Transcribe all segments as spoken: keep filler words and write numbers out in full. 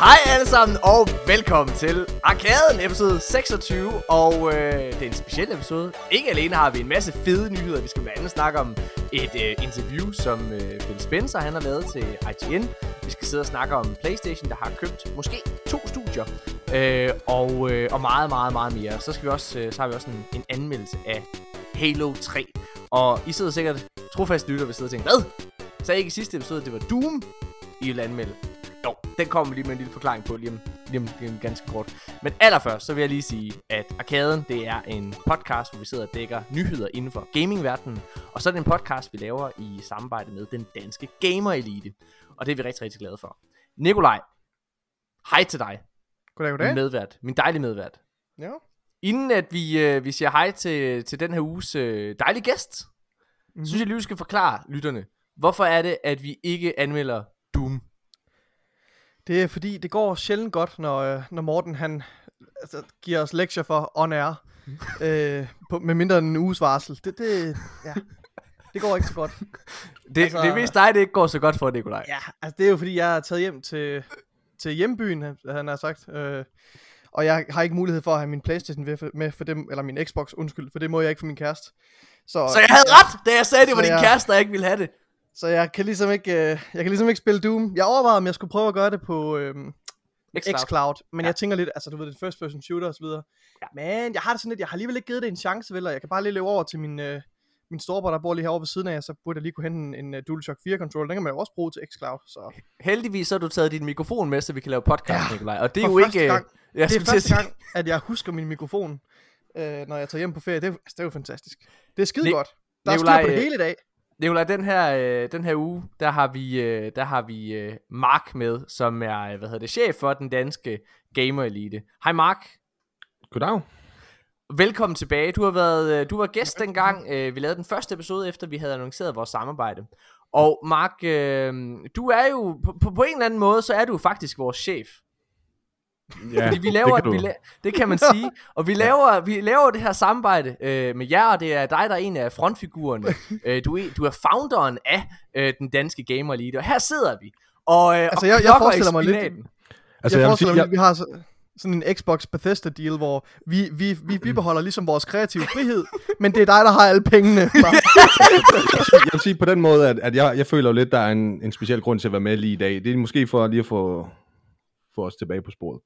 Hej alle sammen, og velkommen til Arkaden episode seksogtyve. Og øh, det er en speciel episode. Ikke alene har vi en masse fede nyheder. Vi skal blandt andet snakke om et øh, interview, som øh, Phil Spencer han har lavet til I G N. Vi skal sidde og snakke om PlayStation, der har købt måske to studier. øh, og, øh, og meget, meget, meget mere. Så, skal vi også, øh, så har vi også en, en anmeldelse af Halo tre. Og I sidder sikkert trofast lytter ved sidde og tænke, hvad? Så ikke i sidste episode, det var Doom, I vil anmelde. Jo, den kommer lige med en lille forklaring på lige om, lige om, lige om ganske kort. Men allerførst, så vil jeg lige sige, at Arkaden, det er en podcast, hvor vi sidder og dækker nyheder inden for gamingverdenen. Og så er det en podcast, vi laver i samarbejde med den danske Gamer Elite. Og det er vi rigtig, rigtig glade for. Nikolaj, hej til dig. Goddag, goddag. Min medvært, min dejlige medvært. Ja. Inden at vi, øh, vi siger hej til, til den her uges øh, dejlige gæst, mm-hmm. synes jeg lige, vi skal forklare lytterne, hvorfor er det, at vi ikke anmelder Doom? Det er fordi, det går sjældent godt, når, øh, når Morten han altså, giver os lektier for on air, øh, på, med mindre end en uges varsel. Det, det, ja, det går ikke så godt. Det, altså, det er vist dig, det ikke går så godt for, Nikolaj. Ja, altså det er jo fordi, jeg er taget hjem til, til hjembyen, han har sagt. Øh, og jeg har ikke mulighed for at have min PlayStation med for dem, eller min Xbox, undskyld, for det må jeg ikke for min kæreste. Så, så jeg havde ret, da jeg sagde, det var din jeg, kæreste, der ikke ville have det. Så jeg kan ligesom ikke, øh, jeg kan ligesom ikke spille Doom. Jeg overvejede, om jeg skulle prøve at gøre det på øh, xCloud. xCloud, men ja. Jeg tænker lidt, altså du ved, det er first person shooter og så videre. Ja. Men jeg har det sådan lidt, jeg har alligevel ikke givet det en chance, vel, og jeg kan bare lige løbe over til min, øh, min storebror, der bor lige herovre ved siden af, så burde jeg lige kunne hente en, en uh, DualShock fire controller. Den kan man jo også bruge til xCloud. Så. Heldigvis så har du taget din mikrofon med, så vi kan lave podcast, ja, Nikolaj. Og det er jo ikke... Gang, jeg det er første gang, at jeg husker min mikrofon, øh, når jeg tager hjem på ferie. Det er, altså, det er jo fantastisk. Det er skide Ni- godt. Der Nikolaj, er styr på det hele i dag. Nikolaj, den her, øh, den her uge, der har vi, øh, der har vi øh, Mark med, som er, hvad hedder det, chef for den danske Gamer Elite. Hej Mark. Goddag. Velkommen tilbage. Du har været, øh, du var gæst dengang, øh, vi lavede den første episode, efter vi havde annonceret vores samarbejde. Og Mark, øh, du er jo, på, på, på en eller anden måde, så er du faktisk vores chef. Ja, fordi vi laver, det, kan vi la- det kan man sige. Og vi laver, vi laver det her samarbejde øh, med jer, og det er dig, der er en af frontfigurerne. øh, du, er, du er founderen af øh, den danske Gamer Elite, og her sidder vi. Og, øh, altså, og jeg, jeg forestiller mig lidt. Altså, jeg, jeg forestiller sige, mig, jeg... vi har så, sådan en Xbox Bethesda deal, hvor vi, vi, vi bibeholder ligesom vores kreative frihed, men det er dig, der har alle pengene. jeg vil sige på den måde, at, at jeg, jeg føler jo lidt, der er en, en speciel grund til at være med lige i dag. Det er måske for lige at få, få os tilbage på sporet.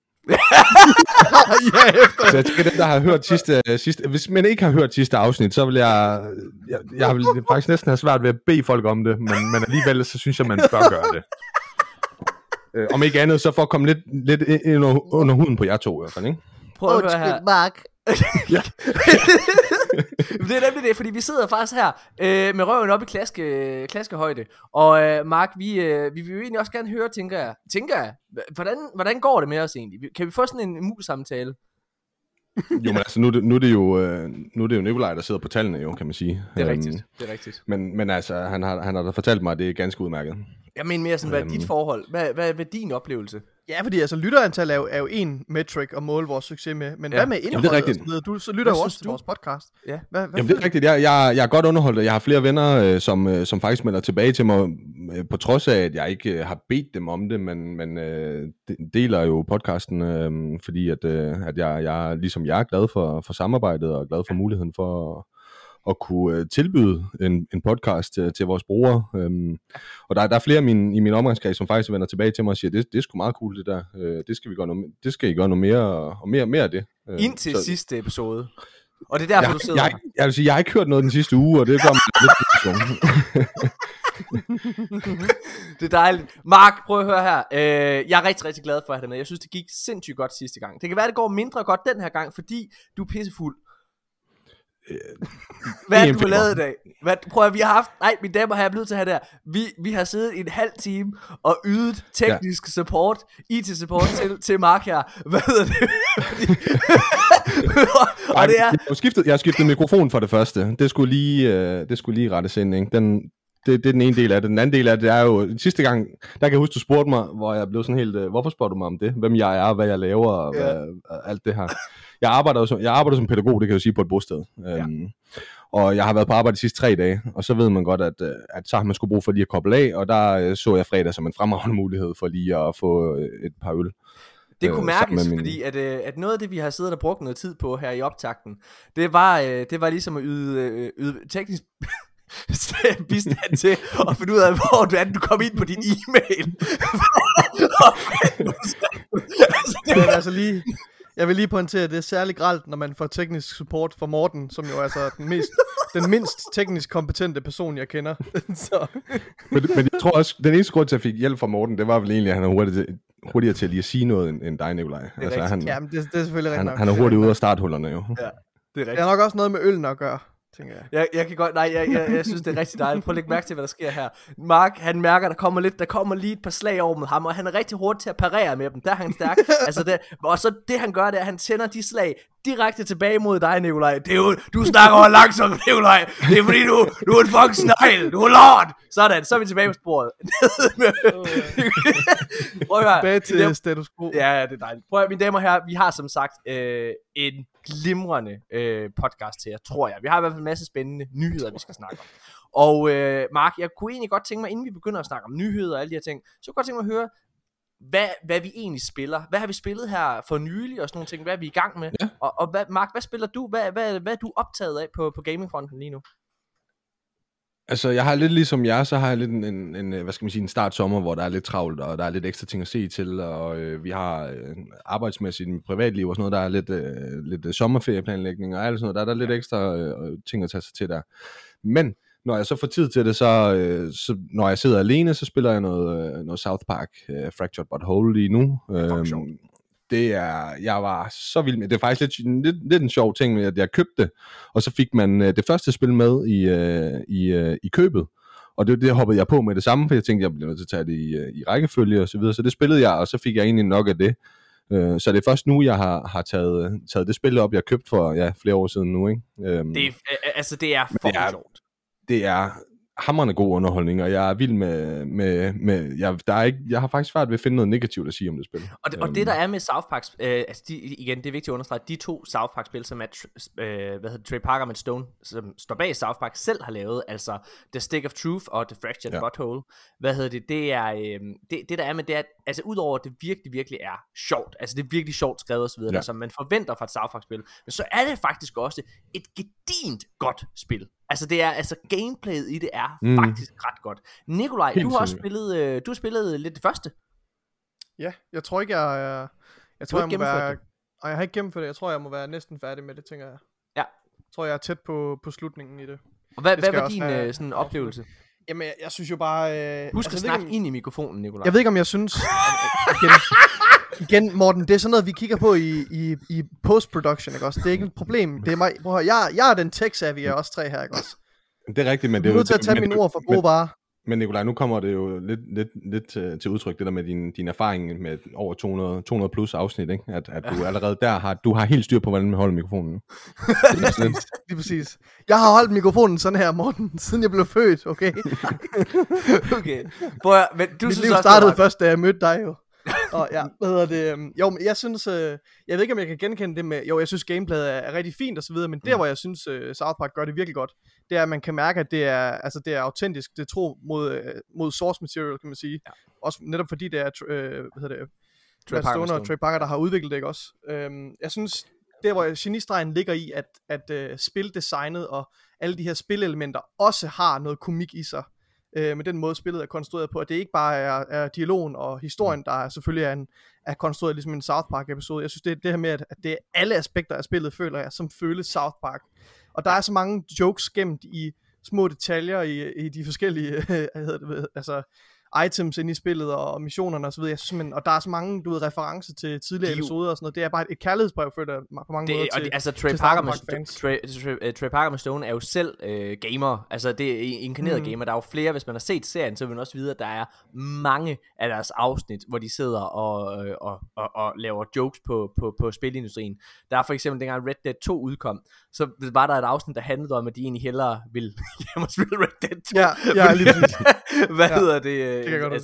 ja, efter. Så jeg tænker, dem der har hørt sidste, sidste hvis man ikke har hørt sidste afsnit, så vil jeg jeg, jeg vil faktisk næsten have svært ved at bede folk om det, men, men alligevel så synes jeg man bør gøre det. øh, om ikke andet så for at komme lidt lidt ind under, under huden på jer to i hvert fald, ikke? Prøv at høre her, Mark. Ja. Det er nemlig det, fordi vi sidder faktisk her øh, med røven op i klaske, klaskehøjde. Og øh, Mark, vi, øh, vi vil jo egentlig også gerne høre, tænker jeg, tænker jeg hvordan, hvordan går det med os egentlig? Kan vi få sådan en mus-samtale? Jo, men altså, nu, nu, er det jo, øh, nu er det jo Nikolaj, der sidder på tallene jo, kan man sige. Det er rigtigt, det er rigtigt. Men, men altså, han har, han har da fortalt mig, at det er ganske udmærket. Jeg mener mere sådan, hvad er dit forhold? Hvad, hvad, hvad er din oplevelse? Ja, fordi altså lytterantal er jo, er jo en metric at måle vores succes med. Men ja. Hvad med indholdet? Jamen, det er rigtigt. Du så lytter jo også til vores podcast. Ja. Hvad, hvad Jamen det er rigtigt. Jeg, jeg, jeg er godt underholdt, og jeg har flere venner, øh, som, øh, som faktisk melder tilbage til mig, øh, på trods af, at jeg ikke øh, har bedt dem om det, men, men øh, deler jo podcasten, øh, fordi at, øh, at jeg, jeg ligesom jeg er glad for, for samarbejdet, og glad for muligheden for at, at kunne øh, tilbyde en, en podcast til, til vores brugere. Øhm, og der, der er flere i min, i min omgangskreds, som faktisk vender tilbage til mig og siger, det, det er sgu meget cool det der, øh, det, skal vi gøre noget, det skal I gøre noget mere, og mere, mere af det. Øh, Indtil så, sidste episode. Og det er derfor, jeg, du sidder jeg, jeg, jeg vil sige, jeg har ikke hørt noget den sidste uge, og det gør mig lidt det er dejligt. Mark, prøv at høre her. Øh, jeg er rigtig, rigtig glad for at have dig med. Jeg synes, det gik sindssygt godt sidste gang. Det kan være, det går mindre godt den her gang, fordi du er pissefuld. Hvad har du lavet i dag? Hvad, prøv at vi har haft, nej mine damer, har jeg blevet til at have der. Vi, vi har siddet en halv time og ydet teknisk ja. support, I T support til, til Mark her. Hvad hedder det? og Ej, det er... jeg, har skiftet, jeg har skiftet mikrofon for det første. Det skulle lige, øh, det skulle lige rettes ind, ikke? Den, det, det er den ene del af det. Den anden del af det er jo, den sidste gang, der kan jeg huske, du spurgte mig, hvor jeg blev sådan helt, øh, hvorfor spørger du mig om det? Hvem jeg er, hvad jeg laver, og ja. hvad, alt det her. Jeg arbejder, som, jeg arbejder som pædagog, det kan jeg jo sige, på et bosted. Ja. Øhm, Og jeg har været på arbejde de sidste tre dage, og så ved man godt, at, at så har man skulle brug for lige at koble af, og der så jeg fredag som en fremragende mulighed for lige at få et par øl. Det kunne mærkes, min... fordi at, at noget af det, vi har siddet og brugt noget tid på her i optakten, det var, det var ligesom at yde, yde teknisk bistand til at finde ud af, hvor du er, du kom ind på din e-mail. altså, det var altså lige... Jeg vil lige pointere, at det er særlig grelt, når man får teknisk support fra Morten, som jo er altså den, mest, den mindst teknisk kompetente person, jeg kender. Så. Men, men jeg tror også, den eneste grund til, at jeg fik hjælp fra Morten, det var vel egentlig, at han er hurtigt, hurtigere til at lige at sige noget end, end dig, Nikolaj. Altså, han, Jamen, det, det er selvfølgelig rigtigt nok. Han er hurtigt ude af starthullerne jo. Ja, det er rigtigt. Det er nok også noget med øllen at gøre. Jeg. Jeg, jeg kan godt, nej, jeg, jeg, jeg synes det er rigtig dejligt. Prøv at lægge mærke til, hvad der sker her. Mark, han mærker, der kommer lidt, der kommer lige et par slag over med ham, og han er rigtig hurtig til at parere med dem. Der er han stærk. altså det, og så det han gør, det er, at han sender de slag direkte tilbage mod dig, Nikolaj. Det er jo, du snakker over langsomt, Nikolaj. Det er fordi du, du er en fucking snegl. Du er lort. Sådan, så er vi tilbage på sporet. Prøv at høre. Tilbage til status quo. Ja, det er dejligt. Prøv at høre, mine damer og herrer, vi har som sagt øh, en glimrende øh, podcast her, tror jeg. Vi har i hvert fald en masse spændende nyheder, vi skal snakke om. Og øh, Mark, jeg kunne egentlig godt tænke mig, inden vi begynder at snakke om nyheder og alle de her ting, så kunne jeg godt tænke mig at høre, hvad, hvad vi egentlig spiller. Hvad har vi spillet her for nylig og sådan nogle ting? Hvad er vi i gang med? Ja. Og, og hvad, Mark, hvad spiller du? Hvad, hvad, hvad er du optaget af på, på gamingfronten lige nu? Altså, jeg har lidt ligesom jer, så har jeg lidt en, en, en hvad skal man sige, en start sommer, hvor der er lidt travlt, og der er lidt ekstra ting at se til, og øh, vi har øh, arbejdsmæssigt i mit privatliv og sådan noget, der er lidt, øh, lidt øh, sommerferieplanlægning og alt sådan noget, der er der lidt ekstra øh, ting at tage sig til der. Men når jeg så får tid til det, så, øh, så når jeg sidder alene, så spiller jeg noget, øh, noget South Park øh, Fractured But Whole lige nu. Øh, det er, jeg var så vild med, det er faktisk lidt, lidt, lidt en sjov ting, at jeg købte det, og så fik man øh, det første spil med i, øh, i, øh, i købet, og det, det hoppede jeg på med det samme, for jeg tænkte, jeg blev nødt til at tage det i, øh, i rækkefølge og så videre, så det spillede jeg, og så fik jeg egentlig nok af det. Øh, så det er først nu, jeg har, har taget, taget det spil op, jeg købte for ja, flere år siden nu, ikke? Øhm, det er, altså det er for sjovt. Det er hamrende god underholdning, og jeg er vild med, med, med jeg, der er ikke, jeg har faktisk svært ved at finde noget negativt at sige om det spil. Og det, og det der er med South Park, øh, altså de, igen, det er vigtigt at understrege, de to South Park spil, som er, øh, hvad hedder Trey Parker og Matt Stone, som står bag South Park, selv har lavet, altså The Stick of Truth og The Fractured ja. Butthole, hvad hedder det, det er, øh, det, det der er med det, er, altså udover at det virkelig, virkelig er sjovt, altså det er virkelig sjovt skrevet og så videre, ja. Som man forventer fra et South Park spil, men så er det faktisk også et gedint godt spil. Altså det er altså gameplayet i det er mm. faktisk ret godt. Nikolaj, du har også spillet øh, du har spillet lidt det første. Ja, jeg tror ikke jeg er jeg tror jeg må være det. Og jeg har ikke gennemført det. Jeg tror jeg må være næsten færdig med det, tænker jeg. Ja. Jeg tror jeg er tæt på på slutningen i det. Og hvad hvad var din have, sådan oplevelse? Jamen jeg, jeg synes jo bare øh, husk altså, at snakke om, ind i mikrofonen, Nikolaj. Jeg ved ikke om jeg synes igen, igen Morten, det er sådan noget vi kigger på i i i post-production, ikke også? Det er ikke et problem. Det er mig. Prøv at, jeg jeg er den tech-savvy af os tre her, ikke også? Det er rigtigt, men det er jo nødt til at tage mine ord for gode varer. Men Nikolaj, nu kommer det jo lidt, lidt, lidt til, til udtryk, det der med din, din erfaring med over to hundrede, to hundrede plus afsnit, ikke? At, at du allerede der har, du har helt styr på, hvordan man holder mikrofonen nu. Lige præcis. Jeg har holdt mikrofonen sådan her, Morten, siden jeg blev født, okay? Okay. Prøv at, men du Mit synes liv også, startede var... først, da jeg mødte dig jo. Og ja, hvad hedder det? Jo, men jeg synes, øh, jeg ved ikke, om jeg kan genkende det med, jo, jeg synes gameplayet er, er rigtig fint og så videre, men der, mm. hvor jeg synes, øh, South Park gør det virkelig godt, det er, at man kan mærke, at det er, altså, det er autentisk, det er tro mod, øh, mod source material, kan man sige. Ja. Også netop fordi det er, øh, hvad hedder det, Trey Parker og Trey Parker, der har udviklet det, ikke også? Øhm, jeg synes, der hvor genistregen ligger i, at, at øh, spildesignet og alle de her spilelementer også har noget komik i sig. Med den måde spillet er konstrueret på, at det ikke bare er, er dialogen og historien, der er selvfølgelig er, en, er konstrueret ligesom en South Park episode. Jeg synes det er det her med, at, at det er alle aspekter af spillet, føler jeg, som føles South Park. Og der er så mange jokes gemt i små detaljer i, i de forskellige hvad hedder det, altså items inde i spillet og missionerne og så videre. Jeg synes, men, og der er så mange, du ved, referencer til tidligere de, episoder og sådan noget. Det er bare et, et kærlighedsbrev for det på mange det, måder og til, det, altså, Trey til Parker med Trey, Trey, Trey Parker med Stone er jo selv øh, gamer. Altså det er inkarneret mm. gamer. Der er jo flere, hvis man har set serien, så vil man også vide, at der er mange af deres afsnit, hvor de sidder og, øh, og, og, og laver jokes på, på, på spilindustrien. Der er for eksempel, dengang Red Dead to udkom, så var der et afsnit, der handlede om, at de egentlig hellere ville hjem og spille Red Dead to. Ja, ja lige Hvad ja, hedder det? Det kan jeg godt altså,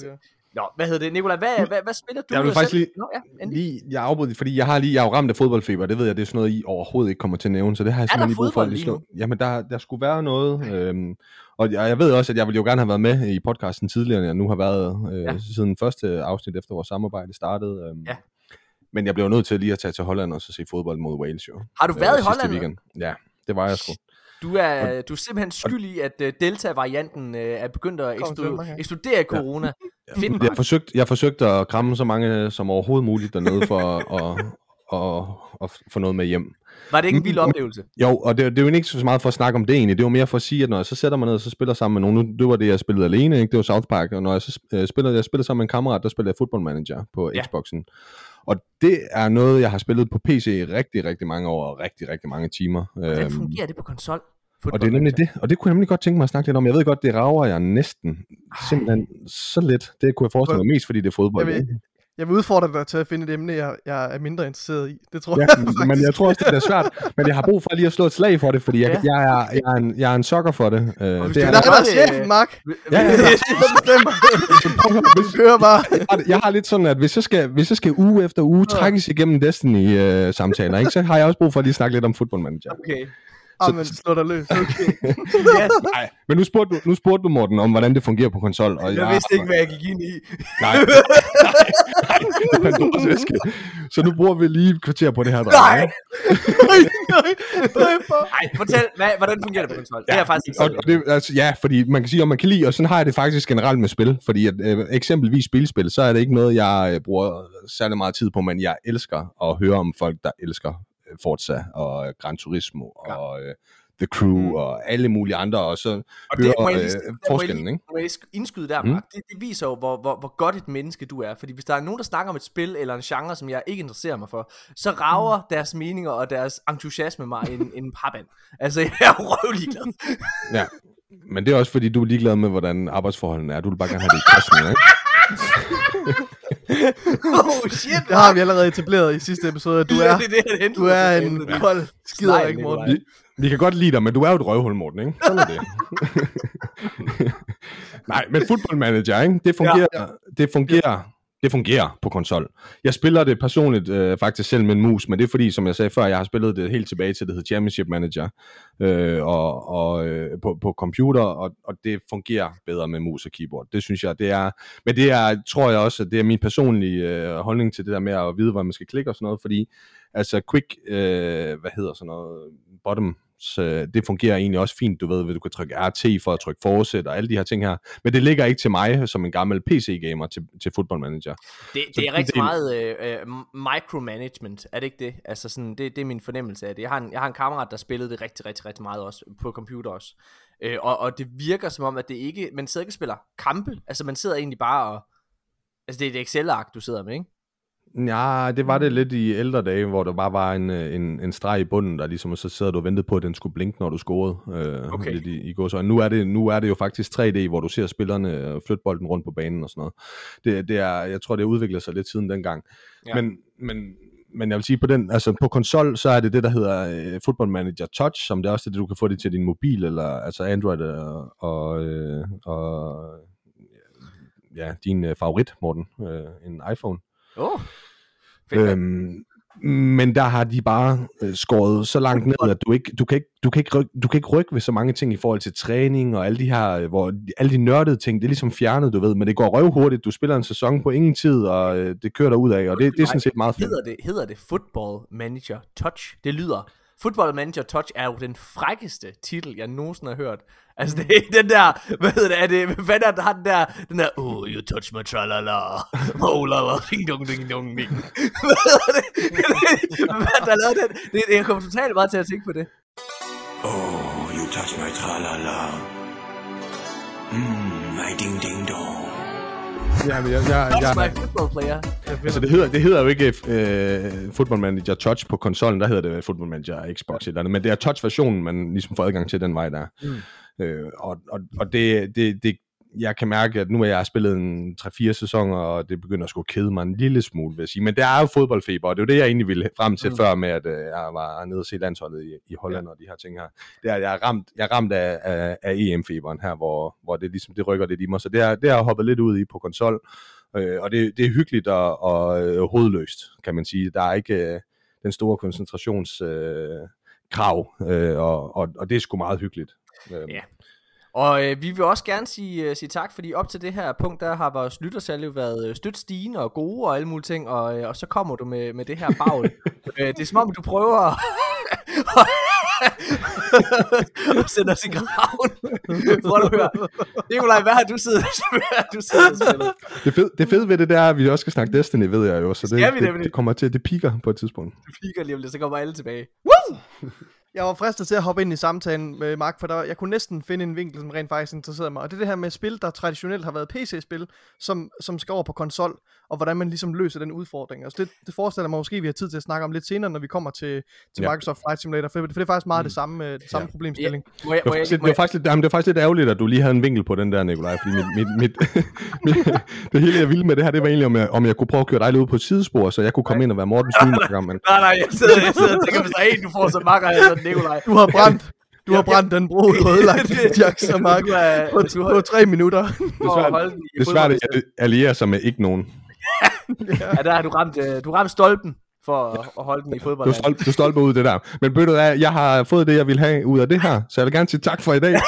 Nå, hvad hedder det, Nikolaj? Hvad, hvad, hvad spiller du? Jeg vil faktisk lige, Nå, ja, lige jeg afbryder, fordi jeg har lige, jeg er jo ramt af fodboldfeber, det ved jeg, det er sådan noget, I overhovedet ikke kommer til at nævne, så det har jeg simpelthen lige brug for at lige slå. Jamen, der, der skulle være noget, øhm, og jeg, jeg ved også, at jeg ville jo gerne have været med i podcasten tidligere, end jeg nu har været øh, ja. siden første afsnit efter vores samarbejde startede. Øhm, ja. Men jeg blev nødt til lige at tage til Holland og så se fodbold mod Wales, jo. Har du været øh, i Holland? Weekend. Ja, det var jeg sgu. Du er, du er simpelthen skyld i, at uh, Delta-varianten uh, er begyndt at eksplo- eksplodere i corona. Ja. Jeg har forsøgt, jeg har forsøgt at kramme så mange som overhovedet muligt dernede for at, at, at, at få noget med hjem. Var det ikke en vild oplevelse? Jo, og det, det er jo ikke så meget for at snakke om det egentlig. Det var mere for at sige, at når jeg så sætter mig ned og så spiller sammen med nogen, det var det, jeg spillede alene, ikke? Det var South Park, og når jeg så uh, spillede, jeg spillede sammen med en kammerat, der spillede jeg Football Manager på ja. Xboxen. Og det er noget, jeg har spillet på P C i rigtig, rigtig mange år, og rigtig, rigtig mange timer. Hvordan fungerer det på konsol? Og det er nemlig det, og det kunne jeg nemlig godt tænke mig at snakke lidt om. Jeg ved godt, det rager jeg næsten simpelthen så lidt. Det kunne jeg forestille mig mest, fordi det er fodbold. Jeg vil, jeg vil udfordre dig til at finde et emne, jeg, jeg er mindre interesseret i. Det tror ja, jeg faktisk. Men jeg tror også, det er svært. Men jeg har brug for lige at slå et slag for det, fordi jeg, ja. jeg, er, jeg, er, en, jeg er en sokker for det. Uh, det er der er chefen, Mark. Ja, ja, ja. Kører bare. Jeg har lidt sådan, at hvis jeg skal, hvis jeg skal uge efter uge trækkes igennem Destiny-samtaler, uh, så har jeg også brug for at lige snakke lidt om Football Manager. Okay. Ah, men slå dig løs. Okay. Yes. Nej, men nu spurgte, du, nu spurgte du, Morten, om hvordan det fungerer på konsol. Og jeg, jeg vidste ikke, hvad jeg gik ind i. Nej, nej, nej. Så nu bruger vi lige et kvarter på det her. Nej. Nej, fortæl, hvad, hvordan fungerer det på konsol? Ja, det er faktisk ikke og, og det, altså, ja, fordi man kan sige, om man kan lide, og sådan har jeg det faktisk generelt med spil. Fordi at, øh, eksempelvis spilspil, så er det ikke noget, jeg øh, bruger særlig meget tid på, men jeg elsker at høre om folk, der elsker Forza og Gran Turismo ja. og uh, The Crew mm. og alle mulige andre, og så og det, hører uh, forskellen, ikke? Må jeg indskyde der, Mark? Mm. Det, det viser jo, hvor, hvor, hvor godt et menneske du er, fordi hvis der er nogen, der snakker om et spil eller en genre, som jeg ikke interesserer mig for, så rager mm. deres meninger og deres entusiasme mig en, en papand. Altså, jeg er røvlig glad. Ja, men det er også fordi, du er ligeglad med, hvordan arbejdsforholdene er. Du vil bare gerne have det i kassen, ikke? Oh shit, det har vi allerede etableret i sidste episode. Du er, det, det, det, du er en ja. kold skider, ikke, Morten? Vi, vi kan godt lide dig, men du er jo et røvhul, Morten, ikke? Sådan er det. Nej, men Football Manager, ikke? Det fungerer, ja, ja. det fungerer, det fungerer på konsol. Jeg spiller det personligt øh, faktisk selv med en mus, men det er fordi, som jeg sagde før, jeg har spillet det helt tilbage til, det hedder Championship Manager, øh, og, og øh, på, på computer, og, og det fungerer bedre med mus og keyboard. Det synes jeg, det er, men det er, tror jeg også, at det er min personlige øh, holdning til det der med at vide, hvor man skal klikke og sådan noget, fordi altså quick, øh, hvad hedder sådan noget, bottom, så det fungerer egentlig også fint, du ved, at du kan trykke R T for at trykke fortsæt og alle de her ting her, men det ligger ikke til mig som en gammel P C-gamer til, til Football Manager. Det, det er rigtig det, meget øh, micromanagement, er det ikke det? Altså sådan, det, det er min fornemmelse af det. Jeg har, en, jeg har en kammerat, der spillede det rigtig, rigtig, rigtig meget også, på computer også, øh, og, og det virker som om, at det ikke, man sidder ikke og spiller kampe, altså man sidder egentlig bare og, altså det er et Excel-ark, du sidder med, ikke? Ja, det var det lidt i ældre dage, hvor der bare var en, en, en streg i bunden, der ligesom, og så sidder du og ventede på, at den skulle blinke, når du scorede. Øh, okay. Lidt i, i går. Så nu er, det, nu er det jo faktisk tre D, hvor du ser spillerne flytte bolden rundt på banen og sådan noget. Det, det er, jeg tror, det udvikler sig lidt siden dengang. Ja. Men, men, men jeg vil sige, på, den, altså på konsol, så er det det, der hedder uh, Football Manager Touch, som det er også det, du kan få det til din mobil, eller altså Android og, og, øh, og ja, din uh, favorit, Morten, uh, en iPhone. Oh, øhm, men der har de bare øh, skåret så langt ned, at du ikke, du kan ikke, du kan ikke, rykke, du kan ikke rykke ved så mange ting i forhold til træning og alle de her, hvor alle de nørdede ting, det er ligesom fjernet, du ved, men det går røvhurtigt. Du spiller en sæson på ingen tid, og øh, det kører der ud af, og det, det er sådan set meget fedt. Hedder det, hedder det Football Manager Touch? Det lyder. Football Manager Touch er jo den frækkeste titel, jeg nogensinde har hørt. Altså det er den der, hvad hedder det, er det, hvad fanden er der har den der, den der, oh, you touch my tralala, oh la la, ding dong ding dong ding. Hvad hedder det? Hvad der lavede den? Det, jeg kommer totalt bare til at tænke på det. Oh, you touch my tralala, mm, my ding ding dong. Ja, men jeg, jeg, jeg, jeg, football player. Altså det hedder, det hedder jo ikke uh, Football Manager Touch på konsollen, der hedder det Football Manager Xbox eller andet, men det er touch-versionen, man ligesom får adgang til den vej der. Mm. Uh, og og, og det, det, det, jeg kan mærke, at nu har jeg spillet en tre fire sæsoner, og det begynder at skulle kede mig en lille smule, vil jeg sige. Men det er jo fodboldfeber, og det er jo det, jeg egentlig ville frem til mm. før med, at uh, jeg var nede og se landsholdet i, i Holland ja. Og de her ting her. Det er, jeg er ramt, jeg er ramt af, af, af E M-feberen her, hvor, hvor det ligesom det rykker lidt i mig. Så det er, det har jeg hoppet lidt ud i på konsol. Øh, og det, det er hyggeligt og, og øh, hovedløst, kan man sige. Der er ikke øh, den store koncentrationskrav, øh, øh, og, og, og det er sgu meget hyggeligt. Øh. Ja. Og øh, vi vil også gerne sige, uh, sige tak, fordi op til det her punkt, der har vores lyttersalg jo været stødt stigende og gode og alle mulige ting, og, øh, og så kommer du med, med det her bagl. øh, det er som om, du prøver at sende os i graven. Prøv at høre. Nikolaj, hvad har du siddet du sidder og spillet? Det fede, det fede ved det, der er, at vi også skal snakke Destiny, ved jeg jo, så det, det, det, det kommer til, det piker på et tidspunkt. Det piker lige om lidt, så kommer alle tilbage. Woo! Jeg var fristet til at hoppe ind i samtalen med Mark, for der, jeg kunne næsten finde en vinkel, som rent faktisk interesserede mig. Og det er det her med spil, der traditionelt har været P C-spil, som, som skal over på konsol, og hvordan man ligesom løser den udfordring. Altså det, det forestiller mig måske, at vi har tid til at snakke om lidt senere, når vi kommer til, til ja. Microsoft Flight Simulator, for, for det er faktisk meget mm. det samme, det samme ja. problemstilling. Ja. Må jeg, må jeg, det, var det, var faktisk lidt, jamen, det var faktisk lidt ærgerligt, at du lige havde en vinkel på den der, Nikolaj, fordi mit, mit, mit, mit, det hele jeg ville med det her, det var egentlig, om jeg, om jeg kunne prøve at køre dig ud på et sidespor, så jeg kunne komme ind og være Mortens nye program. Men... Nej, nej, jeg sidder, jeg sidder og tænker, hvis der er en, du får så makker, altså Nikolaj. Du har brændt, du har brændt den bro, du har ødelagt Jack så Mark på, på tre minutter. Det er svært at alliere sig med ikke nogen. Ja, der har du ramt, du ramt stolpen for at holde den i fodbold. Du, stolp, du stolper ud det der. Men ved du hvad, jeg har fået det, jeg vil have ud af det her, så jeg vil gerne sige tak for i dag.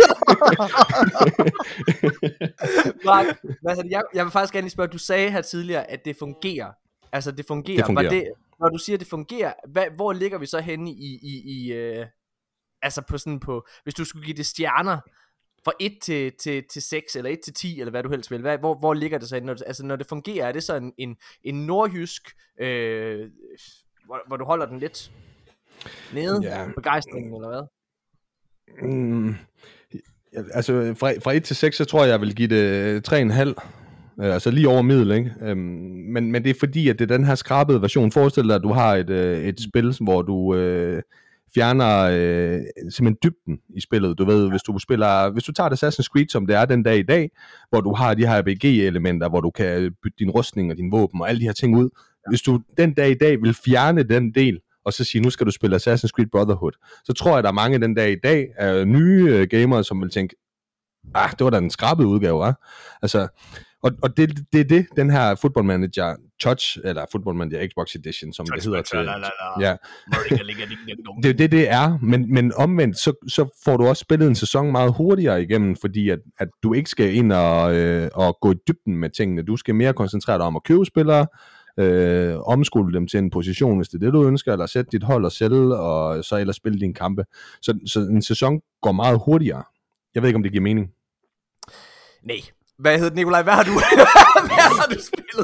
Mark, hvad det? Jeg, jeg vil faktisk gerne lige spørge, du sagde her tidligere, at det fungerer. Altså det fungerer. Det fungerer. Var det, når du siger, at det fungerer, hvad, hvor ligger vi så henne i, i, i øh, altså på sådan på, hvis du skulle give det stjerner, fra et til, til, til seks, eller et til ti, eller hvad du helst vil, hvad, hvor, hvor ligger det så? Når, altså når det fungerer, er det så en, en, en nordjysk, øh, hvor, hvor du holder den lidt nede, ja. Begejstringen, eller hvad? Mm, altså fra, fra et til seks, så tror jeg, jeg vil give det tre komma fem. Øh, altså lige over middel, ikke? Øhm, men, men det er fordi, at det er den her skrabede version. Forestil dig, at du har et, øh, et spil, hvor du... Øh, fjerner øh, simpelthen dybden i spillet. Du ved, hvis du spiller, hvis du tager det Assassin's Creed, som det er den dag i dag, hvor du har de her R P G-elementer, hvor du kan bytte din rustning og din våben og alle de her ting ud. Hvis du den dag i dag vil fjerne den del, og så sige, nu skal du spille Assassin's Creed Brotherhood, så tror jeg, der er mange den dag i dag af nye øh, gamere, som vil tænke, ah, det var da en skrabet udgave, hva'? Altså, og, og det er det, det, den her Football Manager Touch, eller Football Manager Xbox Edition, som Touch det hedder til. Ja. Det er det, det er, men, men omvendt, så, så får du også spillet en sæson meget hurtigere igennem, fordi at, at du ikke skal ind og, øh, og gå i dybden med tingene. Du skal mere koncentrere dig om at købe spillere, øh, omskole dem til en position, hvis det er det, du ønsker, eller sætte dit hold og sælge, og så ellers spille dine kampe. Så, så en sæson går meget hurtigere. Jeg ved ikke, om det giver mening. Nej. Hvad hedder det, Nikolaj? Hvad har du, hvad har du spillet?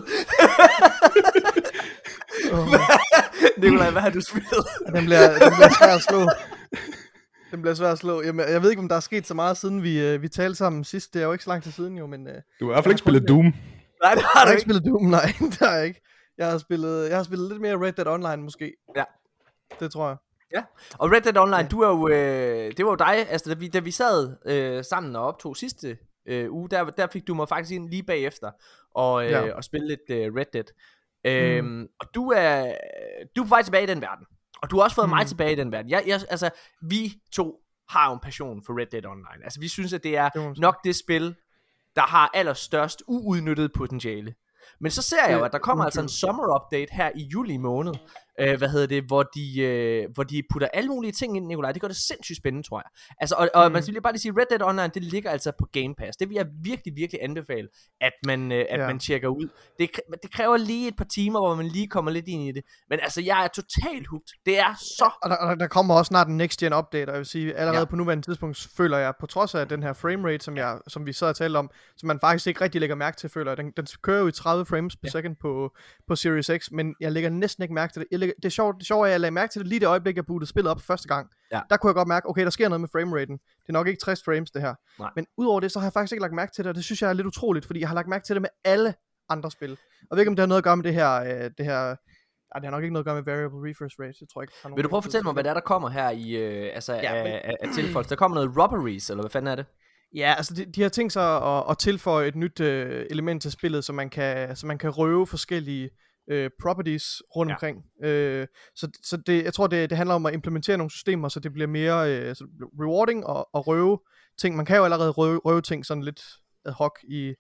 Nikolaj, hvad har du spillet? Den bliver, den bliver svær at slå. Den bliver svær at slå. Jamen, jeg ved ikke, om der er sket så meget, siden vi, vi talte sammen sidst. Det er jo ikke så lang tid siden, jo, men... Du har i hvert fald ikke spillet Doom. Nej, det har du ikke. spillet Doom, nej. Det har jeg ikke. Jeg har spillet, jeg har spillet lidt mere Red Dead Online, måske. Ja. Det tror jeg. Ja, og Red Dead Online, ja. du er jo... Øh, det var jo dig, altså da vi, da vi sad øh, sammen og optog sidste... Øh, uge, der, der fik du mig faktisk ind lige bagefter og, øh, ja. og spille lidt øh, Red Dead. Øhm, mm. Og du er du er faktisk tilbage i den verden. Og du har også fået mm. mig tilbage i den verden. Jeg, jeg, altså, vi to har jo en passion for Red Dead Online. Altså, vi synes, at det er det nok det spil, der har allerstørst uudnyttet potentiale. Men så ser jeg jo, at der kommer altså en summer update her i juli måned, øh, hvad hedder det, hvor de, øh, hvor de putter alle mulige ting ind, Nikolaj. Det gør det sindssygt spændende, tror jeg. Altså, og, og mm. man vil bare lige sige, Red Dead Online, det ligger altså på Game Pass. Det vil jeg virkelig, virkelig anbefale, at man, øh, at ja. man tjekker ud. Det, det kræver lige et par timer, hvor man lige kommer lidt ind i det. Men altså, jeg er totalt hooked. Det er så... Og der, og der kommer også snart en next gen update, og jeg vil sige, allerede ja. på nuværende tidspunkt føler jeg, på trods af den her framerate, som, jeg, som vi sad og talte om, som man faktisk ikke rigtig lægger mærke til, føler jeg. Den, den kører jo i tredive frames per ja. second på, på Series X, men jeg lægger næsten ikke mærke til det. Jeg lægger, det er sjovt, det er sjovt, at jeg lagde mærke til det lige det øjeblik, jeg bootede spillet op første gang. Ja. Der kunne jeg godt mærke, okay, der sker noget med frameraten. Det er nok ikke tres frames, det her. Nej. Men udover det, så har jeg faktisk ikke lagt mærke til det, og det synes jeg er lidt utroligt, fordi jeg har lagt mærke til det med alle andre spil. Og jeg ved ikke, om det har noget at gøre med det her... Øh, det her Ej, det har nok ikke noget at gøre med variable refresh rate, det tror jeg ikke. Vil du prøve at fortælle mig, hvad der er, der kommer her i, øh, altså, ja, af, men... af, af tilføjelser? Der kommer noget robberies, eller hvad fanden er det? Ja, altså de, de har tænkt sig at, at tilføje et nyt øh, element til spillet, så man kan, så man kan røve forskellige øh, properties rundt ja. omkring. Øh, så så det, jeg tror, det, det handler om at implementere nogle systemer, så det bliver mere øh, så rewarding og, og røve ting. Man kan jo allerede røve, røve ting sådan lidt ad hoc i,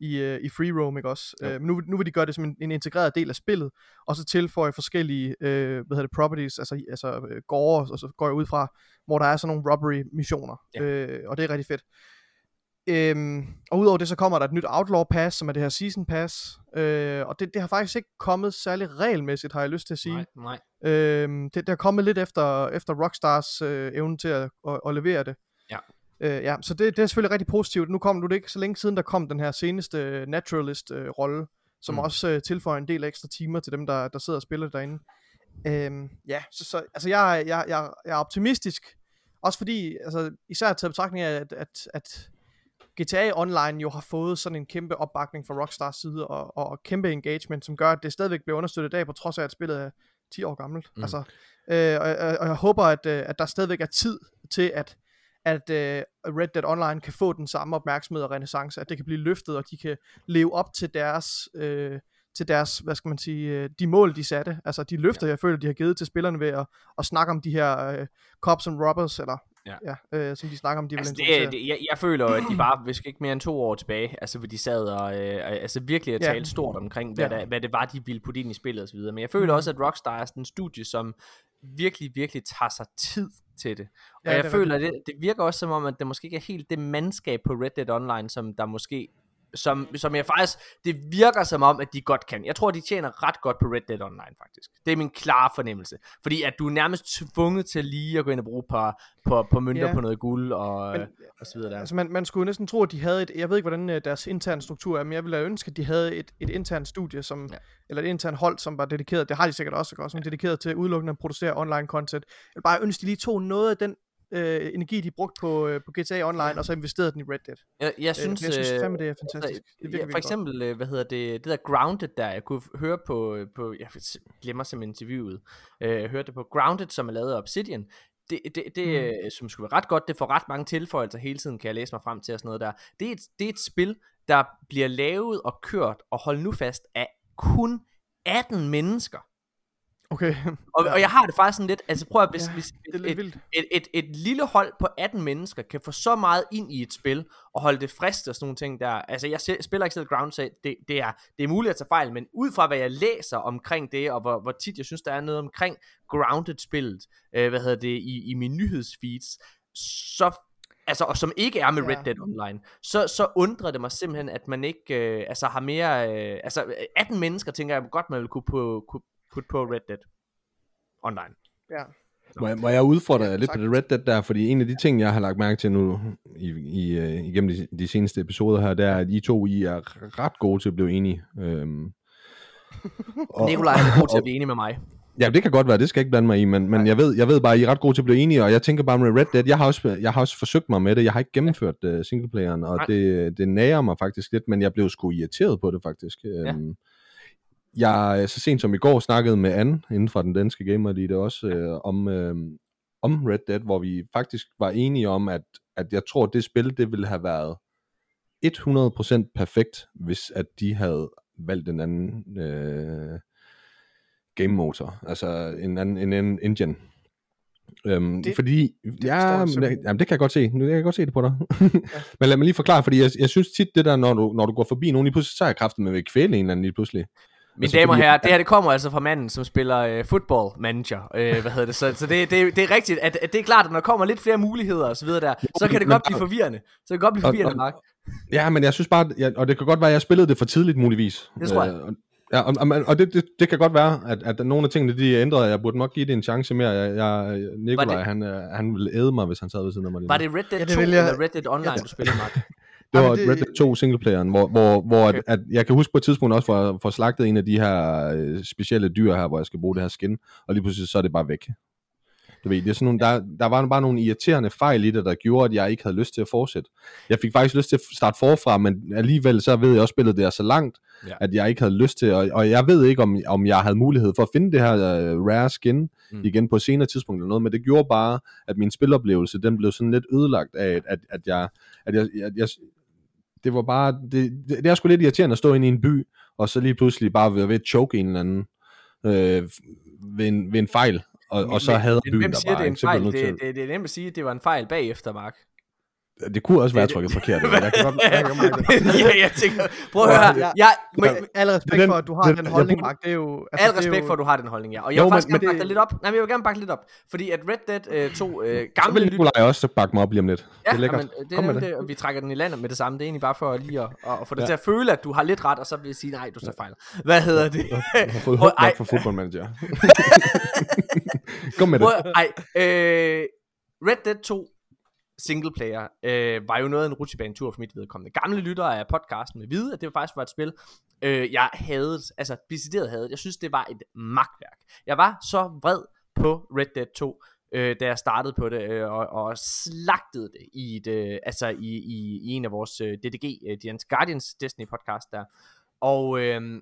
i, øh, i free roam, ikke også? Øh, men nu, nu vil de gøre det som en, en integreret del af spillet, og så tilføje forskellige, øh, hvad hedder det, properties, altså, altså øh, gårde, og så går jeg ud fra, hvor der er sådan nogle robbery missioner, ja. øh, og det er rigtig fedt. Øhm, og udover det, så kommer der et nyt Outlaw Pass, som er det her Season Pass, øh, og det, det har faktisk ikke kommet særlig regelmæssigt, har jeg lyst til at sige. Nej, nej. Øhm, det, det har kommet lidt efter, efter Rockstars øh, evne til at, at, at levere det. Ja. Øh, ja, så det, det er selvfølgelig rigtig positivt. Nu kom nu det ikke så længe siden, der kom den her seneste Naturalist-rolle, øh, som mm. også øh, tilføjer en del ekstra timer til dem, der, der sidder og spiller derinde. Øhm, ja, så, så altså jeg, jeg, jeg, jeg er optimistisk, også fordi, altså især til betragtning af, at, at, at G T A Online jo har fået sådan en kæmpe opbakning fra Rockstars side, og, og kæmpe engagement, som gør, at det stadigvæk bliver understøttet i dag, på trods af, at spillet er ti år gammelt. Mm. Altså, øh, og, og jeg håber, at, at der stadigvæk er tid til, at, at uh, Red Dead Online kan få den samme opmærksomhed og renaissance, at det kan blive løftet, og de kan leve op til deres, øh, til deres, hvad skal man sige, de mål, de satte. Altså de løfter, ja. jeg føler, de har givet til spillerne ved at, at snakke om de her øh, cops and robbers, eller ja. Ja, øh, som de snakker om, de altså, vil det, det, jeg, jeg føler at de bare, hvis ikke mere end to år tilbage, altså hvor de sad og øh, altså virkelig at tale ja. stort omkring, hvad, ja. der, hvad det var, de ville putte ind i spillet og så videre. Men jeg føler mm. også, at Rockstar er sådan en studie, som virkelig, virkelig tager sig tid til det. Og ja, jeg det føler, at det, det virker også som om, at det måske ikke er helt det mandskab på Red Dead Online, som der måske Som, som jeg faktisk, det virker som om, at de godt kan. Jeg tror, de tjener ret godt på Red Dead Online, faktisk. Det er min klare fornemmelse. Fordi at du er nærmest tvunget til lige at gå ind og bruge på, på, på mønter ja. på noget guld og, men, og så videre der. Altså man, man skulle næsten tro, at de havde et, jeg ved ikke, hvordan deres interne struktur er, men jeg ville ønske, at de havde et, et internt studie, som, ja. eller et internt hold, som var dedikeret, det har de sikkert også, som ja. dedikeret til udelukkende at producere online content. Jeg vil bare ønske, at de lige tog noget af den Øh, energi, de brugte på, øh, på G T A Online, og så investerede den i Red Dead. Jeg, jeg synes, øh, jeg synes øh, fandme, det er fantastisk. Det er virkelig, ja, for eksempel, øh, hvad hedder det, det der Grounded der, jeg kunne høre på, på jeg glemmer simpelthen interviewet, øh, jeg hørte det på Grounded, som er lavet af Obsidian. Det, det, det mm. som skulle være ret godt, det får ret mange tilføjelser hele tiden, kan jeg læse mig frem til og sådan noget der. Det er et, det er et spil, der bliver lavet og kørt, og hold nu fast, af kun atten mennesker. Okay. og, og jeg har det faktisk sådan lidt, altså prøv at hvis, ja, hvis et, et, et, et, et, et lille hold på atten mennesker kan få så meget ind i et spil og holde det frisk og sådan nogle ting der. Altså jeg spiller ikke selv Ground, så det, det, er, det er muligt at tage fejl, men ud fra hvad jeg læser omkring det, og hvor, hvor tit jeg synes der er noget omkring Grounded spillet, øh, hvad hedder det, i, i mine nyhedsfeeds, så altså, og som ikke er med Red Dead Online, så, så undrer det mig simpelthen, at man ikke øh, altså har mere, øh, altså atten mennesker tænker jeg godt, man vil kunne på, kunne putte på Red Dead Online. Ja. Må jeg, må jeg udfordre ja, lidt på det Red Dead der, fordi en af de ting, jeg har lagt mærke til nu i, i, uh, igennem de, de seneste episoder her, det er, at I to I er ret gode til at blive enige. Øhm, og, Nikolaj er god til at blive enige med mig. Ja, det kan godt være, det skal jeg ikke blande mig i, men, men jeg, ved, jeg ved bare, at I er ret gode til at blive enige, og jeg tænker bare med Red Dead, jeg har også, jeg har også forsøgt mig med det, jeg har ikke gennemført uh, singleplayeren, og det, det nager mig faktisk lidt, men jeg blev sgu irriteret på det faktisk. Ja. Øhm, Jeg så sent som i går snakkede med Anne inden fra den danske Gamer Elite også øh, om, øh, om Red Dead, hvor vi faktisk var enige om, at, at jeg tror, at det spil, det ville have været hundrede procent perfekt, hvis at de havde valgt en anden øh, game motor, altså en anden en, en engine. Øhm, det, fordi, det ja, det, jamen, det kan jeg godt se, det kan jeg godt se det på dig. Ja. Men lad mig lige forklare, fordi jeg, jeg synes tit det der, når du, når du går forbi nogen, lige pludselig så er jeg kraften med at kvæle en eller anden lige pludselig. Mine altså, damer og herrer, det her det kommer altså fra manden, som spiller øh, football manager, øh, hvad hedder det, så, så det, det, det er rigtigt, at, at det er klart, at når der kommer lidt flere muligheder og så videre der, så kan det godt blive forvirrende, så kan det godt blive forvirrende, Mark. Ja, men jeg synes bare, jeg, og det kan godt være, at jeg spillede det for tidligt muligvis. Det tror jeg. Øh, ja, og, og, og det, det, det kan godt være, at, at nogle af tingene, de er ændret, jeg burde nok give det en chance mere. Jeg, jeg, Nikolaj, han, han ville æde mig, hvis han sad ved siden af mig. Var det Red Dead ja, to jeg... eller Red Dead Online, ja, det... du spillede, Mark? Det var det... Red Dead to singleplayeren, hvor, hvor, hvor okay. at, at jeg kan huske på et tidspunkt også, for, for slagtet en af de her øh, specielle dyr her, hvor jeg skal bruge det her skin, og lige pludselig så er det bare væk. Du ved, det er sådan nogle, der, der var bare nogle irriterende fejl i det, der gjorde, at jeg ikke havde lyst til at fortsætte. Jeg fik faktisk lyst til at starte forfra, men alligevel så ved jeg også, spillet det er så langt, ja. At jeg ikke havde lyst til, og, og jeg ved ikke, om, om jeg havde mulighed for at finde det her uh, rare skin mm. igen på et senere tidspunkt eller noget, men det gjorde bare, at min spiloplevelse, den blev sådan lidt ødelagt af, at, at jeg, at jeg, at jeg det var bare, det, det, det er sgu lidt irriterende at stå inde i en by, og så lige pludselig bare ved, ved at choke en eller anden øh, ved, en, ved en fejl, og, men, og så havde byen der bare. Det er, en fejl? Det, det, det er nemt at sige, at det var en fejl bagefter, Mark. Det kunne også være trykket forkert. Jeg kan godt, jeg kan godt ja, jeg tænker, prøv at høre. Ja, jeg, ja, al respekt den, for, at du har den, den holdning, jeg, Mark. Det er jo... Altså, al respekt det er jo... for, at du har den holdning, ja. Og jeg jo, vil faktisk men, gerne bakke det... dig lidt op. Nej, men jeg vil gerne bakke lidt op. Fordi at Red Dead uh, to uh, gamle... Så vil Nikolaj også bakke mig op lige om lidt. Ja, det er lækkert. Men, det er nemlig det, og vi trækker den i landet med det samme. Det er egentlig bare for lige at, at, at få dig ja. til at føle, at du har lidt ret, og så vil jeg sige, nej, du så fejler. Hvad hedder det? Jeg har fået håb nok for fodboldmanager. Kom med det. Ej, øh, Red Dead to singleplayer øh, var jo noget af en rutsjebanetur for mit vedkommende. Gamle lyttere af podcasten med vide, at det faktisk var et spil, øh, jeg havde, altså decideret havde. Jeg synes, det var et magtværk. Jeg var så vred på Red Dead to, øh, da jeg startede på det, øh, og, og slagtede det i, et, øh, altså i, i, i en af vores øh, D D G, øh, The Guardians Destiny podcast der. Og... Øh,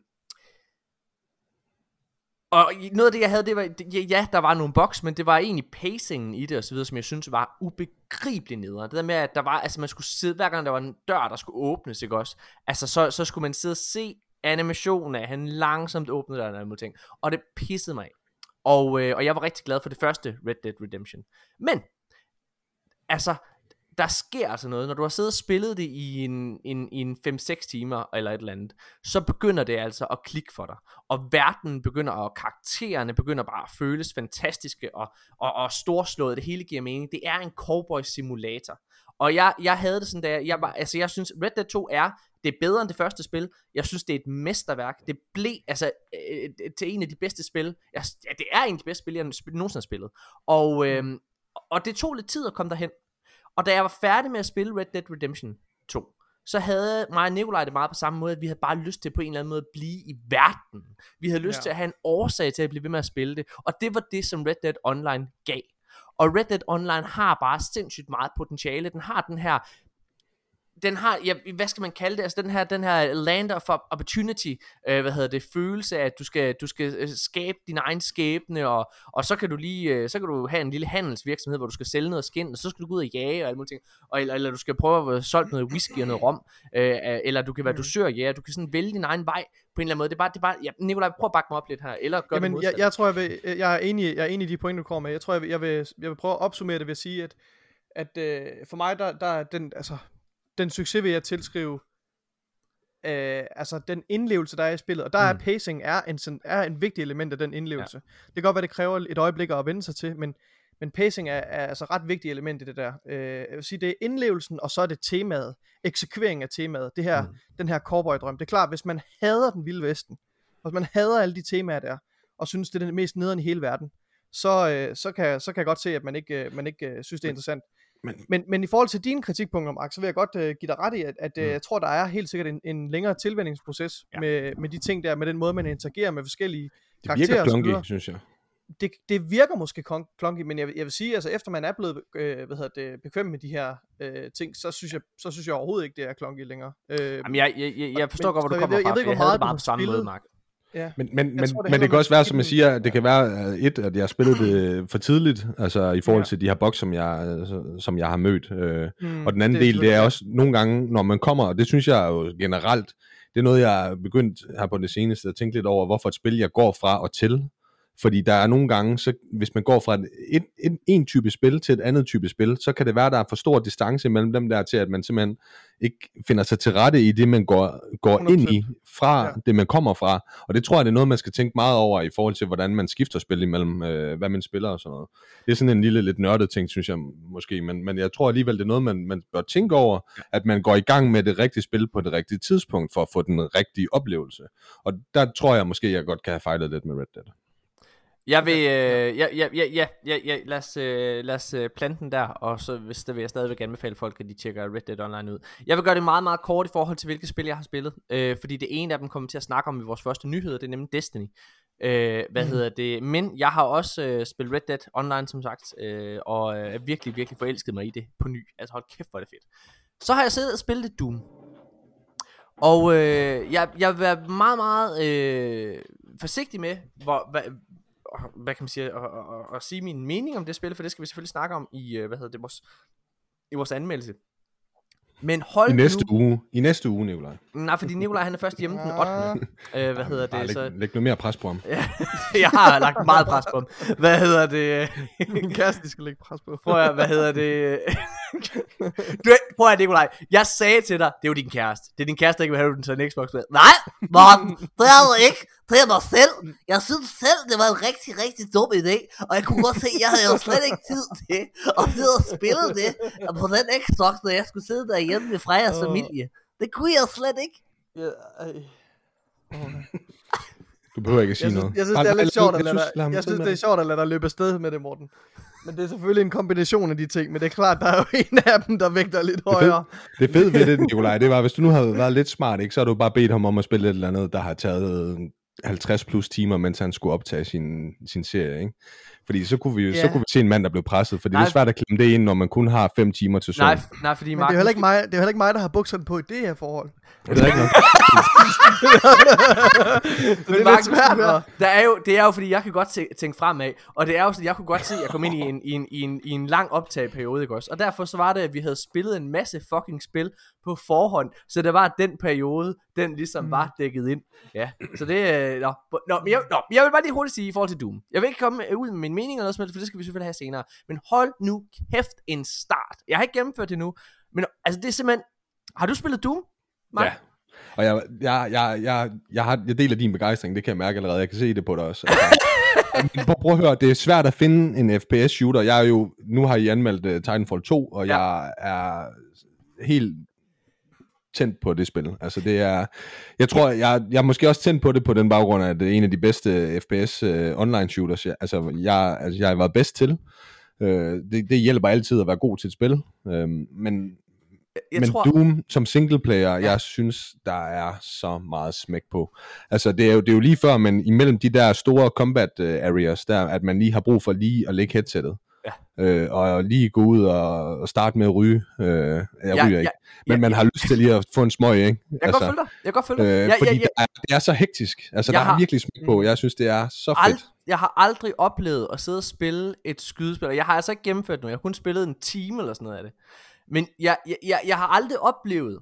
Og noget af det jeg havde, det var, ja, der var nogle bugs, men det var egentlig pacingen i det og så videre, som jeg synes var ubegribeligt nedre. Det der med, at der var, altså man skulle sidde, hver gang der var en dør, der skulle åbnes, ikke også? Altså så, så skulle man sidde og se animationen af, han langsomt åbnede der og ting. Og det pissede mig af. Og, øh, og jeg var rigtig glad for det første Red Dead Redemption. Men, altså... Der sker altså noget, når du har siddet og spillet det i en, en, i en fem seks timer eller et eller andet, så begynder det altså at klikke for dig, og verden begynder, og karaktererne begynder bare at føles fantastiske, og, og, og storslået, det hele giver mening. Det er en cowboy simulator, og jeg, jeg havde det sådan der, jeg, var, altså jeg synes Red Dead to er, det er bedre end det første spil, jeg synes det er et mesterværk, det blev altså øh, til en af de bedste spil, jeg, ja, det er en af de bedste spil, jeg nogensinde har spillet, og, øh, og det tog lidt tid at komme derhen. Og da jeg var færdig med at spille Red Dead Redemption to, så havde mig og Nikolaj det meget på samme måde, at vi havde bare lyst til på en eller anden måde at blive i verden. Vi havde lyst ja. til at have en årsag til at blive ved med at spille det. Og det var det, som Red Dead Online gav. Og Red Dead Online har bare sindssygt meget potentiale. Den har den her... Den har, ja, hvad skal man kalde det, altså den her, den her land of opportunity, øh, hvad hedder det, følelse af, at du skal, du skal skabe din egen skæbne, og, og så kan du lige, øh, så kan du have en lille handelsvirksomhed, hvor du skal sælge noget skin, og så skal du gå ud og jage, og alle mulige ting, og, eller, eller du skal prøve at solgt noget whisky og noget rom, øh, eller du kan være dusørjæger, du kan sådan vælge din egen vej, på en eller anden måde, det er bare, det er bare, ja, Nikolaj, prøv at bakke mig op lidt her, eller gør Jamen, det jeg, jeg tror, jeg, vil, jeg er enig, jeg er enig i de pointer, du kommer med, jeg tror, jeg vil, jeg vil, jeg vil prøve at opsummere det ved at sige, at, at øh, for mig, der, der er den, altså, den succes vil jeg tilskrive øh, altså den indlevelse der er i spillet, og der mm. er pacing er en, er en vigtig element af den indlevelse. Ja. Det kan godt være det kræver et øjeblik at vende sig til, men, men pacing er, er altså ret vigtigt element i det der. øh, Jeg vil sige det er indlevelsen, og så er det temaet, eksekveringen af temaet, det her, mm. den her cowboy drøm. Det er klart, hvis man hader den vilde vesten, hvis man hader alle de temaer der, og synes det er det mest nederen i hele verden, så, øh, så, kan, så kan jeg godt se at man ikke, øh, man ikke øh, synes det er interessant. Men, men, men i forhold til dine kritikpunkter, Mark, så vil jeg godt uh, give dig ret i, at, at uh, mm. jeg tror, der er helt sikkert en, en længere tilvændingsproces ja. med, med de ting der, med den måde, man interagerer med forskellige det karakterer. Det virker klunky, synes jeg. Det, det virker måske klunky, men jeg, jeg vil sige, altså efter man er blevet øh, hvad hedder det, bekvem med de her øh, ting, så synes, jeg, så synes jeg overhovedet ikke, det er klunky længere. Øh, Jamen, jeg, jeg, jeg, jeg forstår men, godt, hvor du kommer jeg, fra, jeg, jeg, jeg, jeg, jeg havde det bare på samme måde, Mark. Ja. Men, men, men, tror, det, men det kan også være, som jeg siger, det kan være et, at jeg spillede det for tidligt, altså i forhold ja. til de her bugs, som jeg, som jeg har mødt. Øh, mm, og den anden det del, det er også nogle gange, når man kommer, og det synes jeg jo generelt, det er noget, jeg har begyndt her på det seneste at tænke lidt over, hvorfor et spil, jeg går fra og til. Fordi der er nogle gange, så hvis man går fra et, et, et, en type spil til et andet type spil, så kan det være, der er for stor distance mellem dem der til, at man simpelthen ikke finder sig til rette i det, man går, går ind i, fra ja. det, man kommer fra. Og det tror jeg, det er noget, man skal tænke meget over i forhold til, hvordan man skifter spil imellem, øh, hvad man spiller og sådan noget. Det er sådan en lille, lidt nørdet ting, synes jeg måske, men, men jeg tror alligevel, det er noget, man, man bør tænke over, at man går i gang med det rigtige spil på det rigtige tidspunkt, for at få den rigtige oplevelse. Og der tror jeg måske, jeg godt kan have fejlet lidt med Red Dead. Jeg vil, øh, ja, ja, ja, ja, ja, ja, lad os, øh, lad os øh, plante den der, og så hvis det vil jeg stadigvæk anbefale folk, at de tjekker Red Dead Online ud. Jeg vil gøre det meget, meget kort i forhold til, hvilke spil jeg har spillet, øh, fordi det ene af dem kommer til at snakke om i vores første nyheder, det er nemlig Destiny. Øh, hvad mm. hedder det? Men jeg har også øh, spillet Red Dead Online, som sagt, øh, og er øh, virkelig, virkelig forelsket mig i det på ny. Altså hold kæft, hvor er det fedt. Så har jeg siddet og spillet et Doom. Og øh, jeg, jeg vil være meget, meget øh, forsigtig med, hvor... Hvad, hvad kan man sige, at, at, at sige min mening om det spil, for det skal vi selvfølgelig snakke om i, hvad hedder det, vores, i vores anmeldelse. Men hold I næste nu... uge, i næste uge, Nikolaj. Nej, fordi Nikolaj, han er først hjemme den ottende øh, hvad hedder det? Læg, så... læg noget mere pres på ham. Jeg har lagt meget pres på ham. Hvad hedder det? Min kæreste, de skal lægge pres på. Prøv at, hvad hedder det? Du, prøv at Nikolaj, jeg sagde til dig, det er jo din kæreste. Det er din kæreste, der ikke vil have, du den til en Xbox med. Nej, Morten, det er du ikke. Det er mig selv. Jeg synes selv, det var en rigtig, rigtig dum idé. Og jeg kunne godt se, at jeg havde jo slet ikke tid til at sidde og spille det på den Xbox, når jeg skulle sidde derhjemme med Frejas oh. familie. Det kunne jeg slet ikke. Ja, ej. Oh. Du behøver ikke at sige jeg synes, noget. Jeg synes, det er lidt sjovt at lade dig, jeg synes, det er sjovt at lade dig løbe afsted med det, Morten. Men det er selvfølgelig en kombination af de ting, men det er klart, der er jo en af dem, der vægter lidt højere. Det fede ved det, Nikolaj, det var, hvis du nu havde været lidt smart, ikke, så har du bare bedt ham om at spille et eller andet, der har taget halvtreds plus timer, mens han skulle optage sin, sin serie, ikke? Fordi så kunne vi jo, yeah. så kunne vi se en mand, der blev presset, fordi nej. Det er svært at klemme det ind, når man kun har fem timer til søvn. Nej, nej, fordi men det er heller ikke mig, det er heller ikke mig, der har bukserne på i det her forhold. Det er ikke noget. det er lidt svært. Der er jo, det er jo fordi, jeg kan godt tænke fremad, og det er jo sådan, jeg kunne godt se, at jeg kom ind i en, i en, i en, i en lang optageperiode, ikke også? Og derfor så var det, at vi havde spillet en masse fucking spil på forhånd, så det var, at den periode, den ligesom mm. var dækket ind. Ja, så det øh, nå, nå, men jeg, nå, jeg vil bare lige hurtigt sige i forhold til Doom. Jeg vil ikke komme ud med min mening eller noget som helst, for det skal vi selvfølgelig have senere. Men hold nu kæft en start. Jeg har ikke gennemført det nu, men altså det er simpelthen... Har du spillet Doom, Mark? Ja. Og jeg, jeg, jeg, jeg, jeg, har, jeg deler din begejstring, det kan jeg mærke allerede. Jeg kan se det på dig også. Altså, prøv at høre, det er svært at finde en F P S shooter. Jeg er jo, nu har I anmeldt uh, Titanfall to, og ja. Jeg er helt tændt på det spil. Altså det er, jeg tror, jeg, jeg er måske også tændt på det på den baggrund, at det er en af de bedste F P S uh, online shooters. Jeg, altså, jeg, altså jeg har været bedst til. Uh, det, det hjælper altid at være god til et spil. Uh, men Jeg Men tror... Doom som singleplayer, ja. Jeg synes, der er så meget smæk på. Altså, det er jo, det er jo lige før, men imellem de der store combat areas, der, at man lige har brug for lige at lægge headsettet. Ja. Øh, og lige gå ud og, og starte med at ryge. Øh, jeg ja, ryger ikke. Ja, men ja, man ja. har lyst til lige at få en smøg, ikke? Jeg kan altså, godt følge dig. Jeg kan godt følge dig. Øh, ja, fordi ja, ja. Det, er, det er så hektisk. Altså, jeg der har... er virkelig smæk på. Jeg synes, det er så Ald- fedt. Jeg har aldrig oplevet at sidde og spille et skydespil. Jeg har altså ikke gennemført noget. Jeg har kun spillet en time eller sådan noget af det. Men jeg, jeg, jeg har aldrig oplevet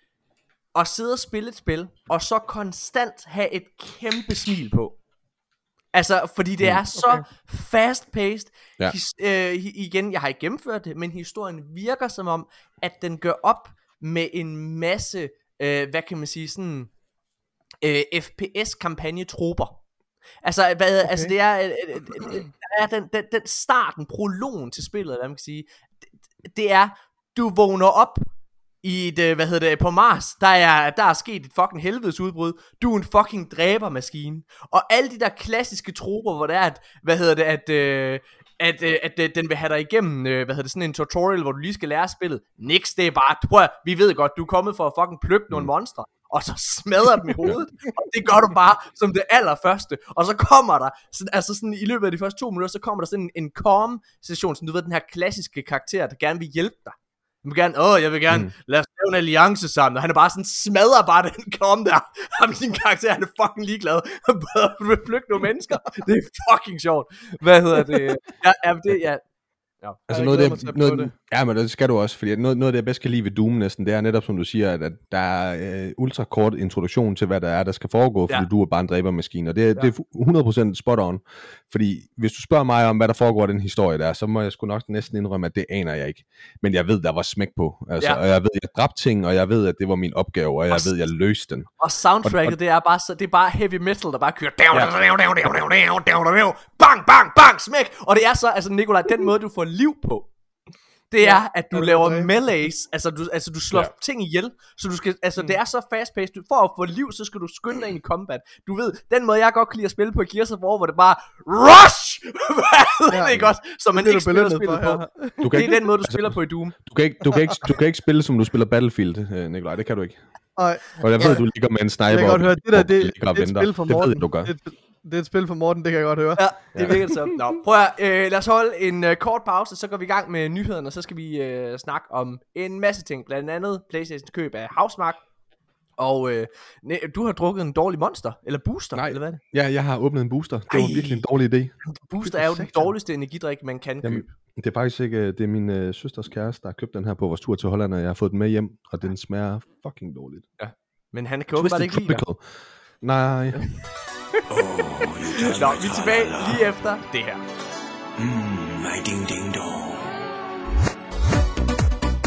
at sidde og spille et spil, og så konstant have et kæmpe smil på. Altså, fordi det er okay. så fast-paced. Ja. His, øh, igen, jeg har ikke gennemført det, men historien virker som om, at den gør op med en masse, øh, hvad kan man sige, sådan øh, F P S-kampagnetroper. Altså, hvad, okay. altså det er, øh, øh, øh, er den, den, den starten, prologen til spillet, hvad man kan sige, det, det er, du vågner op i et, hvad hedder det, på Mars, der er, der er sket et fucking helvedes udbrud, du er en fucking dræbermaskine, og alle de der klassiske troper, hvor det er, at, hvad hedder det, at, øh, at, øh, at, at den vil have dig igennem, øh, hvad hedder det, sådan en tutorial, hvor du lige skal lære spillet, niks, det er bare, prøv at, vi ved godt, du er kommet for at fucking plukke nogle monstre, og så smadrer dem i hovedet, og det gør du bare som det allerførste, og så kommer der, sådan, altså sådan i løbet af de første to minutter, så kommer der sådan en, en calm-session, sådan du ved, den her klassiske karakter, der gerne vil hjælpe dig. Jeg vil gerne, åh, jeg vil gerne, mm. lad os lave en alliance sammen, og han er bare sådan, smadrer bare den kom der, ham sin karakter, han er fucking ligeglad, han vil flygte nogle mennesker, det er fucking sjovt, hvad hedder det, ja, ja, det, ja, ja. Altså noget af det, noget, det. Ja, men det skal du også, fordi noget, noget af det, jeg bedst kan lide ved Doom næsten, det er netop, som du siger, at, at der er uh, ultra kort introduktion til, hvad der er, der skal foregå, fordi ja. du er bare en dræbermaskine, og det, ja. det er hundrede procent spot on, fordi hvis du spørger mig om, hvad der foregår i den historie der, så må jeg sgu nok næsten indrømme, at det aner jeg ikke, men jeg ved, der var smæk på, altså, ja. og jeg ved, jeg dræbte ting, og jeg ved, at det var min opgave, og jeg og ved, jeg løste den. Og soundtracket, og, og, det er bare så, det er bare heavy metal, der bare kører, ja. bang, bang, bang, smæk, og det er så, altså Nikolaj, den måde, du får liv på, det er, at du laver melees, altså du, altså du slår ja. ting ihjel, så du skal, altså mm. det er så fast-paced, for at få liv, så skal du skynde dig ind i combat. Du ved, den måde jeg godt kan lide at spille på Gears of War, hvor det bare rush, hvad ja. det ikke også, så man det, ikke spiller spillet på. Du det er ikke, den måde, du altså, spiller på i Doom. Du kan, ikke, du, kan ikke, du kan ikke spille, som du spiller Battlefield, Nikolaj, det kan du ikke. Ej. Og jeg ved, ja. du ligger med en sniper. Jeg kan godt høre, det der, det, det er et spil for Morten. Det ved du gør. Det er et spil for Morten, det kan jeg godt høre. Ja, det virker det så. Nå, prøv at, øh, lad os holde en øh, kort pause, så går vi i gang med nyhederne, og så skal vi øh, snakke om en masse ting, blandt andet PlayStations køb af Housemarque. Og øh, du har drukket en dårlig monster, eller booster, Nej. eller hvad er det? Ja, jeg har åbnet en booster. Det var Ej. virkelig en dårlig idé. Booster er jo den dårligste energidrik, man kan Jamen, købe. Det er faktisk ikke, det er min øh, søsters kæreste, der har købt den her på vores tur til Holland, og jeg har fået den med hjem, og den smager fucking dårligt. Ja, men han kan åbenbart ikke lide dig. Nej. Oh, Nå, vi er tilbage lige efter det her. Mm, my ding ding dong.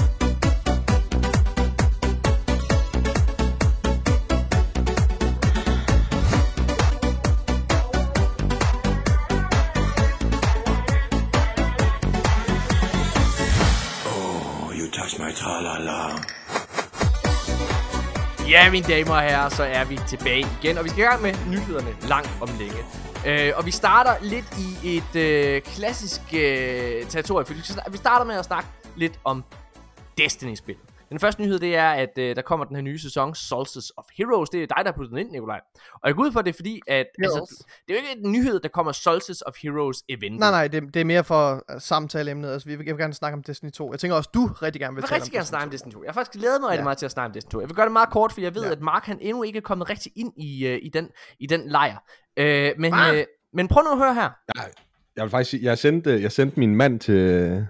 Ja, mine damer og herrer, så er vi tilbage igen, og vi skal i gang med nyhederne langt om længe. Øh, og vi starter lidt i et øh, klassisk øh, territorium, for vi starter med at snakke lidt om Destiny-spil. Den første nyhed, det er, at øh, der kommer den her nye sæson, Solstice of Heroes. Det er dig, der har puttet den ind, Nikolaj. Og jeg går ud for det, fordi at, altså, det er jo ikke en nyhed, der kommer Solstice of Heroes event. Nej, nej, det, det er mere for uh, samtaleemnet. Altså, vi vil, jeg vil gerne snakke om Destiny to. Jeg tænker også, du rigtig gerne vil jeg vil tale rigtig om gerne snakke om Destiny to. Jeg har faktisk glædet mig ja. rigtig meget til at snakke om Destiny to. Jeg vil gøre det meget kort, for jeg ved, ja. at Mark han endnu ikke er kommet rigtig ind i, uh, i, den, i den lejr. Uh, men, uh, men prøv nu at høre her. Nej. Jeg vil faktisk sige, jeg sendte, jeg sendte min mand til,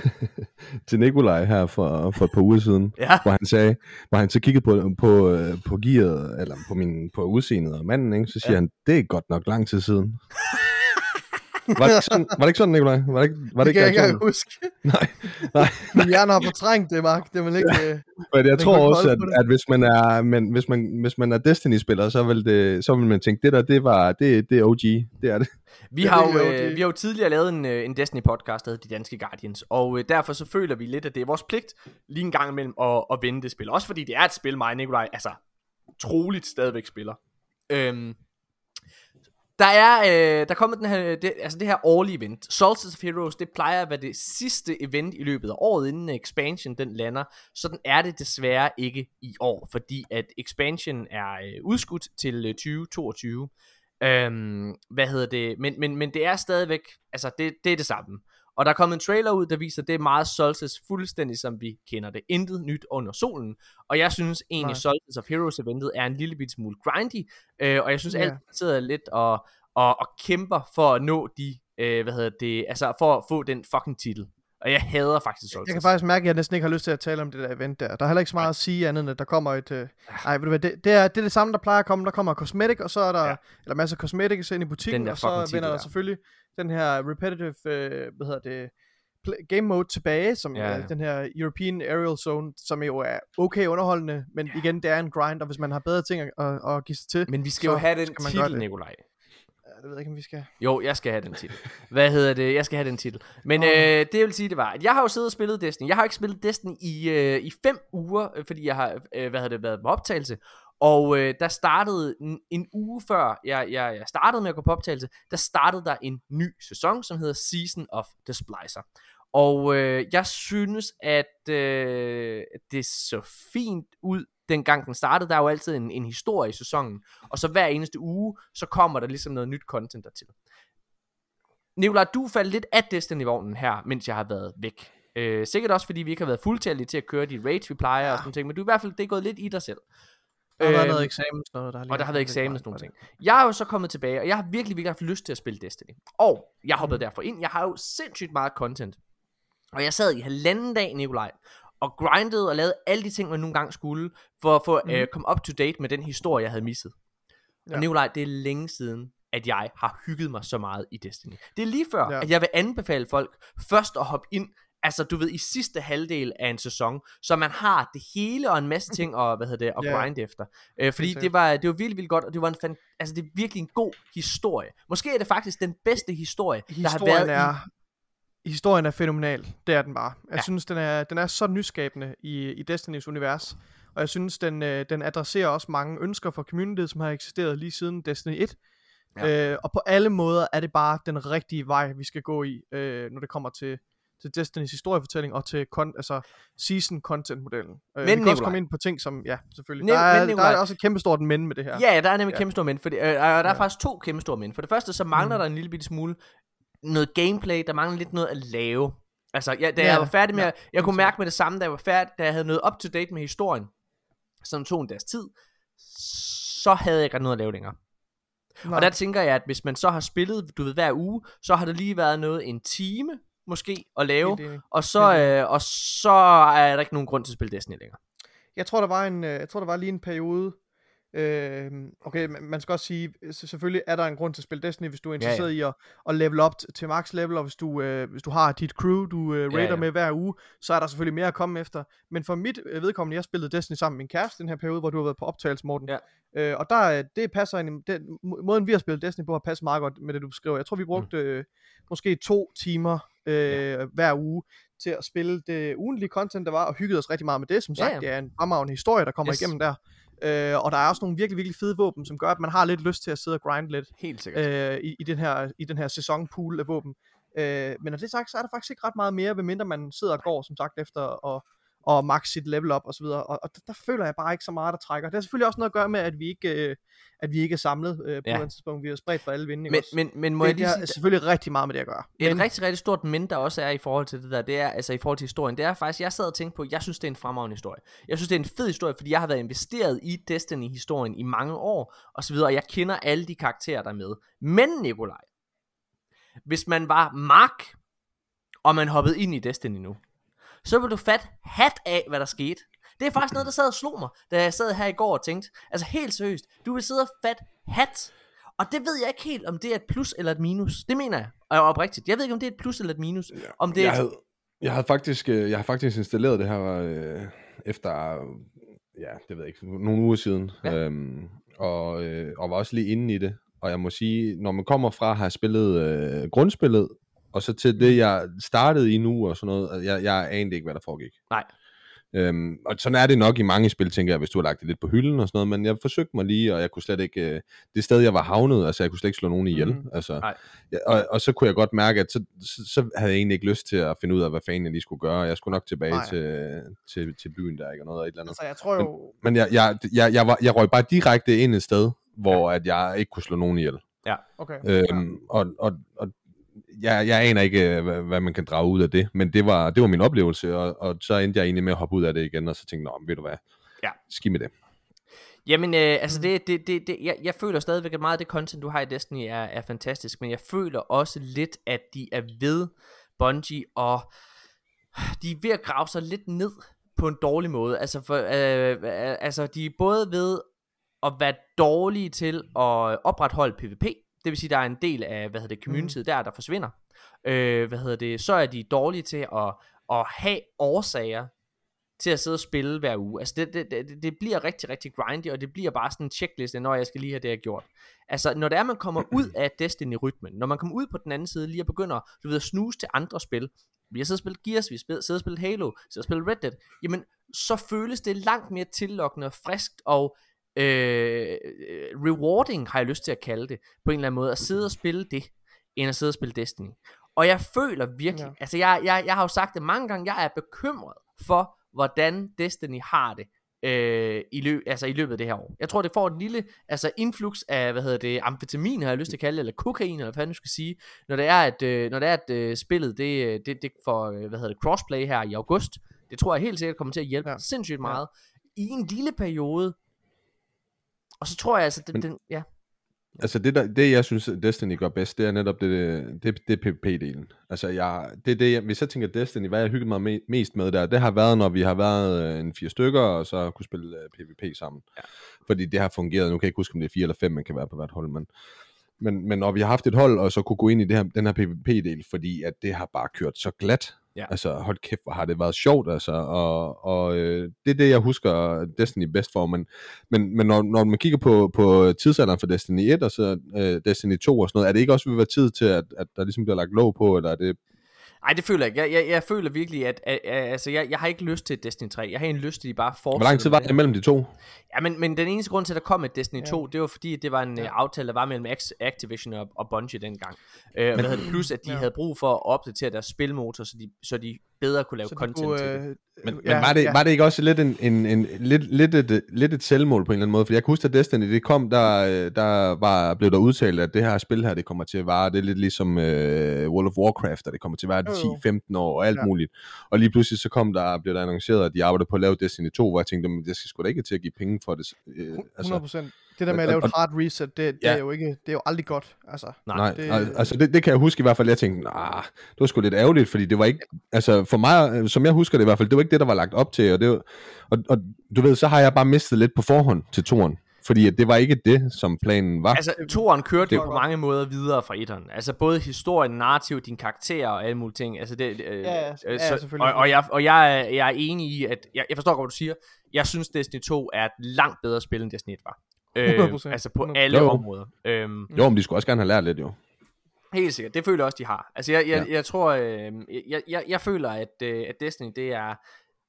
til Nikolaj her for, for et par uger siden, ja. hvor han sagde, hvor han så kiggede på, på, på gearet, eller på, min, på udseendet af manden, ikke? Så siger ja. han, det er godt nok lang tid siden. Var det ikke sådan, var det ikke sådan, Nikolaj? Var det ikke, var det, det ikke kan jeg ikke huske. Nej, nej. Min hjerne har fortrængt det, Mark. Det vil ikke... Ja. Men jeg tror også, at, at hvis man er, men hvis man hvis man er Destiny-spiller, så vil det, så vil man tænke, det der, det var, det, det er O G, det er det. Vi har, jo, øh, vi har jo tidligere lavet en, en Destiny-podcast, der hedder De Danske Guardians, og øh, derfor så føler vi lidt, at det er vores pligt lige en gang imellem at, at vinde det spil. Også fordi det er et spil, mig og Nikolaj, altså troligt stadigvæk spiller. Øhm, der er øh, der kommer den her, det, altså det her årlige event. Solstice of Heroes, det plejer at være det sidste event i løbet af året, inden expansion den lander. Sådan er det desværre ikke i år, fordi at expansion er øh, udskudt til øh, tyve toogtyve. Øhm, hvad hedder det? Men, men, men det er stadigvæk, altså det, det er det samme. Og der er kommet en trailer ud, der viser, at det er meget Solstice fuldstændig som vi kender det. Intet nyt under solen. Og jeg synes egentlig, Nej. Solstice of Heroes eventet er en lille bit smule grindy. Øh, og jeg synes, yeah. alt sidder lidt og, og, og kæmper for at nå de, øh, hvad hedder det, altså for at få den fucking titel. Og jeg hader faktisk Solstice. Jeg kan faktisk mærke, at jeg næsten ikke har lyst til at tale om det der event der. Der er heller ikke så meget at sige andet, end at der kommer et... Øh... Ej, ved du hvad, det, det, er, det er det samme, der plejer at komme. Der kommer cosmetic, og så er der... Ja. Eller masser af cosmetics ind i butikken, og så vender der selvfølgelig den her repetitive, øh, hvad hedder det... game mode tilbage, som ja, ja. Er den her European Aerial Zone, som jo er okay underholdende, men ja. igen, det er en grind, og hvis man har bedre ting at, at, at give sig til... Men vi skal jo have den titel, Nikolaj. Det ved jeg ikke, om vi skal. Jo, jeg skal have den titel. Hvad hedder det? Jeg skal have den titel. Men oh. øh, det jeg vil sige, det var, at jeg har jo siddet og spillet Destiny. Jeg har ikke spillet Destiny i, øh, i fem uger, fordi jeg har øh, hvad havde det været på optagelse. Og øh, der startede en, en uge før jeg, jeg, jeg startede med at gå på optagelse, der startede der en ny sæson, som hedder Season of the Splicer. Og øh, jeg synes, at øh, det så fint ud, dengang den startede. Der er jo altid en, en historie i sæsonen. Og så hver eneste uge, så kommer der ligesom noget nyt content dertil. Nikolaj, du faldt lidt af Destiny-vognen her, mens jeg har været væk. Øh, sikkert også, fordi vi ikke har været fuldtændige til at køre de raids, vi plejer ja. og sådan ting. Men du i hvert fald, det er gået lidt i dig selv. Der har været noget eksamen. Noget, der har og der har været eksamen og sådan nogle ting. Jeg er jo så kommet tilbage, og jeg har virkelig, virkelig haft lyst til at spille Destiny. Og jeg hoppede mm. derfor ind. Jeg har jo sindssygt meget content. Og jeg sad i halvanden dag, Nikolaj, og grindede og lavede alle de ting, man nogle gange skulle, for at få mm. øh, komme up to date med den historie, jeg havde misset. Ja. Og Nikolaj, det er længe siden, at jeg har hygget mig så meget i Destiny. Det er lige før, ja. at jeg vil anbefale folk først at hoppe ind, altså du ved, i sidste halvdel af en sæson, så man har det hele og en masse ting at, hvad hedder det, at yeah. grind efter. Øh, fordi det, det var det var virkelig, virkelig godt, og det var en fan, altså det er virkelig en god historie. Måske er det faktisk den bedste historie, historien der har været er... i... Historien er fænomenal, det er den bare. Jeg ja. synes, den er, den er så nyskabende i, i Destinys univers. Og jeg synes, den, øh, den adresserer også mange ønsker for communityet, som har eksisteret lige siden Destiny et. Ja. Øh, og på alle måder er det bare den rigtige vej, vi skal gå i, øh, når det kommer til, til Destinys historiefortælling og til kon- altså season content modellen. Øh, vi kan Nikolaj. også komme ind på ting som, ja, selvfølgelig. Nem, der, er, der er også et kæmpestort men med det her. Ja, der er nemlig ja. kæmpestort men. For det, øh, og der er ja. faktisk to kæmpestore men. For det første, så mangler mm. der en lille bitte smule noget gameplay, der mangler lidt noget at lave. Altså, ja, da ja, jeg var færdig med, ja, jeg kunne mærke med det samme, da jeg var færdig, da jeg havde noget up to date med historien, som tog en dags tid, så havde jeg ikke noget at lave længere. Nej. Og der tænker jeg, at hvis man så har spillet, du ved, hver uge, så har der lige været noget en time, måske, at lave, det, det, og, så, øh, og så er der ikke nogen grund til at spille Destiny længere. Jeg tror, der var en, jeg tror, der var lige en periode, Øh, okay, man skal også sige, selvfølgelig er der en grund til at spille Destiny, hvis du er interesseret ja, ja. i at, at level op til max level, og hvis du, øh, hvis du har dit crew, du øh, raider ja, ja. med hver uge, så er der selvfølgelig mere at komme efter. Men for mit øh, vedkommende, jeg spillede Destiny sammen med min kæreste den her periode, hvor du har været på optagelse, Morten. Ja. Øh, og der, det passer ind, den, måden vi har spillet Destiny på har passet meget godt med det, du beskriver. Jeg tror, vi brugte øh, måske to timer øh, ja. hver uge til at spille det ugentlige content, der var, og hyggede os rigtig meget med det. Som sagt, ja, ja. det er en fremragende historie, der kommer yes. igennem der. Øh, og der er også nogle virkelig, virkelig fede våben, som gør, at man har lidt lyst til at sidde og grinde lidt. Helt sikkert. Øh, i, i, den her, i den her sæsonpool af våben. Øh, men når det er sagt, så er der faktisk ikke ret meget mere, medmindre man sidder og går, som sagt, efter at og max sit level up og så videre, og, og der, der føler jeg bare ikke så meget, der trækker. Det har selvfølgelig også noget at gøre med, at vi ikke, øh, at vi ikke er samlet øh, på ja. et tidspunkt. Vi er spredt for alle vinde. Men, men, men må det, jeg lige det sige, har selvfølgelig rigtig meget med det at gøre. Et men, rigtig, rigtig stort men, der også er i forhold til det der, det er, altså i forhold til historien, det er faktisk, jeg sad og tænkte på, jeg synes, det er en fremragende historie. Jeg synes, det er en fed historie, fordi jeg har været investeret i Destiny-historien i mange år, og så videre, og jeg kender alle de karakterer, der er med. Men, Nikolaj, hvis man var Mark, og man hoppede ind i Destiny nu, så vil du fat hat af, hvad der skete. Det er faktisk noget, der sad og slog mig, da jeg sad her i går og tænkte, altså helt seriøst, du vil sidde og fat hat, og det ved jeg ikke helt, om det er et plus eller et minus. Det mener jeg, og oprigtigt. Jeg ved ikke, om det er et plus eller et minus. Ja, om det er jeg, et... havde, jeg havde faktisk, jeg har faktisk installeret det her øh, efter, ja, det ved jeg ikke, nogle uger siden, ja. øhm, og, øh, og var også lige inde i det. Og jeg må sige, når man kommer fra at have spillet øh, grundspillet, og så til det, jeg startede i nu og sådan noget, jeg, jeg anede ikke, hvad der foregik. Nej. Øhm, og sådan er det nok i mange spil, tænker jeg, hvis du har lagt det lidt på hylden og sådan noget, men jeg forsøgte mig lige, og jeg kunne slet ikke, øh, det sted jeg var havnet, altså jeg kunne slet ikke slå nogen ihjel, mm. altså, ja, og, og så kunne jeg godt mærke, at så, så, så havde jeg egentlig ikke lyst til at finde ud af, hvad fanden jeg lige skulle gøre, jeg skulle nok tilbage til, til, til byen der, ikke, og noget og et eller andet. Altså jeg tror jo... Men, men jeg, jeg, jeg, jeg, var, jeg røg bare direkte ind et sted, hvor at jeg ikke kunne slå nogen ihjel. Ja, okay. Øhm, ja. Og, og, og Jeg, jeg aner ikke, hvad, hvad man kan drage ud af det, men det var, det var min oplevelse, og, og så endte jeg egentlig med at hoppe ud af det igen, og så tænkte jeg, ved du hvad, ja. skidt med det. Jamen, øh, altså det, det, det, det jeg, jeg føler stadigvæk, at meget af det content, du har i Destiny, er, er fantastisk, men jeg føler også lidt, at de er ved Bungie, og de er ved at grave sig lidt ned på en dårlig måde. Altså, for, øh, altså de er både ved at være dårlige til at opretholde PvP. Det vil sige, der er en del af, hvad hedder det, communityet mm. der, der forsvinder. Øh, hvad hedder det, så er de dårlige til at, at have årsager til at sidde og spille hver uge. Altså det, det, det, det bliver rigtig, rigtig grindy, og det bliver bare sådan en checkliste, når jeg skal lige have det, jeg gjort. Altså, når det er, man kommer ud af Destiny-rytmen, når man kommer ud på den anden side, lige og begynder, du ved, at snuse til andre spil, vi har siddet og spillet Gears, vi har siddet og spillet Halo, vi har spillet Red Dead, jamen, så føles det langt mere tillokkende og friskt, og Øh, rewarding har jeg lyst til at kalde det på en eller anden måde, at sidde og spille det end at sidde og spille Destiny. Og jeg føler virkelig, ja. altså jeg, jeg, jeg har jo sagt det mange gange, jeg er bekymret for hvordan Destiny har det øh, i, løb, altså i løbet af det her år. Jeg tror det får en lille altså influx af, hvad hedder det, amfetamin har jeg lyst til at kalde det, eller kokain, eller hvad du skal sige, når det er at, øh, når det er at øh, spillet det, det, det får, øh, hvad hedder det, crossplay her i august. Det tror jeg helt sikkert kommer til at hjælpe ja. sindssygt meget ja. i en lille periode. Og så tror jeg altså, den, den ja. Altså det, der, det jeg synes Destiny gør bedst, det er netop det, det, det PvP-delen. Altså jeg, det er det, jeg, hvis jeg tænker Destiny, hvad jeg hygget mig me, mest med der, det har været, når vi har været en fire stykker, og så kunne spille uh, PvP sammen. Ja. Fordi det har fungeret, nu kan jeg ikke huske, om det er fire eller fem, man kan være på hvert hold, men, men, men når vi har haft et hold, og så kunne gå ind i det her, den her PvP-del, fordi at det har bare kørt så glat. Ja. Altså hold kæft, hvor har det været sjovt, altså, og, og øh, det er det, jeg husker Destiny bedst for, men, men, men når, når man kigger på, på tidsalderen for Destiny et, og så øh, Destiny to og sådan noget, er det ikke også ved at være tid til, at, at der ligesom bliver lagt låg på, eller er det... Nej, det føler jeg ikke. Jeg, jeg, jeg føler virkelig, at, at, at altså, jeg, jeg har ikke lyst til Destiny tre. Jeg har en lyst til, at de bare fortsætter. Hvor lang tid var det mellem de to? Ja, men, men den eneste grund til, at der kom et Destiny ja. to, det var fordi, det var en ja. aftale, der var mellem Activision og, og Bungie dengang. Øh, men, hvad plus, at de ja. havde brug for at opdatere deres spilmotor, så de, så de bedre kunne lave så content kunne, til det. Men, ja, men var, det, ja. var det ikke også lidt, en, en, en, lidt, lidt, et, lidt et selvmål på en eller anden måde? For jeg kan huske, at Destiny, det kom, der, der var, blev der udtalt, at det her spil her, det kommer til at vare, det er lidt ligesom uh, World of Warcraft, og det kommer til at vare ti til femten år og alt ja. muligt. Og lige pludselig så kom der, blev der annonceret, at de arbejdede på at lave Destiny to, hvor jeg tænkte, men det skal sgu da ikke til at give penge for det. Uh, hundrede procent. Altså, det der med at lave et hard reset, det, det, ja. er, jo ikke, det er jo aldrig godt. Altså, Nej, det, altså det, det kan jeg huske i hvert fald, jeg tænkte, nah, det var sgu lidt ærgerligt, fordi det var ikke, altså for mig, som jeg husker det i hvert fald, det var ikke det, der var lagt op til, og, det var, og, og du ved, så har jeg bare mistet lidt på forhånd til toren. Fordi at det var ikke det, som planen var. Altså, toeren kørte jo på mange måder videre fra etteren. Altså, både historien, narrativ, dine karakterer og alle mulige ting. Altså, det, øh, ja, ja, så, selvfølgelig. Og, og, jeg, og jeg, er, jeg er enig i, at... Jeg, jeg forstår godt, hvad du siger. Jeg synes, Destiny to er et langt bedre spil, end Destiny et var. Øh, altså, på alle jo. områder. Øhm, jo, men de skulle også gerne have lært lidt, jo. Helt sikkert. Det føler jeg også, de har. Altså, jeg, jeg, ja. jeg tror... Øh, jeg, jeg, jeg føler, at, øh, at Destiny, det er...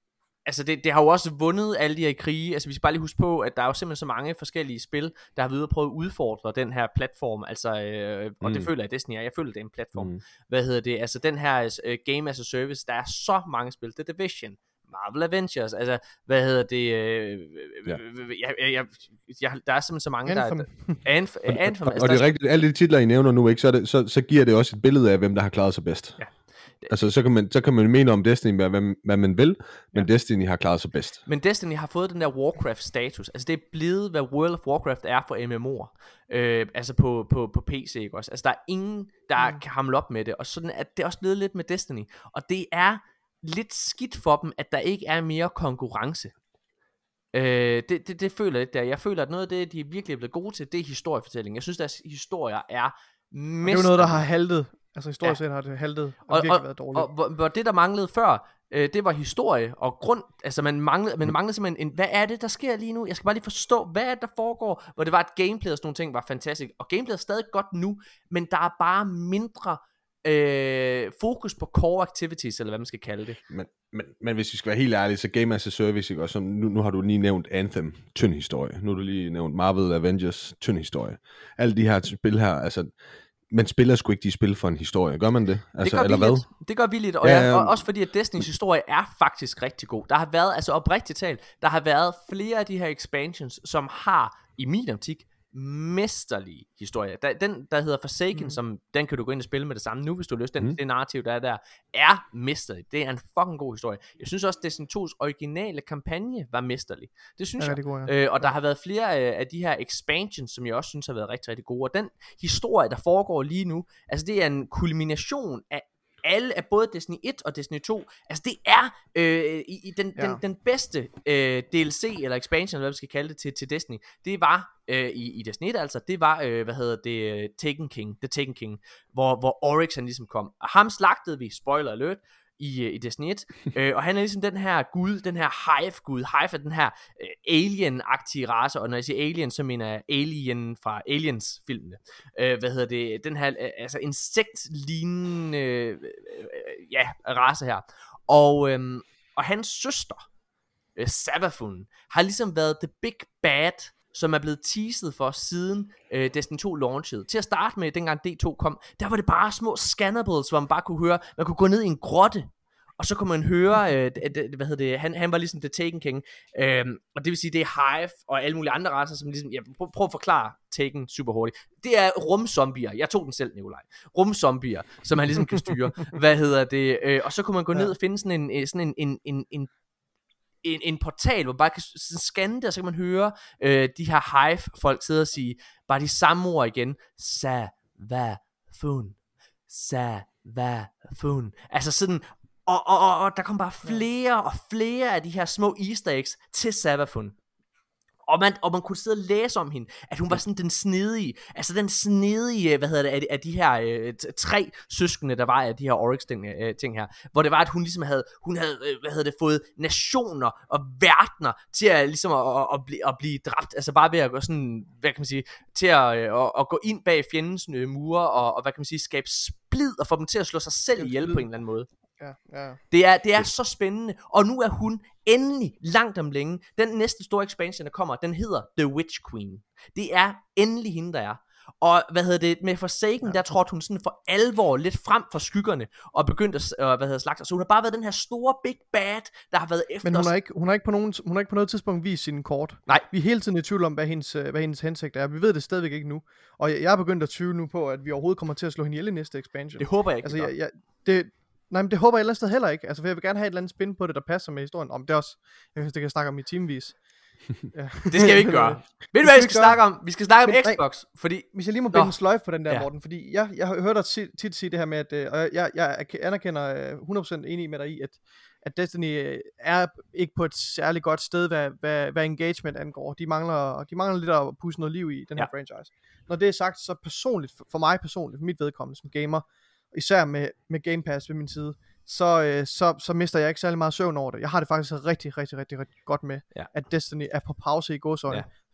altså det, det har jo også vundet alle de her krige. Altså vi skal bare lige huske på, at der er jo simpelthen så mange forskellige spil, der har videre prøvet at udfordre den her platform. Altså, øh, og mm. det føler jeg Destiny er. Jeg føler, det er en platform. Mm. Hvad hedder det? Altså den her uh, Game as a Service, der er så mange spil. The Division, Marvel Avengers, altså, hvad hedder det, øh, ja. jeg, jeg, jeg, der er simpelthen så mange, Anthem. der er, Anthem, og, Anthem, og, altså, og det er rigtigt, alle de titler, I nævner nu, ikke, så, det, så, så giver det også et billede af, hvem der har klaret sig bedst. Ja. Altså, så kan man, så kan man mene om Destiny, hvad, hvad man vil, men ja. Destiny har klaret sig bedst. Men Destiny har fået den der Warcraft-status. Altså, det er blevet, hvad World of Warcraft er for M M O'er. Øh, altså på, på, på P C, ikke også? Altså, der er ingen, der mm. kan hamle op med det. Og sådan er det også blevet lidt med Destiny. Og det er lidt skidt for dem, at der ikke er mere konkurrence. Øh, det, det, det føler jeg lidt der. Jeg føler, at noget af det, de virkelig er blevet gode til, det er historiefortælling. Jeg synes, deres historier er mest... Det er jo noget, der har haltet. Altså historisk set ja. har det haltet og, og virkelig og, været dårligt. Og, og, og det, der manglede før, øh, det var historie og grund. Altså man manglede, man manglede simpelthen en, hvad er det, der sker lige nu? Jeg skal bare lige forstå, hvad er det, der foregår? Hvor det var et gameplay og sådan nogle ting, var fantastisk. Og gameplay er stadig godt nu, men der er bare mindre... Øh, fokus på core activities, eller hvad man skal kalde det. Men, men, men hvis vi skal være helt ærlige, så Game as a Service, ikke? Også, nu, nu har du lige nævnt Anthem, tynd historie. Nu har du lige nævnt Marvel Avengers, tynd historie. Alle de her spil her, altså, man spiller sgu ikke de spil for en historie. Gør man det? Altså, det gør eller vi hvad? lidt. Det gør vi lidt, og, ja, ja, og også fordi, at Destinys historie er faktisk rigtig god. Der har været, altså oprigtigt talt, der har været flere af de her expansions, som har, i min optik, mesterlige historier. Der, den, der hedder Forsaken, mm. som den kan du gå ind og spille med det samme nu, hvis du har lyst. Den, mm. Det narrativ, der er der, er mesterlig. Det er en fucking god historie. Jeg synes også, at Destiny to's originale kampagne var mesterlig. Det synes ja, jeg. det går, ja. øh, og der har været flere af, af de her expansions, som jeg også synes har været rigtig, rigtig gode. Og den historie, der foregår lige nu, altså det er en kulmination af alle af både Destiny et og Destiny to. Altså det er øh, i, i den, ja. den, den bedste øh, D L C eller expansion, eller hvad vi skal kalde det, til, til Destiny. Det var øh, i, i Destiny et altså, det var, øh, hvad hedder det, Taken King, The Taken King, hvor, hvor Oryx han ligesom kom. Og ham slagtede vi, spoiler alert, i, i Destiny et, øh, og han er ligesom den her gud, den her Hive-gud. Hive er den her øh, alien-agtige race, og når jeg siger alien, så mener jeg alien fra Aliens-filmene. Øh, hvad hedder det? Den her, øh, altså insekt-lignende, øh, øh, ja, race her. Og, øh, og hans søster, øh, Savathun, har ligesom været the big bad, som er blevet teaset for siden øh, Destiny to launchede. Til at starte med, dengang D to kom, der var det bare små scannables, hvor man bare kunne høre, man kunne gå ned i en grotte, og så kunne man høre, øh, det, hvad hedder det, han, han var ligesom The Taken King, øh, og det vil sige, det er Hive og alle mulige andre racer, som ligesom, ja, prøv, prøv at forklare Taken super hurtigt. Det er rumzombier, jeg tog den selv, Nikolaj, rumzombier, som han ligesom kan styre, hvad hedder det, øh, og så kunne man gå ned og finde sådan en, sådan en, en, en, en En, en portal, hvor man bare kan scanne det, og så kan man høre øh, de her Hive-folk sidde og sige, bare de samme ord igen, Sa-va-fun, Sa-va-fun, altså sådan, og, og, og, og der kom bare flere og flere af de her små easter eggs til Savathun. Og man, og man kunne sidde og læse om hende, at hun var sådan den snedige, altså den snedige, hvad hedder det, af, af de her øh, tre søskende, der var af de her Oryx-ting øh, ting her, hvor det var, at hun ligesom havde, hun havde, øh, hvad hedder det, fået nationer og verdener til at ligesom at, at, at, blive, at blive dræbt, altså bare ved at gå sådan, hvad kan man sige, til at, øh, at, at gå ind bag fjendens øh, mure, og, og hvad kan man sige, skabe splid, og få dem til at slå sig selv ihjel på en eller anden måde. Ja, ja. Det er, det er så spændende. Og nu er hun endelig langt om længe. Den næste store expansion der kommer, den hedder The Witch Queen. Det er endelig hende der er. Og hvad hedder det, med Forsaken, ja. Der trådte hun sådan for alvor lidt frem fra skyggerne og begyndte at øh, hvad hedder slagte. Så hun har bare været den her store big bad, der har været efter. Men hun har ikke, hun har ikke på nogen, hun har ikke på noget tidspunkt vist sine kort. Nej. Vi er hele tiden i tvivl om, hvad hendes, hvad hendes hensigt er. Vi ved det stadigvæk ikke nu. Og jeg, jeg er begyndt at tvivle nu på, at vi overhovedet kommer til at slå hende ihjel i næste expansion. Det håber jeg ikke. Altså, jeg, jeg, det Nej, men det håber jeg ellers heller ikke. Altså, for jeg vil gerne have et eller andet spin på det, der passer med historien. Om det er også, jeg synes, det kan jeg snakke om i timevis. Ja. Det skal vi ikke gøre. Ved du hvad vi skal snakke om? Vi skal snakke om Xbox, fordi... Hvis jeg lige må binde en sløjfe på den der, ja. Morten, fordi jeg, jeg har hørt dig tit sige det her med, at, og jeg, jeg anerkender hundrede procent enig med dig i, at, at Destiny er ikke på et særligt godt sted, hvad, hvad, hvad engagement angår. De mangler, de mangler lidt at pusse noget liv i den her ja. franchise. Når det er sagt, så personligt, for mig personligt, for mit vedkommende som gamer, især med, med Game Pass ved min side, så, øh, så, så mister jeg ikke særlig meget søvn over det. Jeg har det faktisk rigtig, rigtig, rigtig, rigtig godt med, ja. At Destiny er på pause i godsøjne, ja.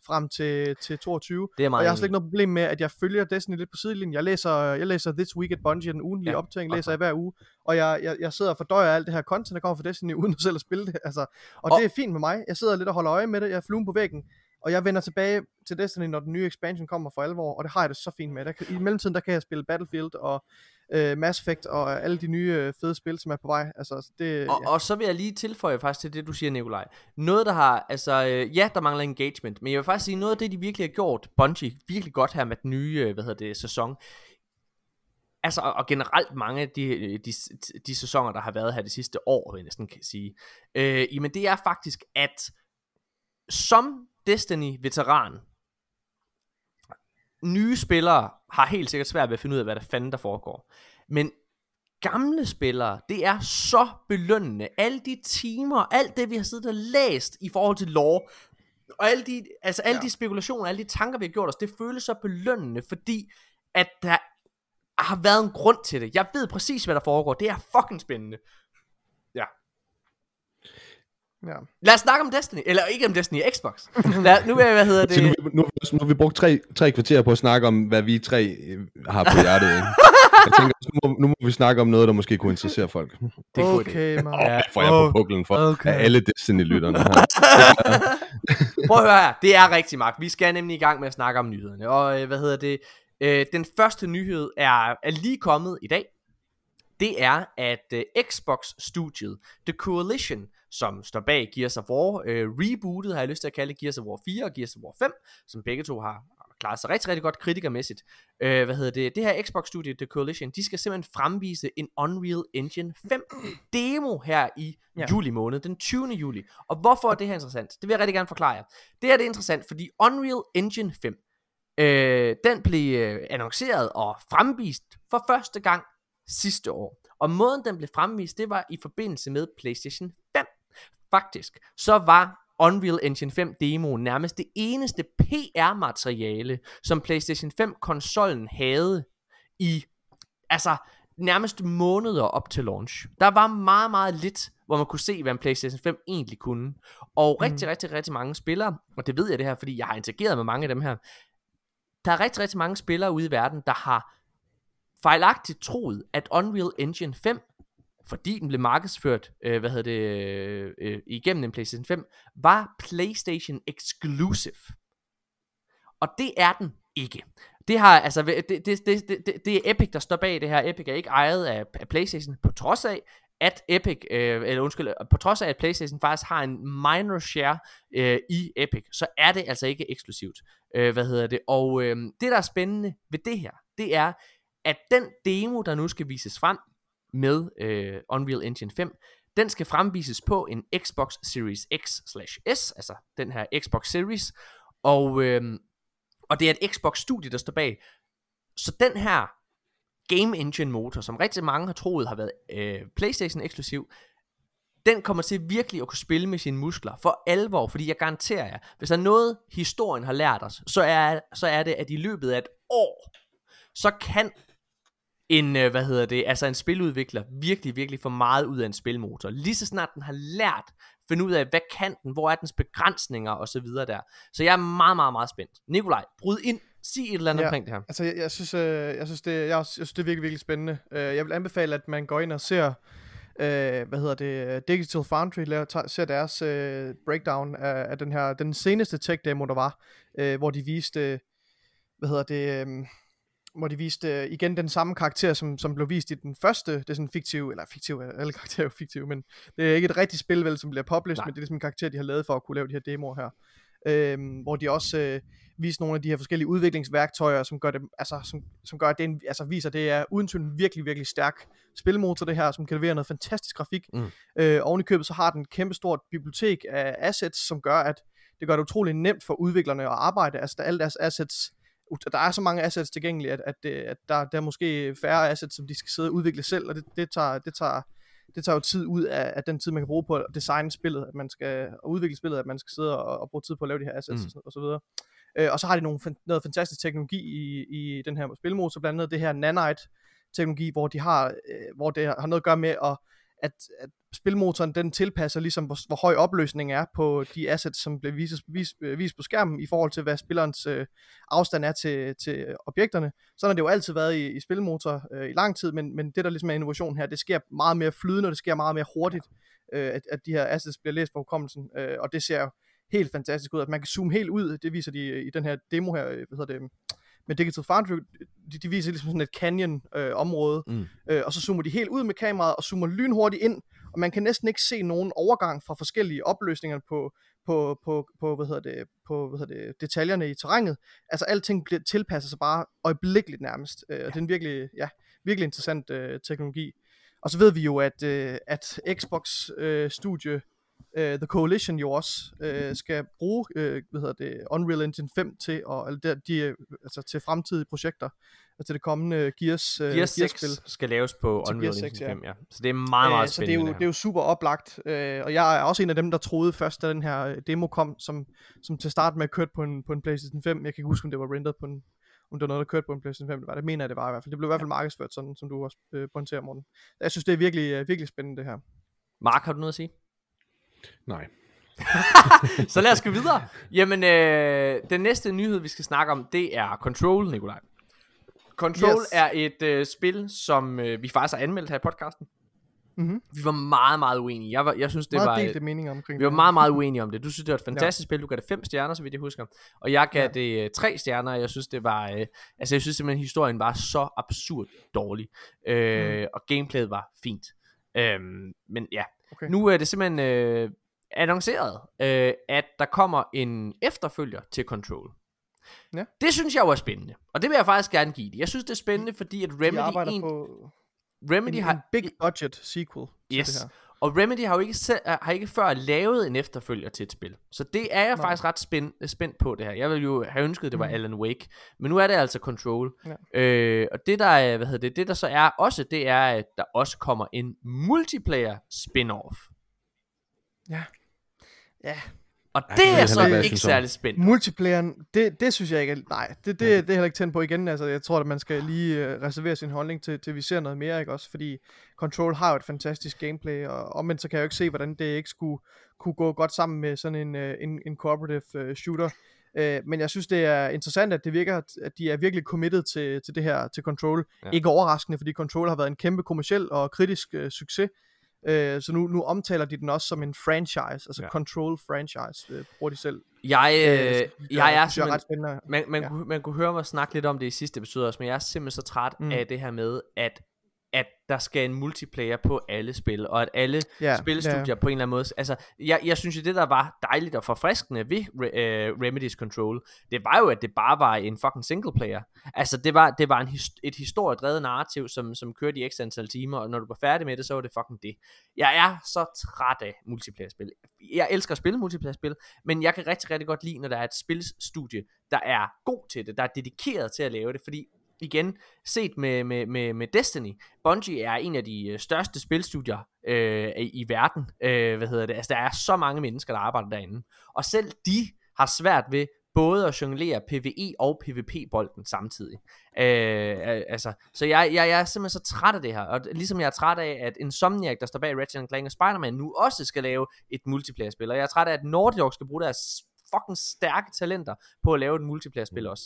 frem til, til toogtyve. Det er meget og jeg har slet ikke noget problem med, at jeg følger Destiny lidt på sidelinjen. Jeg læser, jeg læser This Week at Bungie, den ugenlige ja, opdatering, læser jeg hver uge. Og jeg, jeg, jeg sidder og fordøjer alt det her content, der kommer fra Destiny, uden at selv at spille det. Altså, og, og det er fint med mig. Jeg sidder lidt og holder øje med det. Jeg er fluen på væggen. Og jeg vender tilbage til Destiny, når den nye expansion kommer for alvor, og det har jeg det så fint med. Der kan, i mellemtiden, der kan jeg spille Battlefield og øh, Mass Effect og alle de nye øh, fede spil, som er på vej. Altså, det, og, ja. og så vil jeg lige tilføje faktisk til det, du siger, Nikolaj. Noget, der har, altså, øh, ja, der mangler engagement, men jeg vil faktisk sige, noget af det, de virkelig har gjort, Bungie, virkelig godt her med den nye, øh, hvad hedder det, sæson. Altså, og, og generelt mange af de, de, de sæsoner, der har været her det sidste år, vil jeg næsten kan sige. Øh, jamen, det er faktisk, at som Destiny-veteran, nye spillere har helt sikkert svært ved at finde ud af, hvad der fanden der foregår. Men gamle spillere, det er så belønnende. Alle de timer, alt det vi har siddet og læst i forhold til lore, og alle de, altså alle ja. de spekulationer, alle de tanker vi har gjort os, det føles så belønnende, fordi at der har været en grund til det. Jeg ved præcis, hvad der foregår. Det er fucking spændende. Ja. Ja. Lad os snakke om Destiny, eller ikke om Destiny, Xbox. Lad, nu, hvad hedder det? Så nu, nu, nu har vi brugt tre, tre kvarter på at snakke om, hvad vi tre har på hjertet. Ikke? Jeg tænker, nu må, nu må vi snakke om noget, der måske kunne interessere folk. Det okay, man. Åh, oh, får jeg på puklen for okay. alle Destiny-lytterne her. Prøv at høre her, det er rigtig Mark. Vi skal nemlig i gang med at snakke om nyhederne. Og hvad hedder det? Øh, den første nyhed er, er lige kommet i dag. Det er, at uh, Xbox-studiet, The Coalition, som står bag Gears of War, uh, rebootet, har jeg lyst til at kalde Gears of War fire og Gears of War fem, som begge to har klaret sig rigtig, rigtig godt kritikermæssigt. Uh, hvad hedder det? Det her Xbox-studie, The Coalition, de skal simpelthen fremvise en Unreal Engine fem demo her i ja. juli måned, den tyvende juli. Og hvorfor er det her interessant? Det vil jeg rigtig gerne forklare jer. Det her det er interessant, fordi Unreal Engine fem, uh, den blev uh, annonceret og fremvist for første gang sidste år. Og måden den blev fremvist, det var i forbindelse med PlayStation fem. Faktisk, så var Unreal Engine fem demo nærmest det eneste P R-materiale, som PlayStation fem konsollen havde i, altså nærmest måneder op til launch. Der var meget, meget lidt, hvor man kunne se, hvad en PlayStation fem egentlig kunne. Og rigtig, mm. rigtig, rigtig mange spillere, og det ved jeg det her, fordi jeg har interageret med mange af dem her, der er rigtig, rigtig mange spillere ude i verden, der har fejlagtigt troet, at Unreal Engine fem, fordi den blev markedsført, øh, hvad hedder det, øh, igennem en PlayStation fem, var PlayStation exclusive. Og det er den ikke. Det har altså det, det, det, det, det er Epic, der står bag det her. Epic er ikke ejet af, af PlayStation, på trods af at Epic, øh, eller undskyld, på trods af at PlayStation faktisk har en minor share øh, i Epic, så er det altså ikke eksklusivt. Øh, hvad hedder det? Og øh, det der er spændende ved det her, det er at den demo, der nu skal vises frem med øh, Unreal Engine fem, den skal fremvises på en Xbox Series X slash S, altså den her Xbox Series, og, øh, og det er et Xbox-studie, der står bag. Så den her Game Engine motor, som rigtig mange har troet har været øh, PlayStation-eksklusiv, den kommer til virkelig at kunne spille med sine muskler for alvor, fordi jeg garanterer jer, hvis der er noget historien har lært os, så er, så er det, at i løbet af et år, så kan en, øh, hvad hedder det, altså en spiludvikler virkelig, virkelig få meget ud af en spilmotor. Lige så snart den har lært, finde ud af, hvad kan den, hvor er dens begrænsninger og så videre der. Så jeg er meget, meget, meget spændt. Nikolaj, bryd ind, sig et eller andet ja, omkring det her. Altså, jeg, jeg, synes, øh, jeg, synes, det, jeg, jeg synes, det er virkelig, virkelig spændende. Uh, jeg vil anbefale, at man går ind og ser, uh, hvad hedder det, Digital Foundry, laver, ser deres uh, breakdown af, af den her, den seneste tech-demo, der var, uh, hvor de viste, uh, hvad hedder det, um, hvor de viste uh, igen den samme karakter, som, som blev vist i den første. Det er sådan fiktiv, eller fiktiv, alle karakterer er jo fiktive, men det er ikke et rigtigt spil, vel, som bliver published, Nej. Men det er ligesom en karakter, de har lavet for at kunne lave de her demoer her. Øhm, hvor de også øh, viser nogle af de her forskellige udviklingsværktøjer, som gør det, altså, som, som gør, at det en, altså, viser, at det er uden tvivl en virkelig, virkelig stærk spilmotor, det her, som kan levere noget fantastisk grafik. Mm. Øh, oven i købet, så har den et kæmpe stort bibliotek af assets, som gør, at det gør det utroligt nemt for udviklerne at arbejde. Altså, der alle deres assets, der er så mange assets tilgængelige, at, at, at der, der er måske færre assets, som de skal sidde og udvikle selv, og det, det tager, det tager det tager jo tid ud af, af den tid, man kan bruge på at designe spillet, at man skal at udvikle spillet, at man skal sidde og, og bruge tid på at lave de her assets mm. og, og så videre. Øh, og så har de nogle, noget fantastisk teknologi i, i den her spilmotor, blandt andet det her nanite-teknologi, hvor de har, øh, hvor det har noget at gøre med at, at, at spilmotoren den tilpasser ligesom, hvor, hvor høj opløsning er på de assets, som bliver vist, vist, vist på skærmen, i forhold til, hvad spillerens øh, afstand er til, til objekterne. Sådan har det jo altid været i, i spilmotor øh, i lang tid, men, men det, der ligesom er innovation her, det sker meget mere flydende, og det sker meget mere hurtigt, øh, at, at de her assets bliver læst på hukommelsen, øh, og det ser jo helt fantastisk ud, at man kan zoome helt ud, det viser de i den her demo her, hvad hedder det, med Digital Foundry, de, de viser ligesom sådan et canyon-område, øh, mm. øh, og så zoomer de helt ud med kameraet, og zoomer lynhurtigt ind, og man kan næsten ikke se nogen overgang fra forskellige opløsninger på, på, på, på, hvad hedder det, på hvad hedder det, detaljerne i terrænet. Altså alting bliver tilpasset sig bare øjeblikkeligt nærmest, øh, og det er en virkelig, ja, virkelig interessant øh, teknologi. Og så ved vi jo, at, øh, at Xbox øh, studie Uh, The Coalition jo også uh, skal bruge uh, hvad hedder det, Unreal Engine fem til, og, eller der, de, altså til fremtidige projekter, altså til det kommende Gears, uh, Gears seks Gears-spil. Skal laves på til Unreal Gears Engine seks, fem, ja. Så det er meget, meget uh, spændende. Så det er, jo, det er jo super oplagt, uh, og jeg er også en af dem, der troede først, da den her demo kom, som, som til start med kørte på en, på en PlayStation fem. Jeg kan ikke huske, om det var rendered på en, om det var noget, der kørte på en PlayStation fem. Det var det, mener jeg, det var i hvert fald. Det blev i hvert fald markedsført, sådan som du også uh, pointerer, Morten. Jeg synes, det er virkelig, uh, virkelig spændende, det her. Mark, har du noget at sige? Nej. Så lad os gå videre. Jamen, øh, den næste nyhed, vi skal snakke om, det er Control, Nikolaj. Control yes. er et øh, spil, som øh, vi faktisk har anmeldt her i podcasten. Mm-hmm. Vi var meget, meget uenige. Jeg, var, jeg synes, det meget var... delte meninger omkring vi var meget, meget uenige om det. Du synes, det var et fantastisk ja. spil. Du gav det fem stjerner, så vidt jeg husker. Og jeg gav ja. det øh, tre stjerner. Jeg synes, det var... Øh, altså, jeg synes simpelthen, historien var så absurd dårlig. Øh, mm. Og gameplayet var fint. Øh, men ja, okay. Nu er det simpelthen... Øh, annonceret, øh, at der kommer en efterfølger til Control. Ja. Det synes jeg var spændende, og det vil jeg faktisk gerne give det. Jeg synes det er spændende, fordi at Remedy en... på Remedy en, har en big budget sequel yes. til det her. Og Remedy har jo ikke, selv, har ikke før lavet en efterfølger til et spil. Så det er jeg Nej. faktisk ret spændt, spændt på det her. Jeg ville jo have ønsket, at det var mm. Alan Wake. Men nu er det altså Control. Ja. Øh, og det der, er, hvad hedder det, det der så er også, det er, at der også kommer en multiplayer spin-off. Ja. Ja. Og det ja, er så ikke ikke særlig spændende. Multiplayeren, det, det synes jeg ikke, nej, det, det, det er heller ikke tændt på igen. Altså, jeg tror, at man skal lige uh, reservere sin holdning til, til vi ser noget mere, ikke også? Fordi Control har jo et fantastisk gameplay, og omvendt så kan jeg jo ikke se, hvordan det ikke skulle kunne gå godt sammen med sådan en, uh, en, en cooperative uh, shooter. Uh, men jeg synes, det er interessant, at det virker, at de er virkelig committed til, til det her, til Control. Ja. Ikke overraskende, fordi Control har været en kæmpe kommerciel og kritisk uh, succes. Uh, så nu, nu omtaler de den også som en franchise, altså ja. Control franchise, uh, bruger de selv. Jeg, øh, uh, jeg, jeg er simpelthen, man, man, ja. kunne, man kunne høre mig snakke lidt om det i sidste episode også, men jeg er simpelthen så træt mm. af det her med, at at der skal en multiplayer på alle spil, og at alle yeah, spilstudier yeah. på en eller anden måde, altså, jeg, jeg synes jo, det der var dejligt og forfriskende ved uh, Remedy's Control, det var jo, at det bare var en fucking singleplayer. Altså, det var, det var en his, et historiedrevet narrativ, som, som kørte i x antal timer, og når du var færdig med det, så var det fucking det. Jeg er så træt af multiplayer-spil. Jeg elsker at spille multiplayer-spil, men jeg kan rigtig, rigtig godt lide, når der er et spilstudie, der er god til det, der er dedikeret til at lave det, fordi igen, set med, med, med, med Destiny, Bungie er en af de største spilstudier øh, i, i verden, øh, hvad hedder det, altså der er så mange mennesker, der arbejder derinde, og selv de har svært ved både at jonglere PvE og PvP-bolden samtidig. Øh, altså, så jeg, jeg, jeg er simpelthen så træt af det her, og ligesom jeg er træt af, at Insomniac, der står bag Ratchet and Clank og Spider-Man, nu også skal lave et multiplayer-spil, og jeg er træt af, at Naughty Dog skal bruge deres fucking stærke talenter på at lave et multiplayer-spil også.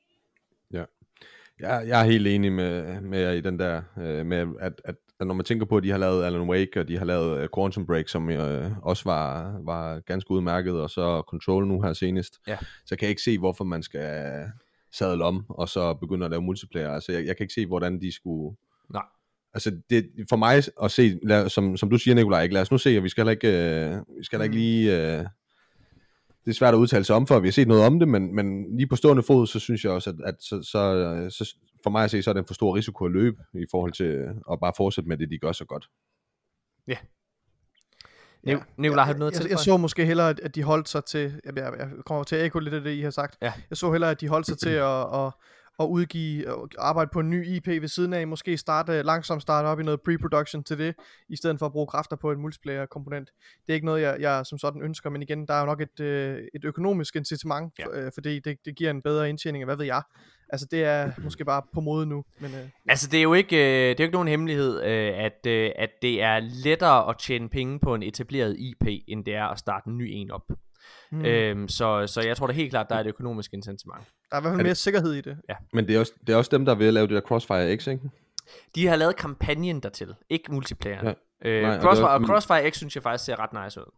Ja. Jeg, jeg er helt enig med, med jer i den der, øh, med at, at, at når man tænker på, at de har lavet Alan Wake, og de har lavet uh, Quantum Break, som øh, også var, var ganske udmærket, og så Control nu her senest, ja. Så kan jeg ikke se, hvorfor man skal sadle om, og så begynde at lave multiplayer. Altså, jeg, jeg kan ikke se, hvordan de skulle... Nej. Altså, det, for mig at se, lad, som, som du siger, Nikolaj, ikke? Lad os nu se, og vi skal heller ikke, øh, vi skal heller ikke lige... Øh, det er svært at udtale sig om, for vi har set noget om det, men, men lige på stående fod, så synes jeg også, at, at så, så, så for mig at se, så er det en for stor risiko at løbe, i forhold til at bare fortsætte med det, de gør så godt. Ja. Ja. Nikolaj, har du noget jeg, til? Jeg, jeg så måske hellere, at de holdt sig til, jeg, jeg, jeg kommer til at ekko lidt af det, I har sagt. Ja. Jeg så hellere, at de holdt sig til at, at, at udgive, og arbejde på en ny I P ved siden af, måske starte, langsomt starte op i noget pre-production til det, i stedet for at bruge kræfter på en multiplayer-komponent. Det er ikke noget, jeg, jeg som sådan ønsker, men igen, der er jo nok et, et økonomisk incitament, ja. for, fordi det, det giver en bedre indtjening, hvad ved jeg. Altså det er måske bare på mode nu. Men, øh, altså det er jo ikke, øh, det er jo ikke nogen hemmelighed, øh, at, øh, at det er lettere at tjene penge på en etableret I P, end det er at starte en ny en op. Mm. Øhm, så, så jeg tror da helt klart, der er et økonomisk incitament. Der er i hvert fald mere sikkerhed i det. Ja. Men det er, også, det er også dem, der vil lave det der Crossfire X, ikke? De har lavet kampagnen dertil, ikke multiplayer. Ja. Øh, Nej, Crossfire, og og Crossfire X synes jeg faktisk ser ret nice ud.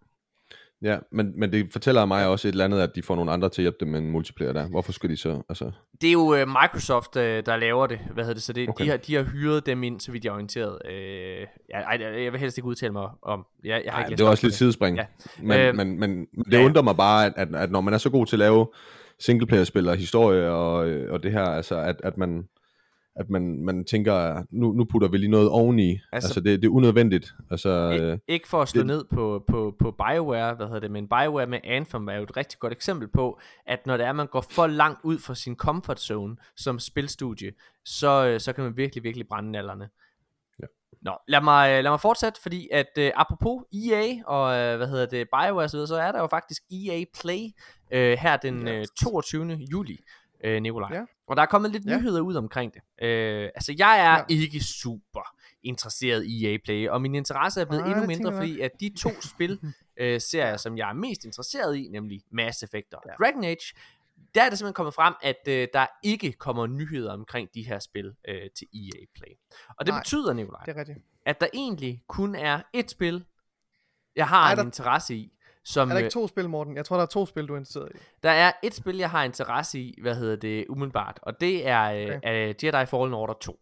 Ja, men, men det fortæller mig også et eller andet, at de får nogle andre til at hjælpe dem med en multiplayer der. Hvorfor skulle de så? Altså... Det er jo uh, Microsoft, uh, der laver det. Hvad hedder det? Så det, okay. de, har, de har hyret dem ind, så vidt jeg er orienteret. Uh, jeg, jeg, jeg vil helst ikke udtale mig om. Jeg, jeg har Ej, ikke det er også lidt sidespring. Ja. Men, øh, men, men det ja. undrer mig bare, at, at, at når man er så god til at lave singleplayer-spil og historie og, og det her, altså at, at man... at man, man tænker, nu, nu putter vi lige noget oveni. Altså, altså det, det er unødvendigt. Altså, ikke, ikke for at slå det, ned på, på, på BioWare, hvad hedder det, men BioWare med Anthem er jo et rigtig godt eksempel på, at når det er, man går for langt ud fra sin comfort zone som spilstudie, så, så kan man virkelig, virkelig brænde nallerne. Ja. Nå, lad mig, lad mig fortsætte, fordi at uh, apropos E A og uh, hvad hedder det, BioWare, så, så er der jo faktisk E A Play uh, her den uh, toogtyvende juli. Øh, Nikolaj. Ja. Og der er kommet lidt ja. nyheder ud omkring det. Øh, altså jeg er ja. ikke super interesseret i E A Play, og min interesse er blevet Nej, endnu mindre, fordi at de to spil øh, serier, som jeg er mest interesseret i, nemlig Mass Effect og ja. Dragon Age, der er det simpelthen kommet frem, at øh, der ikke kommer nyheder omkring de her spil øh, til E A Play. Og det Nej, betyder, Nikolaj, det at der egentlig kun er et spil, jeg har Ej, en der... interesse i. Som, er der ikke to spil, Morten? Jeg tror, der er to spil, du er interesseret i. Der er et spil, jeg har interesse i, hvad hedder det, umiddelbart, og det er okay. uh, Jedi Fallen Order to.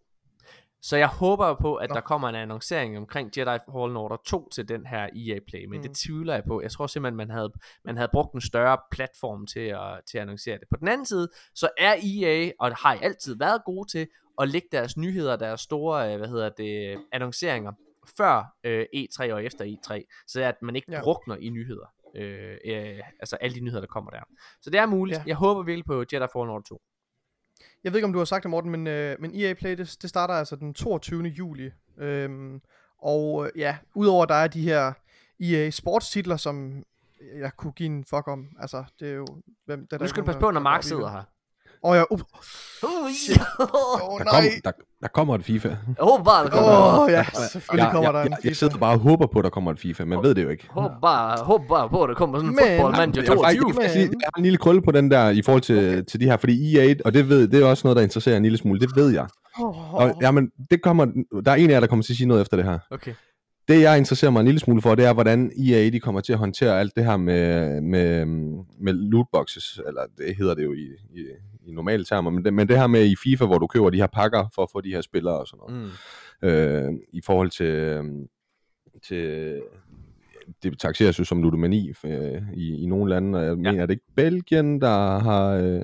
Så jeg håber på, at Nå. der kommer en annoncering omkring Jedi Fallen Order to til den her E A Play, men mm. det tvivler jeg på. Jeg tror simpelthen, man havde, man havde brugt en større platform til at, til at annoncere det. På den anden side, så er E A, og har I altid været gode til, at lægge deres nyheder, deres store, hvad hedder det, annonceringer, før øh, E tre og efter E tre, så at man ikke ja. drukner i nyheder. Øh, øh, altså alle de nyheder, der kommer der. Så det er muligt. Ja. Jeg håber virkelig på Jedi Fallen Order to. Jeg ved ikke, om du har sagt det, Morten, men, øh, men E A Play, det, det starter altså den toogtyvende juli. Øhm, og øh, ja, udover der er de her E A sportstitler, som jeg kunne give en fuck om. Altså, det er jo... Hvem, der, nu skal du passe på, når Mark sidder her. Åh oh, ja, uh. Shit. Oh, der, kom, der, der kommer et FIFA. Jeg håber bare, der kommer Åh oh, ja, selvfølgelig kommer der jeg, en jeg, jeg sidder bare og håber på, at der kommer et FIFA. Man ved det jo ikke. Håber bare, håber bare på, at der kommer sådan en football manager toogtyve. Jeg, jeg, jeg, jeg har en lille krølle på den der, i forhold til, okay. til de her, fordi E A, og det, ved, det er også noget, der interesserer en lille smule. Det ved jeg. Oh. Og jamen, det kommer, der er en af jer, der kommer til at sige noget efter det her. Okay. Det jeg interesserer mig en lille smule for, det er, hvordan E A de kommer til at håndtere alt det her med, med, med lootboxes, eller det hedder det jo i, i, i normale termer, men det, men det her med i FIFA, hvor du køber de her pakker for at få de her spillere og sådan noget, mm. øh, i forhold til, til det taxeres jo som ludomani øh, i, i nogle lande, og jeg ja. mener, er det ikke Belgien, der har... Øh,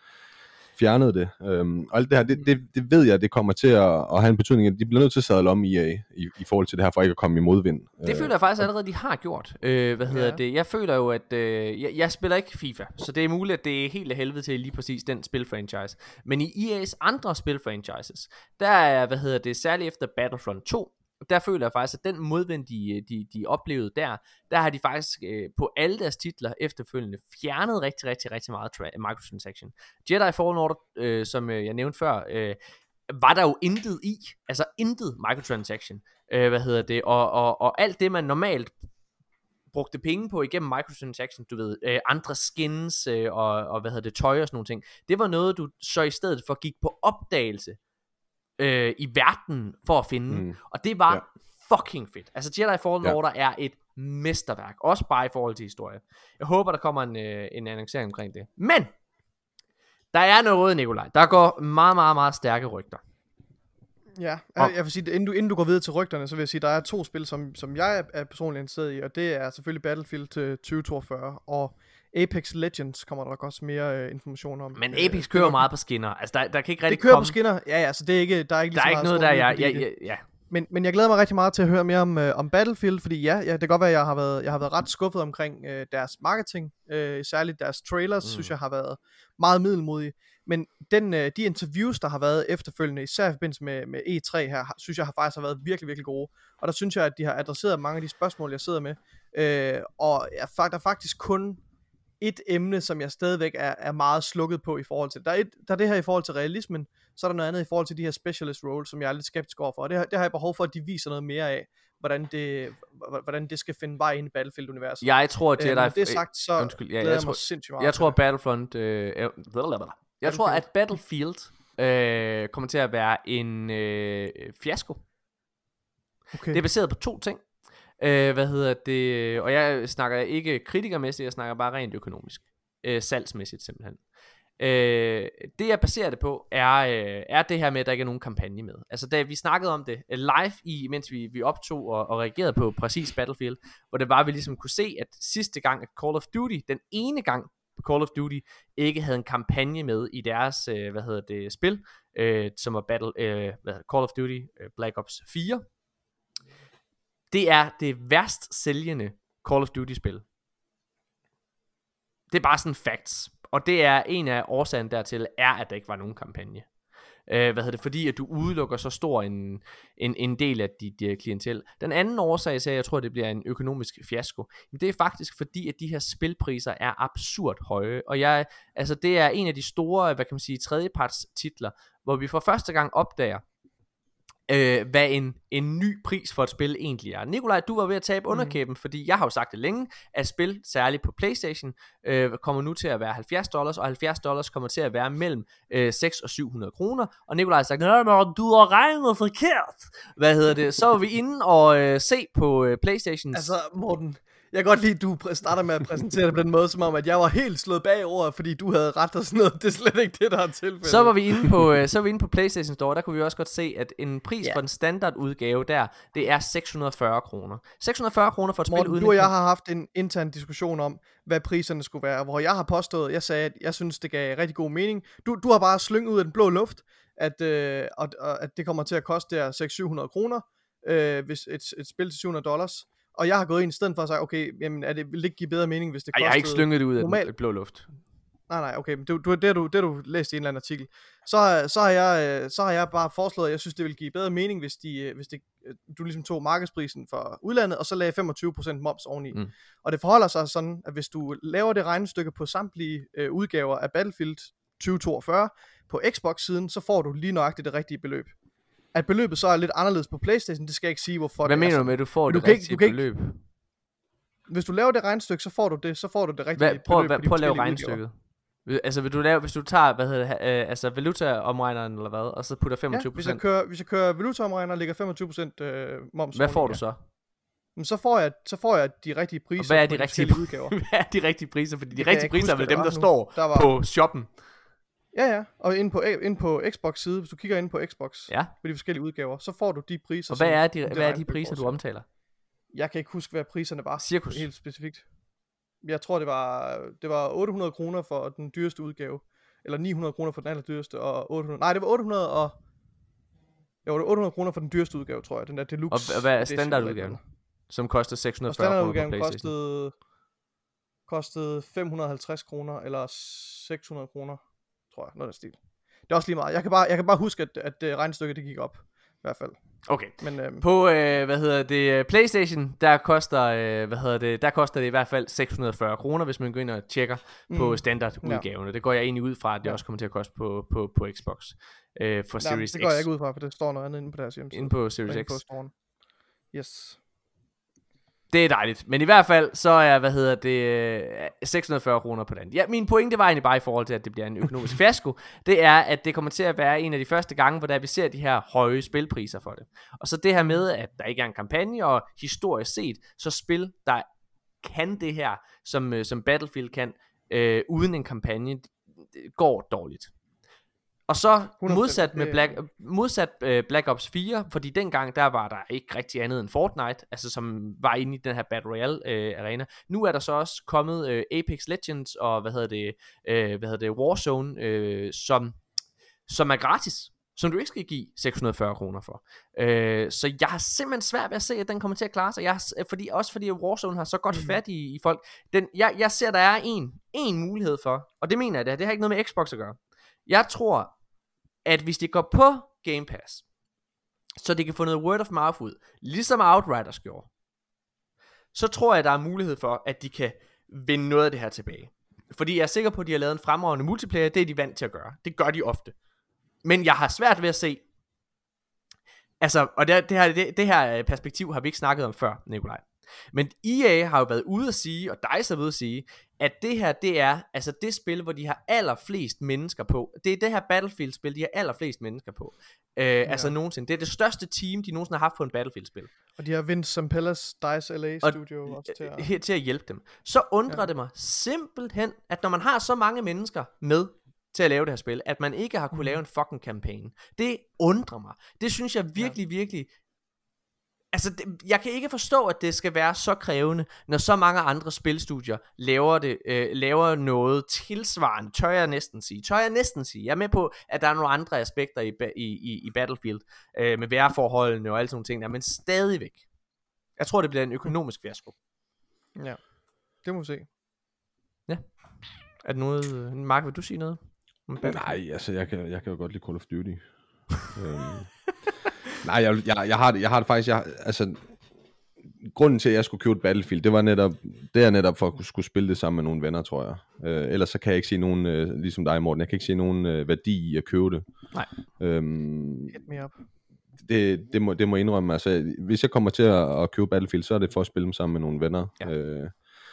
fjernet det. Øhm, og alt det her, det, det, det ved jeg, det kommer til at, at have en betydning. De bliver nødt til at sadle om E A i, i forhold til det her, for ikke at komme i modvind. Det føler jeg faktisk allerede, de har gjort. Øh, hvad hedder ja. det? Jeg føler jo, at øh, jeg, jeg spiller ikke FIFA, så det er muligt, at det er helt af helvede til lige præcis den spilfranchise. Men i E A's andre spilfranchises, der er, hvad hedder det, særligt efter Battlefront to, der føler jeg faktisk, at den modvind, de, de, de oplevede der, der har de faktisk øh, på alle deres titler efterfølgende fjernet rigtig, rigtig, rigtig meget tra- microtransaction. Jedi Fallen Order, øh, som øh, jeg nævnte før, øh, var der jo intet i, altså intet microtransaction, øh, hvad hedder det, og, og, og alt det, man normalt brugte penge på igennem microtransaction, du ved, øh, andre skins øh, og, og hvad hedder det, tøj og sådan nogle ting, det var noget, du så i stedet for gik på opdagelse Øh, i verden for at finde, mm. og det var ja. fucking fedt. Altså Jedi Fallen ja. Order er et mesterværk, også bare i forhold til historie. Jeg håber der kommer en, øh, en annoncering omkring det. Men der er noget, Nikolaj. Der går meget, meget, meget stærke rygter. Ja, jeg, jeg vil sige, inden du, inden du går videre til rygterne, så vil jeg sige, der er to spil, som, som jeg er, er personligt interesseret i, og det er selvfølgelig Battlefield til tyve toogfyrre, og Apex Legends kommer der nok også mere øh, information om. Men Apex øh, kører meget på skinner. Altså der, der kan ikke rigtig det kører komme... på skinner. Ja, ja, så det er ikke der er ikke der er ikke noget der jeg ja, ja, ja. Men men jeg glæder mig rigtig meget til at høre mere om øh, om Battlefield, fordi ja, ja, det kan godt være at jeg har været jeg har været ret skuffet omkring øh, deres marketing, øh, særligt deres trailers, mm. synes jeg har været meget middelmodige. Men den øh, de interviews der har været efterfølgende, især i forbindelse med med E tre her, har, synes jeg har faktisk har været virkelig virkelig gode. Og der synes jeg at de har adresseret mange af de spørgsmål jeg sidder med. Øh, og ja, der er faktisk kun et emne, som jeg stadigvæk er, er meget slukket på i forhold til. Der er, et, der er det her i forhold til realismen, så er der noget andet i forhold til de her specialist roles, som jeg er lidt skeptisk overfor. Og det, har, det har jeg behov for, at de viser noget mere af, hvordan det, hvordan det skal finde vej ind i Battlefield-universet. Jeg tror, at Jedi... Øh, det er sagt, så Undskyld, ja, glæder jeg, jeg tror, mig sindssygt meget. Jeg tror, at Battlefront... Øh, jeg, jeg tror, at Battlefield øh, kommer til at være en øh, fiasko. Okay. Det er baseret på to ting. Øh, hvad hedder det? Og jeg snakker ikke kritikermæssigt, jeg snakker bare rent økonomisk. Øh, salgsmæssigt simpelthen. Øh, det jeg baserer det på er, øh, er det her med, at der ikke er nogen kampagne med. Altså da vi snakkede om det live, i, mens vi, vi optog og, og reagerede på præcis Battlefield, hvor det var, at vi ligesom kunne se, at sidste gang, at Call of Duty, den ene gang Call of Duty ikke havde en kampagne med i deres, øh, hvad hedder det, spil, øh, som var Battle, øh, hvad Call of Duty øh, Black Ops fire. Det er det værst sælgende Call of Duty spil. Det er bare sådan facts. Og det er en af årsagerne dertil, er at der ikke var nogen kampagne. Øh, hvad hedder det? Fordi at du udelukker så stor en, en, en del af dit uh, klientel. Den anden årsag, så jeg tror, det bliver en økonomisk fiasko. Men det er faktisk fordi, at de her spilpriser er absurd høje. Og jeg, altså det er en af de store, hvad kan man sige, tredjeparts titler, hvor vi for første gang opdager, Øh, hvad en, en ny pris for et spil egentlig er. Nikolaj, du var ved at tabe underkæben, mm. fordi jeg har jo sagt det længe, at spil, særligt på PlayStation, øh, kommer nu til at være halvfjerds dollars, og halvfjerds dollars kommer til at være mellem øh, seks og syv hundrede kroner, og Nikolaj har sagt, nej, men du har regnet forkert. Hvad hedder det? Så var vi inde og øh, se på øh, PlayStations. Altså, Morten, jeg kan godt lide, at du starter med at præsentere det på den måde, som om, at jeg var helt slået bagover, fordi du havde ret og sådan noget. Det er slet ikke det, der er tilfældet. Så var vi inde på, øh, så var vi inde på PlayStation Store, der kunne vi også godt se, at en pris yeah. for den standardudgave der, det er seks hundrede og fyrre kroner. seks hundrede og fyrre kroner for et Morten, spil uden... du og jeg har haft en intern diskussion om, hvad priserne skulle være, hvor jeg har påstået, jeg sagde, at jeg synes, det gav rigtig god mening. Du, du har bare slynget ud af den blå luft, at, øh, at, at det kommer til at koste der seks til syv hundrede kroner, øh, hvis et, et spil til syv hundrede dollars. Og jeg har gået ind i stedet for at sige, okay, jamen, er det, vil det ikke give bedre mening, hvis det kostede... Ej, jeg har ikke slynget det ud af normal... den blå luft. Nej, nej, okay, men det, du, det, har du, det har du læst i en eller anden artikel. Så, så, har jeg, så har jeg bare foreslået, at jeg synes, det vil give bedre mening, hvis, de, hvis det, du ligesom tog markedsprisen for udlandet, og så lagde femogtyve procent moms oveni. Mm. Og det forholder sig sådan, at hvis du laver det regnestykke på samtlige øh, udgaver af Battlefield tyve toogfyrre på Xbox-siden, så får du lige nøjagtigt det rigtige beløb. At beløbet så er lidt anderledes på PlayStation, det skal jeg ikke sige, hvorfor. Hvad det mener er du med, at du får du det kan rigtige ikke, du beløb? Ikke, hvis du laver det regnestykke, så får du det, så får du det rigtige hvad, prøv, beløb. Hvad, prøv at lave regnestykket. Udgaver. Altså vil du lave, hvis du tager, hvad hedder det, øh, altså valutaomregneren eller hvad, og så putter femogtyve procent. Ja, hvis jeg kører, hvis jeg kører valutaomregner og lægger femogtyve procent øh, moms. Hvad får du ja. så? Men så får jeg, så får jeg de rigtige priser. Og hvad er de rigtige de udgaver? Hvad er de rigtige priser? Fordi de det rigtige priser er vel dem, der nu. står der var... på shoppen. Ja, ja, og inde på, inde på Xbox side, hvis du kigger ind på Xbox, ja. på de forskellige udgaver, så får du de priser. Og hvad er de, hvad er de priser, du omtaler? Jeg kan ikke huske, hvad priserne var. Cirkus. Helt specifikt. Jeg tror, det var, det var otte hundrede kroner for den dyreste udgave. Eller ni hundrede kroner for den allerdyreste, og otte hundrede... Nej, det var otte hundrede og... Jo, det var otte hundrede kroner for den dyreste udgave, tror jeg. Den der deluxe. Og hvad er standardudgaven? Som koster seks hundrede og fyrre kroner på PlayStation. Kostede, kostede fem hundrede og halvtreds kroner, eller seks hundrede kroner, tror jeg, noget af stil. Det er også lige meget. Jeg kan bare, jeg kan bare huske, at, at regnestykket det gik op, i hvert fald. Okay. Men, øhm, på øh, hvad hedder det, PlayStation, der koster øh, hvad hedder det, der koster det i hvert fald seks hundrede og fyrre kroner, hvis man går ind og tjekker mm. på standardudgaverne. Ja. Det går jeg egentlig ud fra, at det ja. også kommer til at koste på på på Xbox øh, for Series X. Det går jeg ikke ud fra, for det står noget andet inde på deres hjemmeside. Inde på Series X. På yes. Det er dejligt, men i hvert fald så er, hvad hedder det, seks hundrede og fyrre kroner på den. Ja, min pointe var egentlig bare i forhold til, at det bliver en økonomisk fiasko. Det er, at det kommer til at være en af de første gange, hvor der vi ser de her høje spilpriser for det. Og så det her med, at der ikke er en kampagne, og historisk set, så spil, der kan det her, som, som Battlefield kan, øh, uden en kampagne, går dårligt. Og så modsat med Black, modsat uh, Black Ops fire, fordi dengang der var der ikke rigtig andet end Fortnite, altså som var inde i den her Battle Royale uh, arena. Nu er der så også kommet uh, Apex Legends og hvad hedder det, uh, hvad hedder det Warzone, uh, som som er gratis, som du ikke skal give seks hundrede og fyrre kroner for. Uh, så jeg har simpelthen svært ved at se, at den kommer til at klare sig. Jeg har, fordi også fordi Warzone har så godt mm. fat i, i folk. Den, jeg, jeg ser der er en en mulighed for, og det mener jeg det. Det har ikke noget med Xbox at gøre. Jeg tror, at hvis de går på Game Pass, så de kan få noget word of mouth ud, ligesom Outriders gjorde, så tror jeg, der er mulighed for, at de kan vinde noget af det her tilbage. Fordi jeg er sikker på, at de har lavet en fremragende multiplayer. Det er de vant til at gøre. Det gør de ofte. Men jeg har svært ved at se, altså, og det, det, her, det, det her perspektiv har vi ikke snakket om før, Nikolaj. Men E A har jo været ude at sige, og DICE har været ude at sige, at det her, det er altså det spil, hvor de har allerflest mennesker på. Det er det her Battlefield-spil, de har allerflest mennesker på. Øh, ja. Altså nogensinde. Det er det største team, de nogensinde har haft på en Battlefield-spil. Og de har Vince Zampellas DICE L A Studio og, også til at... Her, til at hjælpe dem. Så undrer ja. det mig simpelthen, at når man har så mange mennesker med til at lave det her spil, at man ikke har kunne mm. lave en fucking kampagne. Det undrer mig. Det synes jeg virkelig, ja. virkelig... Altså, det, jeg kan ikke forstå, at det skal være så krævende, når så mange andre spilstudier laver, det, øh, laver noget tilsvarende, tør jeg næsten sige. Tør jeg næsten sige. Jeg er med på, at der er nogle andre aspekter i, i, i, i Battlefield, øh, med vejrforholdene og alle sådan nogle ting der, men stadigvæk. Jeg tror, det bliver en økonomisk fiasko. Ja, det må vi se. Ja. Er det noget, Mark, vil du sige noget? Nej, altså, jeg kan, jeg kan jo godt lide Call of Duty. øhm. Nej, jeg, jeg, jeg, har det, jeg har det faktisk, jeg, altså, grunden til, at jeg skulle købe et Battlefield, det var netop, det er netop for at kunne skulle spille det sammen med nogle venner, tror jeg. Øh, ellers så kan jeg ikke se nogen, øh, ligesom dig, Morten, jeg kan ikke se nogen øh, værdi i at købe det. Nej. Øhm, Hit me up. Det, det, må, det må indrømme, altså, hvis jeg kommer til at, at købe Battlefield, så er det for at spille dem sammen med nogle venner. Ja. Øh,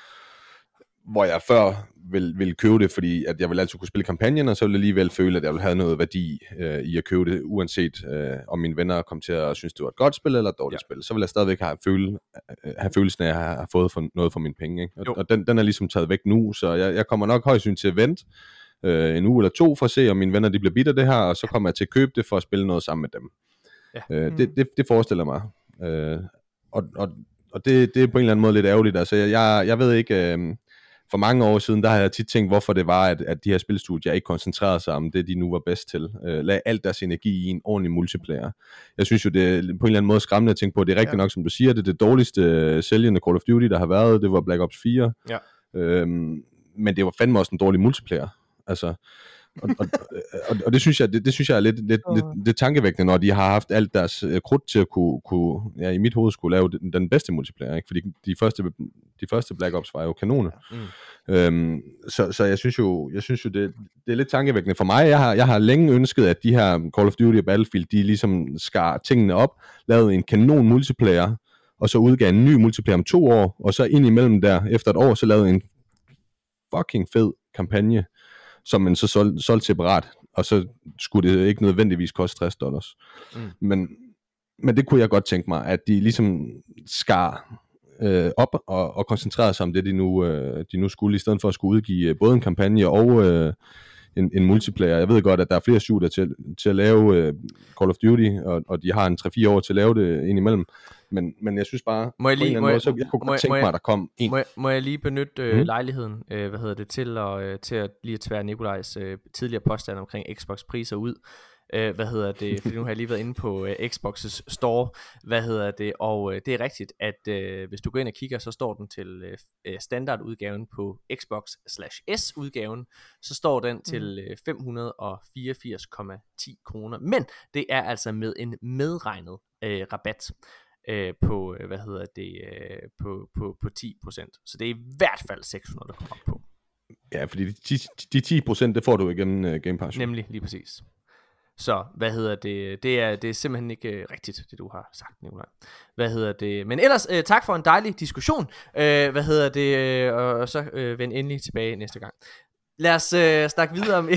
hvor jeg før vil, vil købe det, fordi at jeg vil altid kunne spille kampagnen, og så vil jeg alligevel føle, at jeg vil have noget værdi øh, i at købe det, uanset øh, om mine venner kom til at synes, det var et godt spil eller et dårligt ja. spil. Så vil jeg stadigvæk have, føle, have følelsen af, at jeg har fået for, noget for mine penge. Ikke? Og, og den, den er ligesom taget væk nu, så jeg, jeg kommer nok højst til at vente øh, en uge eller to for at se, om mine venner de bliver bidt af det her, og så kommer jeg til at købe det for at spille noget sammen med dem. Ja. Øh, det, det, det forestiller mig. Øh, og og, og det, det er på en eller anden måde lidt ærgerligt. Altså, jeg, jeg ved ikke... Øh, For mange år siden, der har jeg tit tænkt, hvorfor det var, at, at de her spilstudier ikke koncentrerede sig om det, de nu var bedst til. Uh, lagde alt deres energi i en ordentlig multiplayer. Jeg synes jo, det er på en eller anden måde skræmmende at tænke på, det er rigtigt ja. nok, som du siger, det er det dårligste uh, sælgende Call of Duty, der har været, det var Black Ops fire. Ja. Uh, men det var fandme også en dårlig multiplayer. Altså... og, og, og, og det synes jeg det, det synes jeg er lidt, lidt, uh. lidt, lidt tankevækkende, når de har haft alt deres uh, krudt til at kunne, kunne ja, i mit hoved skulle lave den, den bedste multiplayer, ikke? Fordi de første de første Black Ops var jo kanoner. Mm. Øhm, så, så jeg synes jo jeg synes jo det, det er lidt tankevækkende for mig. Jeg har jeg har længe ønsket, at de her Call of Duty og Battlefield, de ligesom skar tingene op, lavede en kanon multiplayer, og så udgav en ny multiplayer om to år, og så ind imellem der efter et år så lavede en fucking fed kampagne, som man så solgte solg separat, og så skulle det ikke nødvendigvis koste tres dollars. Mm. Men, men det kunne jeg godt tænke mig, at de ligesom skar øh, op og, og koncentrerede sig om det, de nu, øh, de nu skulle, i stedet for at skulle udgive både en kampagne og øh, en, en multiplayer. Jeg ved godt, at der er flere shooter til, til at lave øh, Call of Duty, og, og de har en tre fire år til at lave det indimellem. Men, men jeg synes bare, må jeg lige, må måde, jeg, så jeg kunne må godt tænke jeg, mig, at der kom en. Må jeg, må jeg lige benytte øh, mm. lejligheden, øh, hvad hedder det, til at, øh, til at lige at tvære Nikolajs øh, tidligere påstand omkring Xbox priser ud. Øh, hvad hedder det, fordi nu har jeg lige været inde på øh, Xbox's store, hvad hedder det, og øh, det er rigtigt, at øh, hvis du går ind og kigger, så står den til øh, standardudgaven på Xbox slash S udgaven, så står den til øh, fem hundrede fireogfirs komma ti kroner, men det er altså med en medregnet øh, rabat. Øh, på hvad hedder det øh, på, på, på ti procent. Så det er i hvert fald seks hundrede, der kommer op på. Ja, fordi de, de ti procent, det får du igennem uh, Game Pass. Nemlig, lige præcis. Så hvad hedder det? Det er, det er simpelthen ikke uh, rigtigt, det du har sagt, Nikolaj. Hvad hedder det? Men ellers uh, tak for en dejlig diskussion. Uh, hvad hedder det? Uh, og, og så uh, vend endelig tilbage næste gang. Lad os uh, snakke videre om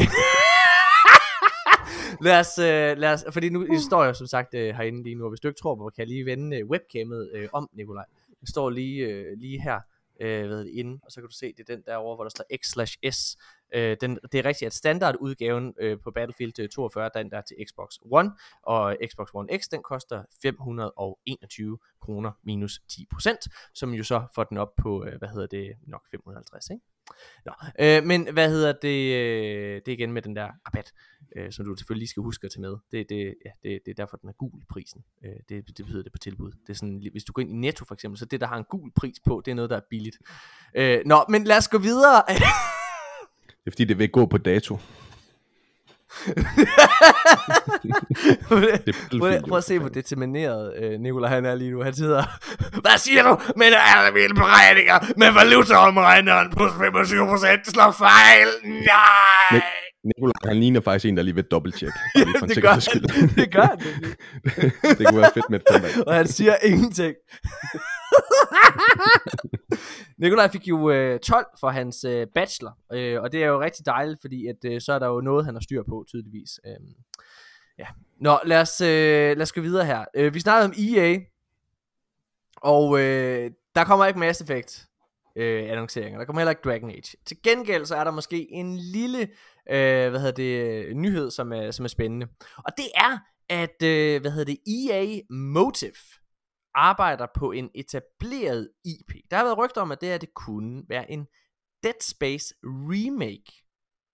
Lad os, øh, lad os, fordi nu det står jeg som sagt øh, herinde lige nu, og hvis du ikke tror på, kan jeg lige vende øh, webcamet øh, om, Nikolaj. Det står lige, øh, lige her øh, ved det, inde, og så kan du se, det er den derovre, hvor der står X slash S. Øh, den, det er rigtigt, at standardudgaven øh, på Battlefield toogfyrre, den der er til Xbox One, og Xbox One X, den koster fem hundrede enogtyve kroner minus ti procent, som jo så får den op på, øh, hvad hedder det, nok fem hundrede og halvtreds, ikke? Nå, øh, men hvad hedder det, øh, det er igen med den der rabat, øh, som du selvfølgelig lige skal huske at tage med. Det, det, ja, det, det er derfor, den er gul i prisen. Øh, det, det betyder det på tilbud. Det er sådan, hvis du går ind i Netto for eksempel, så det, der har en gul pris på, det er noget, der er billigt. Øh, nå, men lad os gå videre. Det er fordi, det vil gå på dato. prøv, prøv at se, hvor determineret øh, Nikolaj han er lige nu. Han sidder, hvad siger du? Men alle mine beregninger med valutaomregneren plus femogtyve procent slår fejl. Nej! Nikolaj, han ligner faktisk en, der lige ved dobbelttjek. Ja, det gør han. Det gør han. Det kunne være fedt med et comeback. Og han siger ingenting. Nikolaj fik jo øh, tolv for hans øh, bachelor, øh, og det er jo rigtig dejligt, fordi at, øh, så er der jo noget, han har styr på, tydeligvis. Øh, ja. Nå, lad os, øh, lad os gå videre her. Øh, vi snakkede om E A, og øh, der kommer ikke Mass Effect øh, annonceringer, der kommer heller ikke Dragon Age. Til gengæld så er der måske en lille øh, hvad hedder det, nyhed, som er, som er spændende. Og det er, at øh, hvad hedder det, E A Motive arbejder på en etableret I P. Der har været rygter om, at det her det kunne være en Dead Space remake.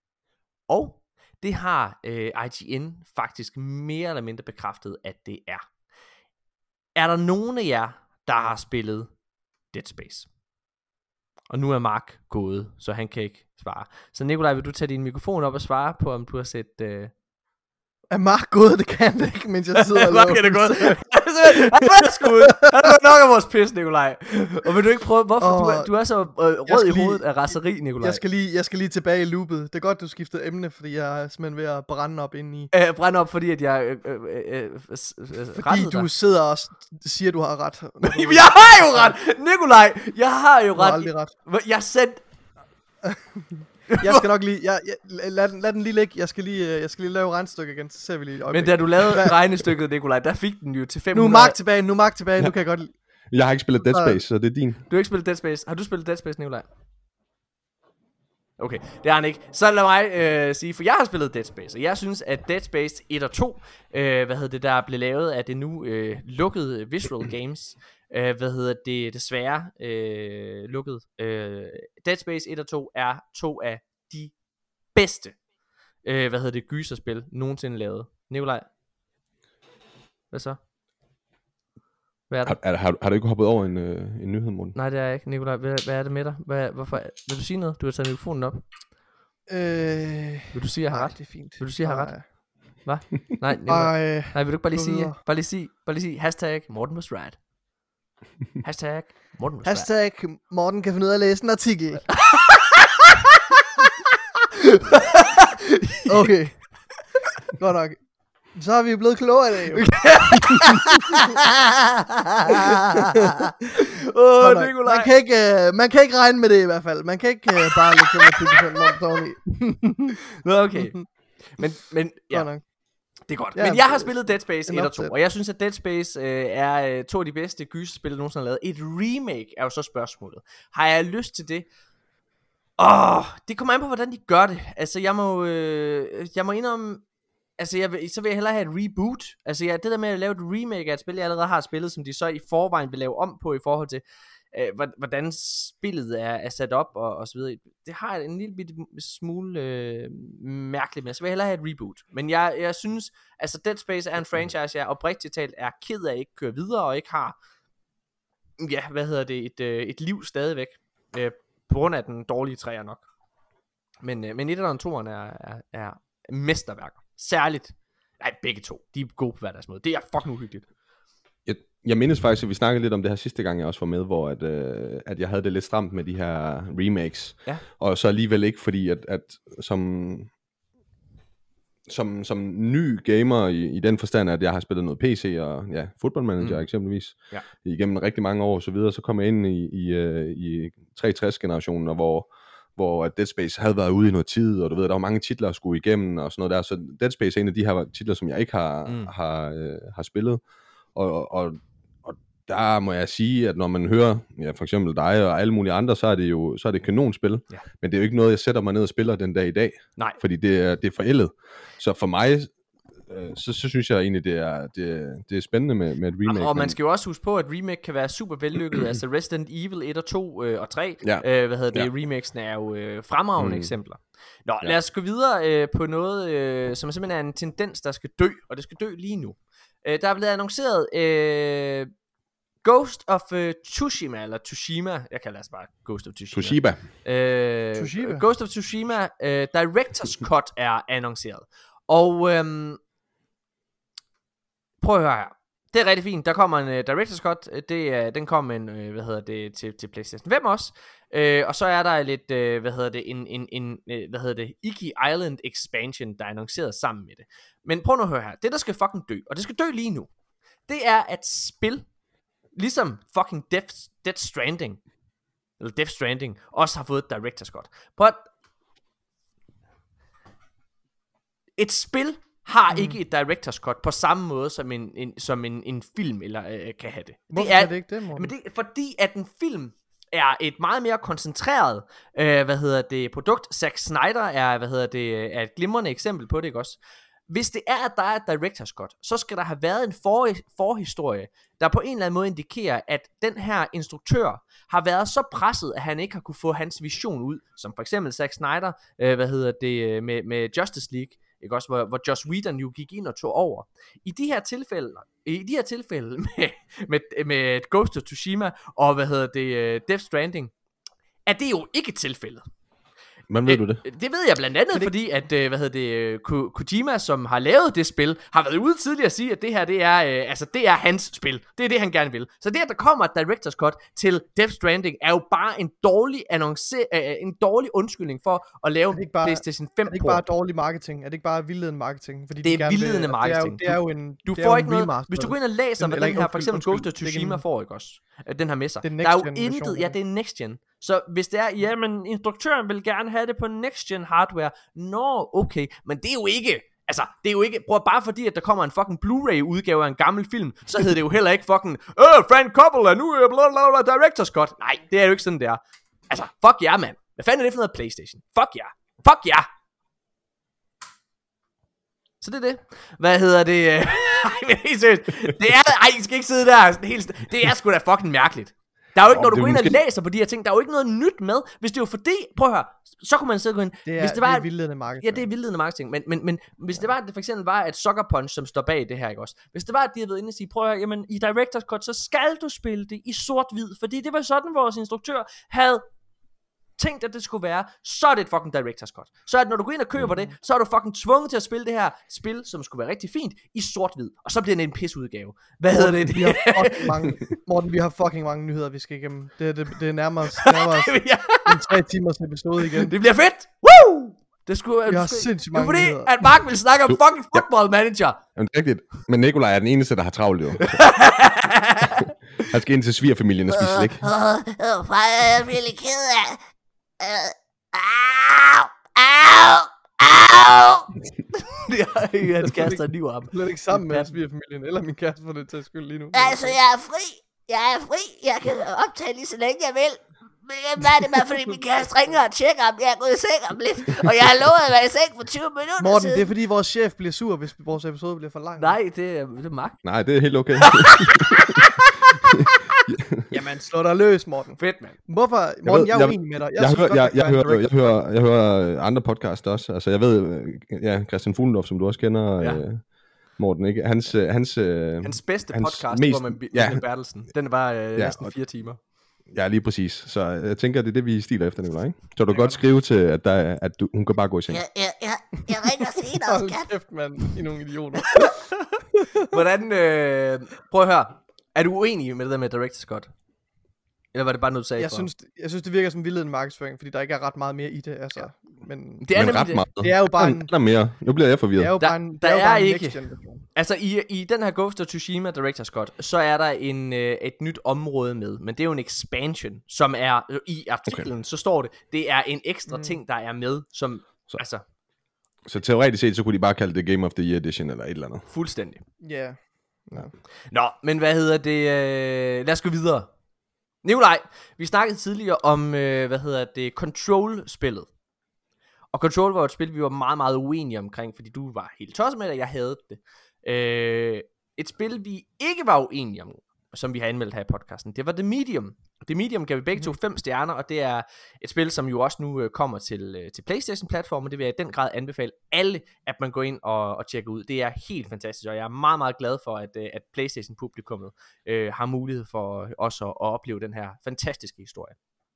Og det har øh, I G N faktisk mere eller mindre bekræftet, at det er. Er der nogen af jer, der har spillet Dead Space? Og nu er Mark gået, så han kan ikke svare. Så Nikolaj, vil du tage din mikrofon op og svare på, om du har set... Øh... Er Mark gået? Det kan han ikke, mens jeg sidder og laver. Mark er det gået. Han var sgu ud. Han var nok af vores pis, Nikolaj. Og vil du ikke prøve, hvorfor oh, du, er, du er så øh, rød i hovedet lige, af raseri, Nikolaj? Jeg skal, lige, jeg skal lige tilbage i loopet. Det er godt, du skiftede emne, fordi jeg er simpelthen ved at brænde op ind i... Øh, brænde op, fordi at jeg... Øh, øh, øh, øh, fordi du dig. sidder og siger, du har ret. Jamen, jeg har jo ret! Nikolaj, jeg har jo ret. Du har aldrig ret. Jeg sendte... Jeg skal nok lige, jeg, jeg, lad, den, lad den lige ligge. Jeg skal lige, jeg skal lige lave regnestykket igen, så ser vi lige. Men da du lavede regnestykket, Nikolaj, der fik den jo til fem hundrede. Nu er Mark tilbage, nu er Mark tilbage, ja. Nu kan jeg godt lide. Jeg har ikke spillet Dead Space, så det er din. Du har ikke spillet Dead Space. Har du spillet Dead Space, Nikolaj? Okay, det har han ikke. Så lad mig øh, sige, for jeg har spillet Dead Space, og jeg synes, at Dead Space et og to, øh, hvad hedder det, der blev lavet af det nu øh, lukkede Visual Games, øh, hvad hedder det, desværre øh, lukket. Øh, Dead Space et og to er to af de bedste, øh, hvad hedder det, gyserspil nogensinde lavet. Nikolaj? Hvad så? Hvad er har, er, har, har du ikke hoppet over en, øh, en nyhed, Morten? Nej, det er jeg ikke, Nikolaj. Hvad, hvad er det med dig? Hvad, hvorfor? Vil du sige noget? Du har taget mikrofonen op. Øh, vil du sige, jeg har nej, ret? Det er fint. Vil du sige, jeg har ret? Hvad? Nej, Nikolaj. Øh, nej, vil du ikke bare lige sige, bare lige sige, bare lige sige, hashtag Morten was right. Hashtag Morten was right. Hashtag Morten kan finde ud af at læse en artikel. Okay. Godt nok. Så er vi blevet klogere i dag. Åh, oh, Nikolaj. Man kan, ikke, uh, man kan ikke regne med det i hvert fald. Man kan ikke uh, bare lægge femogtyve procent moms oveni. Nå, okay. Men, men ja. Nok. Det er godt. Ja, men jeg har spillet Dead Space et og to, og jeg synes, at Dead Space øh, er øh, to af de bedste gyserspil, der nogensinde har lavet. Et remake er jo så spørgsmålet. Har jeg lyst til det? Åh, oh, det kommer an på, hvordan de gør det. Altså, jeg må, øh, jeg må indrømme, altså, jeg vil, så vil jeg hellere have et reboot. Altså, jeg, det der med at lave et remake af et spil, jeg allerede har spillet, som de så i forvejen vil lave om på, i forhold til, øh, hvordan spillet er, er sat op, og, og så videre. Det har jeg en lille bitte smule øh, mærkeligt med. Så vil jeg hellere have et reboot. Men jeg, jeg synes, altså, Dead Space er en franchise, jeg oprigtigt talt er ked af at ikke køre videre, og ikke har, ja, hvad hedder det, et, øh, et liv stadigvæk. Øh, på grund af den dårlige træer nok. Men, øh, men et og toeren er, er, er mesterværker. Særligt. Nej, begge to. De er gode på hver deres måde. Det er fucking uhyggeligt. Jeg, jeg mindes faktisk, at vi snakkede lidt om det her sidste gang, jeg også var med, hvor at, øh, at jeg havde det lidt stramt med de her remakes. Ja. Og så alligevel ikke, fordi at, at som, som, som ny gamer i, i den forstand, at jeg har spillet noget P C og ja, Football Manager mm. eksempelvis, ja. Igennem rigtig mange år og så videre, så kom jeg ind i, i, i tre tres generationen, og hvor, hvor Dead Space havde været ude i noget tid, og du ved, der var mange titler at skulle igennem og sådan noget der, så Dead Space er en af de her titler, som jeg ikke har, mm. har, øh, har spillet, og, og, og der må jeg sige, at når man hører, ja, for eksempel dig og alle mulige andre, så er det jo så er det kanonspil, ja. Men det er jo ikke noget, jeg sætter mig ned og spiller den dag i dag. Nej. Fordi det er, det er forældet. Så for mig, øh, så, så synes jeg egentlig, det er, det, det er spændende med, med et remake. Og man skal jo også huske på, at remake kan være super vellykket. Altså Resident Evil et og to øh, og tre, ja. øh, hvad hedder det, ja. Remakesene er jo øh, fremragende mm. eksempler. Nå, ja. Lad os gå videre øh, på noget, øh, som simpelthen er en tendens, der skal dø, og det skal dø lige nu. Øh, der er blevet annonceret øh, Ghost of uh, Tsushima, eller Tsushima, jeg kalder det bare Ghost of Tsushima. Tsushima. Øh, Tsushima. Ghost of Tsushima, uh, Director's Cut er annonceret. Og øhm, prøv at høre her. Det er rigtig fint. Der kommer en uh, Director's Cut. Det, uh, den kommer en, uh, hvad hedder det, til, til PlayStation fem også. Uh, og så er der lidt, uh, hvad hedder det, en, en, en uh, hvad hedder det, Iki Island expansion, der er annonceret sammen med det. Men prøv nu at høre her. Det, der skal fucking dø, og det skal dø lige nu, det er at spil, ligesom fucking Death, Death Stranding, eller Death Stranding, også har fået Director's Cut. But et spil har mm. ikke et Director's Cut på samme måde som en, en, som en, en film eller øh, kan have det. Hvorfor det er, er det ikke det, Morten? Men det er fordi, at en film er et meget mere koncentreret, øh, hvad hedder det, produkt. Zack Snyder er, hvad hedder det, er et glimrende eksempel på det, ikke også? Hvis det er, at der er et Director's Cut, så skal der have været en for, forhistorie, der på en eller anden måde indikerer, at den her instruktør har været så presset, at han ikke har kunne få hans vision ud, som for eksempel Zack Snyder, øh, hvad hedder det, med, med Justice League, ikke også, hvor, hvor Joss Whedon jo gik ind og tog over. I de her tilfælde, i de her tilfælde med, med, med Ghost of Tsushima og hvad hedder det, uh, Death Stranding, er det jo ikke tilfældet. Hvordan ved du det? Det ved jeg blandt andet, det... fordi at, hvad hedder det, Ko- Kojima, som har lavet det spil, har været ude tidligere at sige, at det her, det er, øh, altså, det er hans spil. Det er det, han gerne vil. Så det, at der kommer et Director's Cut til Death Stranding, er jo bare en dårlig annonce- øh, en dårlig undskyldning for at lave bare, PlayStation fem. Er det ikke bare dårlig marketing? Er det ikke bare vildledende marketing? Fordi det de er vildledende vil, marketing. Det er jo, det er jo en Du det får er ikke noget, remaster. Hvis du går ind og læser, hvad den her, for eksempel Ghost of Tsushima får, ikke også? Den har med sig. Der er jo intet, ja, det er next gen. Så hvis det er, jamen, instruktøren vil gerne have det på next gen hardware. Nå, okay, men det er jo ikke, altså, det er jo ikke, bror, bare fordi, at der kommer en fucking Blu-ray udgave af en gammel film, så hedder det jo heller ikke fucking, øh, Frank Coppola, nu er blablabla, Director's Cut. Nej, det er jo ikke sådan, det er. Altså, fuck jer, mand. Hvad fanden er det for noget PlayStation? Fuck jer. Fuck jer. Så det er det. Hvad hedder det? Ej, men helt seriøst. Det er, ej, I skal ikke sidde der sådan helt, det er sgu da fucking mærkeligt. Der er jo ikke, når du går ind og læser på de her ting, der er jo ikke noget nyt med. Hvis det var fordi, prøv at høre, så kunne man sidde og gå ind. Det er, hvis det var, det er vildledende marketing. Ja, det er vildledende marketing. Men, men, men hvis det var, at det for eksempel var et Sucker Punch, som står bag det her, ikke også? Hvis det var, at de havde været inde og sige, prøv at høre, jamen i Director's Cut, så skal du spille det i sort-hvid. Fordi det var sådan, vores instruktør havde tænkt, at det skulle være, så er det et fucking Director's Cut. Så at når du går ind og køber mm. det, så er du fucking tvunget til at spille det her spil, som skulle være rigtig fint, i sort-hvid. Og så bliver det en pisudgave. Hvad hedder det? Vi har fucking mange, Morten, vi har fucking mange nyheder, vi skal igennem. Det, det, det er nærmere os, nærmere os en tre timers episode igen. Det bliver fedt! Woo! Det skulle, vi har sindssygt mange fordi, nyheder. at Mark vil snakke om fucking football manager. Jamen, det er rigtigt. Men Nikolaj er den eneste, der har travlt, jo. Han skal ind til svigerfamilien og spise slik. Åh, åh, far, jeg er virkelig ked af. Uh, au, au, au. Ja, hans kæreste er en ny arm. Jeg er ikke sammen med svigerfamilien, eller min kæreste for det til skyld lige nu. Altså, jeg er fri. Jeg er fri. Jeg kan optage lige så længe jeg vil. Men hvad er det med, fordi min kæreste ringer og tjekker, om jeg er gået i seng om lidt. Og jeg har lovet at være i seng for tyve minutter Morten, siden. det er fordi vores chef bliver sur, hvis vores episode bliver for lang. Nej, det er, det er Mark. Nej, det er helt okay. Jamen, slå dig løs, Morten. Fedt, mand. Hvorfor? Morten, jeg, jeg er uenig med dig. Jeg, jeg, hører, jeg, jeg, hører, jeg, hører, jeg hører andre podcasts også. Altså, jeg ved, ja, Christian Fuglendorf, som du også kender, ja. øh, Morten, ikke? Hans, hans, øh, hans bedste hans podcast, mest, hvor man ja. Bertelsen. Den var øh, ja, næsten fire timer. Ja, lige præcis. Så jeg tænker, det er det, vi stiler efter, Nicolaj, ikke? Så du kan godt skrive til, at, der, at du, hun kan bare gå i seng. Jeg, jeg, jeg, jeg ringer senere, Hold skat. kæft, mand. I nogle idioter. Hvordan, øh, prøv at høre. Er du uenig med det der med Director's Cut? Eller var det bare noget, du sagde? Jeg synes, jeg synes, det virker som vildledende markedsføring, fordi der ikke er ret meget mere i det, altså. Men det er men ret det. meget. Det er jo bare en... Der er mere. Nu bliver jeg forvirret. Det er jo der, bare en, der er, jo er bare en ikke. Altså, i, i den her Ghost of Tsushima Director's Cut, så er der en, øh, et nyt område med, men det er jo en expansion, som er, i artiklen, okay. så står det, det er en ekstra mm. ting, der er med, som, så. altså... Så teoretisk set, så kunne de bare kalde det Game of the Year Edition, eller et eller andet. Fuldstændig. Ja. Yeah. No. Nå, men hvad hedder det, øh, lad os gå videre. Nikolaj, vi snakkede tidligere om, øh, hvad hedder det, Control-spillet. Og Control var et spil, vi var meget, meget uenige omkring, fordi du var helt tosset med det, og jeg havde det. Øh, et spil, vi ikke var uenige om, som vi har anmeldt her i podcasten, det var The Medium. The Medium gav vi begge to fem stjerner, og det er et spil, som jo også nu øh, kommer til, øh, til PlayStation-platformen. Det vil jeg i den grad anbefale alle, at man går ind og, og tjekker ud. Det er helt fantastisk, og jeg er meget, meget glad for, at, øh, at PlayStation-publikummet øh, har mulighed for også at, at opleve den her fantastiske historie.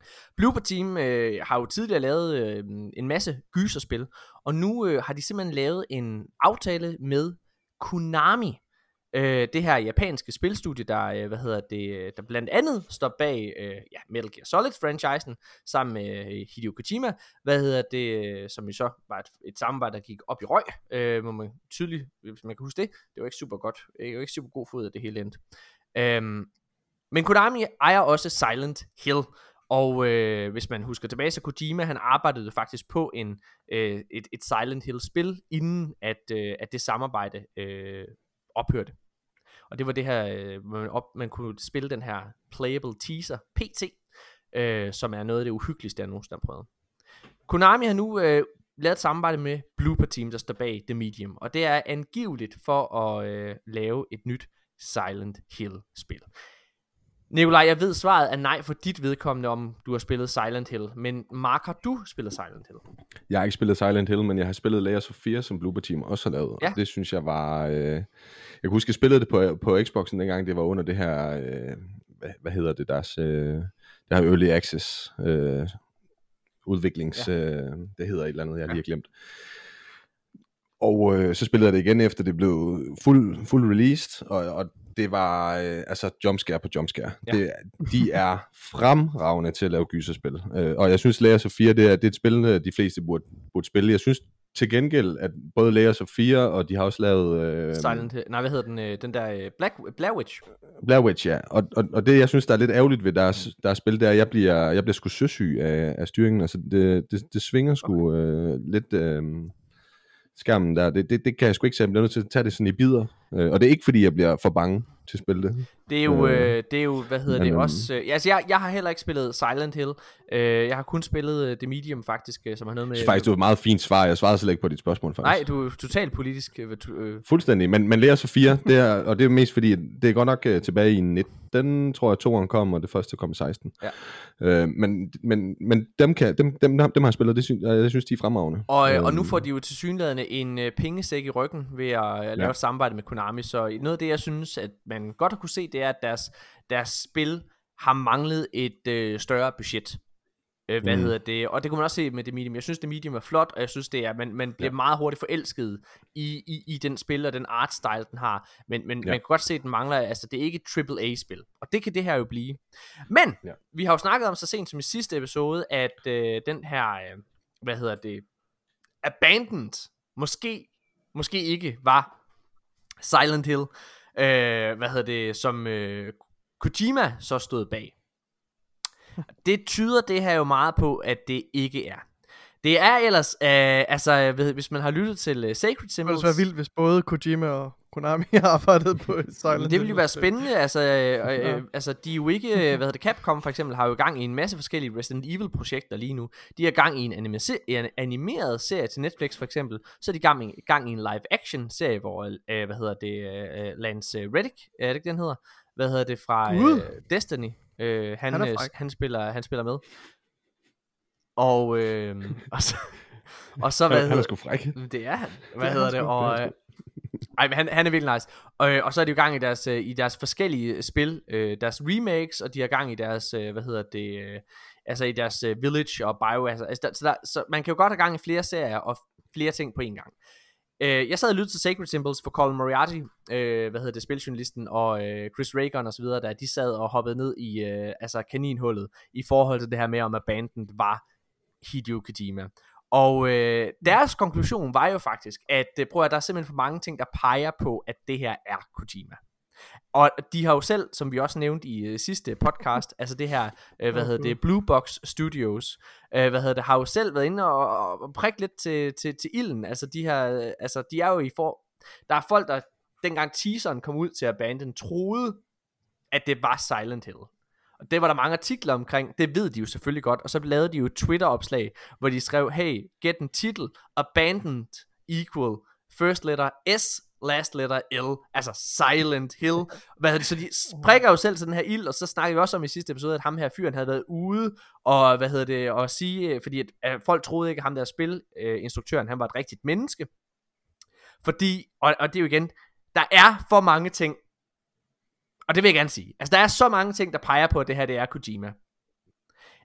Bloober Team øh, har jo tidligere lavet øh, en masse gyserspil, og nu øh, har de simpelthen lavet en aftale med Konami. Øh, det her japanske spilstudie, der, øh, hvad hedder det, der blandt andet står bag øh, ja, Metal Gear Solid-franchisen, sammen med øh, Hideo Kojima, hvad hedder det, som jo så var et, et samarbejde, der gik op i røg, øh, må man tydeligt, hvis man kan huske det. Det var ikke super godt, det var ikke super god fod, at det hele endte. Øhm, men Konami ejer også Silent Hill, og øh, hvis man husker tilbage, så Kojima, han arbejdede faktisk på en, øh, et, et Silent Hill-spil, inden at, øh, at det samarbejde øh, ophørte. Og det var det her, øh, man, op, man kunne spille den her playable teaser, P T, øh, som er noget af det uhyggeligste, jeg nogensinde har prøvet. Konami har nu øh, lavet et samarbejde med Bloober Team, der står bag The Medium, og det er angiveligt for at øh, lave et nyt Silent Hill-spil. Nikolaj, jeg ved svaret er nej for dit vedkommende, om du har spillet Silent Hill, men Mark, har du spillet Silent Hill? Jeg har ikke spillet Silent Hill, men jeg har spillet Layers of Fear, som Bloober Team også har lavet, ja. Og det synes jeg var... Øh... Jeg kan huske, jeg spillede det på, på Xboxen dengang, det var under det her... Øh... Hvad, hvad hedder det, deres... Øh... Det her Early Access øh... udviklings... Ja. Øh... Det hedder et eller andet, jeg lige har glemt. Og øh, så spillede jeg det igen, efter det blev fuld, fuld released, og, og det var øh, altså jumpscare på jumpscare. Ja. Det, de er fremragende til at lave gyserspil. Øh, og jeg synes, Layers of Fear, det er, det er et spil, de fleste burde, burde spille. Jeg synes til gengæld, at både Layers of Fear, og de har også lavet... Øh, Silent Hill, nej, hvad hedder den? Den der Black, Blair Witch. Blair Witch, ja. Og, og, og det, jeg synes, der er lidt ærgerligt ved deres, deres spil, det er, at jeg bliver, jeg bliver sgu søsyg af, af styringen. Altså, det, det, det svinger sgu okay. øh, lidt... Øh, skærmen der, det, det, det kan jeg sgu ikke sige, jeg bliver nødt til at tage det sådan i bidder, øh, og det er ikke fordi, jeg bliver for bange til at spille det. Det er jo, øh, det er jo hvad hedder men, det også, øh, altså jeg, jeg har heller ikke spillet Silent Hill, øh, jeg har kun spillet uh, The Medium faktisk, øh, som har noget med... Det er faktisk, det var et meget fint svar, jeg svarede slet ikke på dit spørgsmål faktisk. Nej, du er totalt politisk. Øh, øh. Fuldstændig, men, men Layers of Fear, det er, og det er mest fordi, det er godt nok uh, tilbage i nitten, tror jeg, toeren kom, og det første kom i seksten. Ja. Øh, men, men, men dem, kan, dem, dem, dem har jeg spillet, det synes, jeg synes, de er fremragende. Og, øh, og nu får de jo tilsyneladende en øh, pengesæk i ryggen ved at øh, lave ja. samarbejde med Konami, så noget af det, jeg synes, at man godt har kunne se, det er, at deres, deres spil har manglet et øh, større budget. Øh, hvad mm. hedder det? Og det kunne man også se med The Medium. Jeg synes, The Medium er flot, og jeg synes, det er, man, man bliver ja. meget hurtigt forelsket i, i, i den spil og den artstyle, den har. Men, men ja. man kan godt se, at den mangler, altså det er ikke et triple A-spil. Og det kan det her jo blive. Men, ja. vi har jo snakket om så sent som i sidste episode, at øh, den her, øh, hvad hedder det, Abandoned, måske, måske ikke var Silent Hill, øh, hvad hedder det, som øh, Kojima så stod bag. Det tyder det her jo meget på, at det ikke er. Det er ellers, øh, altså hvis man har lyttet til uh, Sacred Symbols... Det ville være vildt, hvis både Kojima og Konami har arbejdet på Silent Hill. Det ville jo være spændende, altså, øh, øh, ja. altså de er jo ikke, hvad hedder det, Capcom for eksempel har jo gang i en masse forskellige Resident Evil projekter lige nu. De er gang i en, anima- en animeret serie til Netflix for eksempel, så er de gang i, gang i en live action serie, hvor, øh, hvad hedder det, øh, Lance Reddick, er det ikke den hedder? Hvad hedder det, fra øh, Destiny? Øh, han, han, øh, han, spiller, han spiller med. Og, øh, og så, og så hvad han, han er sgu fræk. Det er han. Hvad det hedder det? Og, øh, ej, men han, han er virkelig nice. Og, og så er de jo gang i deres, øh, i deres forskellige spil, øh, deres remakes, og de har gang i deres, øh, hvad hedder det, øh, altså i deres øh, Village og Bio. Altså, altså, der, så, der, så man kan jo godt have gang i flere serier og flere ting på en gang. Uh, jeg sad og lyttede til Sacred Symbols for Colin Moriarty, uh, hvad hedder det, spiljournalisten, og uh, Chris Reagan og så videre, der de sad og hoppede ned i uh, altså kaninhullet i forhold til det her med, om at banden var Hideo Kojima. Og uh, deres konklusion var jo faktisk, at uh, prøv at der er simpelthen for mange ting, der peger på, at det her er Kojima. Og de har jo selv, som vi også nævnte i uh, sidste podcast, altså det her, uh, hvad hedder det, Blue Box Studios, uh, hvad hedder det, har jo selv været inde og, og prikke lidt til, til, til ilden. Altså de her, uh, altså de er jo i for, der er folk, der dengang teaseren kom ud til Abandon, troede, at det var Silent Hill. Og det var der mange artikler omkring, det ved de jo selvfølgelig godt, og så lavede de jo et Twitter-opslag, hvor de skrev, hey, get en titel, Abandoned equal first letter S, last letter L, altså Silent Hill. Hvad det, så de prikker jo selv til den her ild, og så snakker vi også om i sidste episode, at ham her fyren havde været ude, og hvad hedder det, og sige, fordi at, at folk troede ikke, at ham der spilinstruktøren, han var et rigtigt menneske. Fordi, og, og det er jo igen, der er for mange ting, og det vil jeg gerne sige, altså der er så mange ting, der peger på, at det her, det er Kojima.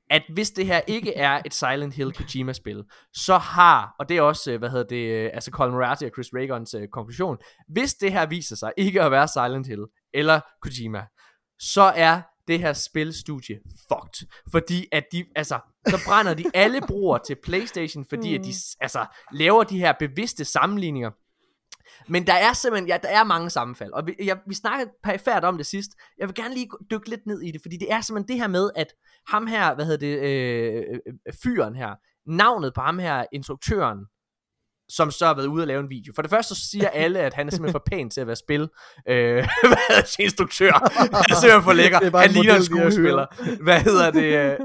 at hvis det her ikke er et Silent Hill Kojima-spil, så har, og det er også, hvad hedder det, altså Colin Moriarty og Chris Regons uh, konklusion, hvis det her viser sig ikke at være Silent Hill eller Kojima, så er det her spilstudie fucked, fordi at de, altså, så brænder de alle broer til PlayStation, fordi at de, altså, laver de her bevidste sammenligninger. Men der er simpelthen, ja, der er mange sammenfald, og vi, jeg, vi snakkede perifært om det sidst. Jeg vil gerne lige dykke lidt ned i det, fordi det er simpelthen det her med, at ham her, hvad hedder det, øh, fyren her, navnet på ham her, instruktøren, som så har været ude at lave en video. For det første så siger alle, at han er simpelthen for pæn til at være spil øh, instruktør. Han er simpelthen for lækker. Han ligner en skuespiller. Hvad hedder det?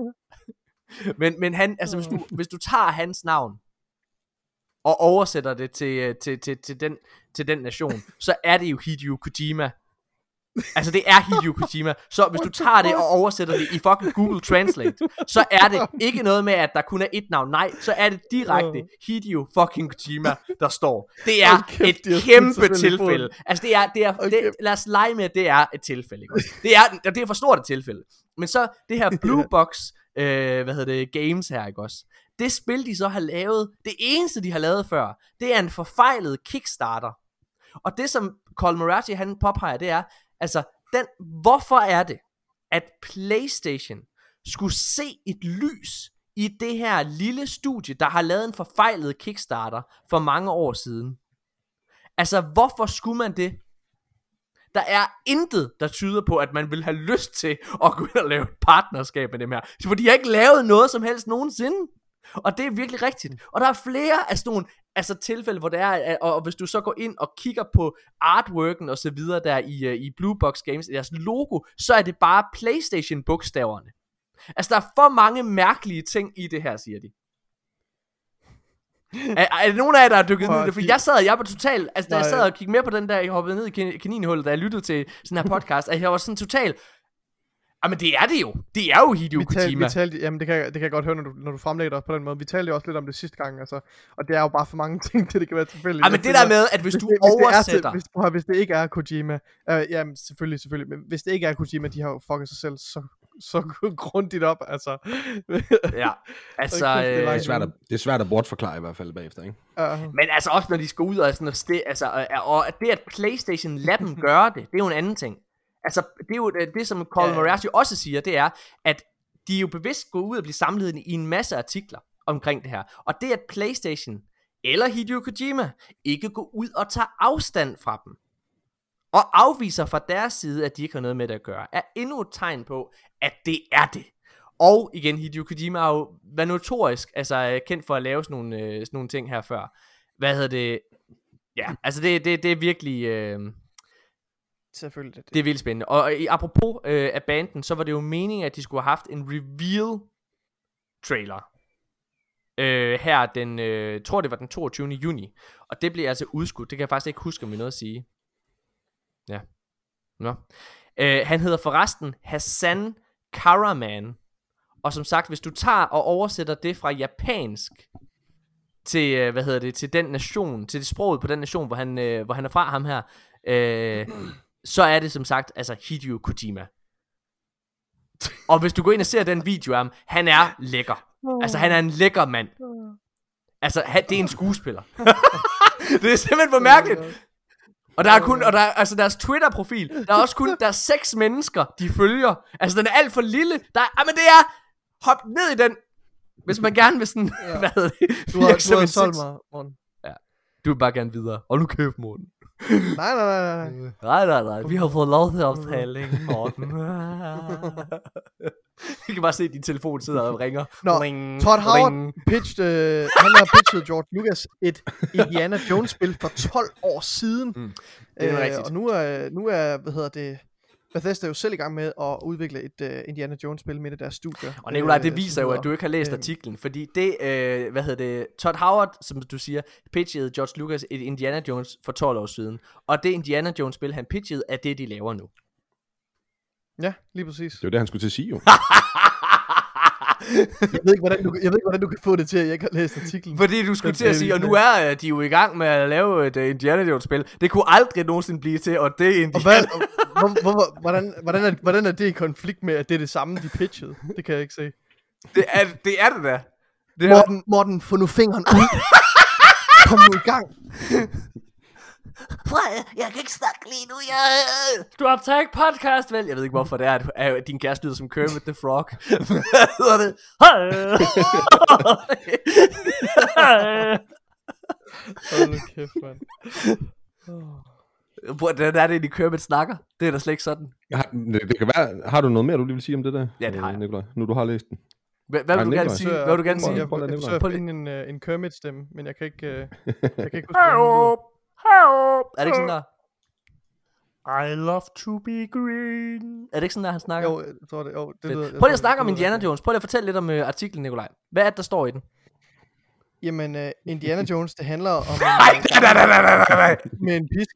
Men, men han, altså hvis du, hvis du tager hans navn og oversætter det til, til, til, til, den, til den nation, så er det jo Hideo Kojima. Altså det er Hideo Kojima. Så hvis du tager det og oversætter det i fucking Google Translate, så er det ikke noget med at der kun er et navn. Nej, så er det direkte Hideo fucking Kojima der står. Det er kæft, et kæmpe tilfælde. Altså det er, det er det, lad os lege med at det er et tilfælde, ikke? Det er, det er for stort et tilfælde. Men så det her Blue Box øh, hvad hedder det, games her, ikke også? Det spil de så har lavet, det eneste de har lavet før, det er en forfejlet Kickstarter. Og det som Colin Moriarty han påpeger, det er altså, den, hvorfor er det, at PlayStation skulle se et lys i det her lille studie, der har lavet en forfejlet Kickstarter for mange år siden? Altså, hvorfor skulle man det? Der er intet, der tyder på, at man vil have lyst til at gå ind og lave et partnerskab med dem her. For de har ikke lavet noget som helst nogensinde. Og det er virkelig rigtigt. Og der er flere af sådan nogle altså tilfælde, hvor det er, og, og hvis du så går ind og kigger på artworken og så videre der i, uh, i Blue Box Games, i deres logo, så er det bare PlayStation bogstaverne. Altså der er for mange mærkelige ting i det her, siger de. er, er det nogen af jer, der har dykket ned i det? For jeg sad, jeg var totalt, altså da jeg sad og kiggede med på den der, jeg hoppede ned i kaninhullet, da jeg lyttede til sådan her podcast, at jeg var sådan totalt, jamen det er det jo. Det er jo Hideo vi talte, Kojima. Vi talte, jamen det kan, det kan jeg godt høre, når du, når du fremlægger dig på den måde. Vi talte jo også lidt om det sidste gang, altså. Og det er jo bare for mange ting til, det kan være tilfældigt. Jamen det der med, at hvis, hvis du det, oversætter... Hvis det, er, hvis, hvis det ikke er Kojima... Øh, jamen selvfølgelig, selvfølgelig. Men hvis det ikke er Kojima, de har jo fucket sig selv så, så grundigt op, altså. Ja, altså... Okay, det, er svært at, det er svært at bortforklare i hvert fald bagefter, ikke? Uh. Men altså også, når de skal ud og sådan... Og, sted, altså, og det, at PlayStation lader dem gøre det, det er jo en anden ting. Altså, det er jo det, som Colin Moriarty også siger, det er, at de jo bevidst går ud og bliver samlet i en masse artikler omkring det her. Og det, at PlayStation eller Hideo Kojima ikke går ud og tager afstand fra dem, og afviser fra deres side, at de ikke har noget med det at gøre, er endnu et tegn på, at det er det. Og igen, Hideo Kojima har jo været notorisk, altså kendt for at lave sådan nogle, øh, sådan nogle ting her før. Hvad hedder det? Ja, altså det, det, det er virkelig... Øh, Selvfølgelig det. Det er vildt spændende. Og i apropos øh, af banden, så var det jo meningen, at de skulle have haft en reveal trailer øh, her den, øh, jeg tror det var den toogtyvende juni. Og det blev altså udskudt. Det kan jeg faktisk ikke huske, om vi noget at sige. Ja. Nå. Øh, han hedder forresten Hasan Kahraman. Og som sagt, hvis du tager og oversætter det fra japansk til, øh, hvad hedder det, til den nation, til det sproget på den nation, hvor han, øh, hvor han er fra, ham her, øh, så er det som sagt altså Hideo Kojima. Og hvis du går ind og ser den video af ham, han er lækker. Altså han er en lækker mand. Altså han, det er en skuespiller. Det er simpelthen for mærkeligt. Og der er kun, og der er, altså deres Twitter-profil, der er også kun, der er seks mennesker, de følger. Altså den er alt for lille. Der er, ah, men det er, hop ned i den, hvis man gerne vil sådan, ja. Hvad hedder det? Du har, du har solgt mig, Morten. Ja, du vil bare gerne videre. Og nu køb, Morten. Nej, nej, nej, nej. Nej, nej, nej. Vi har fået lov til at optale, ikke, Morten? Vi kan bare se, at din telefon sidder og ringer. Nå, ring, Todd Howard ring. pitched, øh, han har pitchet George Lucas et Indiana Jones-spil for tolv år siden. Mm, det er øh, rigtigt. Og nu er, nu er, hvad hedder det... Bethesda er jo selv i gang med at udvikle et uh, Indiana Jones-spil midt i deres studie. Og Nikolaj, det viser jo, at du ikke har læst øh, artiklen, fordi det, øh, hvad hedder det, Todd Howard, som du siger, pitchede George Lucas et Indiana Jones for tolv år siden, og det Indiana Jones-spil, han pitchede, er det, de laver nu. Ja, lige præcis. Det var det, han skulle til at sige jo. jeg, ved ikke, hvordan du, jeg ved ikke, hvordan du kan få det til, at jeg ikke har læst artiklen. Fordi du skulle til at sige, og nu er de jo i gang med at lave et uh, Indiana Jones-spil. Det kunne aldrig nogensinde blive til, og det er Indiana... Og hvad, hvor, hvor, hvordan, hvordan, er, hvordan er det i konflikt med, at det er det samme, de pitchede? Det kan jeg ikke se. Det er det, er det da. Det Morten, er... Morten, få nu fingeren ud. Kom nu i gang. Freja, jeg kan ikke snakke lige nu. Jeg... Du optager ikke podcast, vel? Jeg ved ikke, hvorfor det er, at, at din kæreste lyder som Kermit the Frog. Hvad hedder det? Hold nu kæft, mand. Hvordan er det egentlig, Kermit snakker? Det er da slet ikke sådan. Har, det, det kan være, har du noget mere, du lige vil sige om det der? Ja, det har jeg. Nikolaj, nu du har læst den. Hvad, hvad vil du gerne sige? Hvad vil du gerne sige? Jeg forsøger at finde en, en Kermit-stemme, men jeg kan ikke, uh, jeg kan ikke huske, hvad er det ikke sådan der? I love to be green. Er det ikke sådan der, han snakker? Jo, jeg tror det. Jo, det lyder, Prøv lige at snakke om Indiana Jones. Prøv lige at fortælle lidt om uh, artiklen, Nikolaj. Hvad er det, der står i den? Jamen, uh, Indiana Jones, det handler om... Nej, nej, nej, nej, nej, nej. Med en pisk.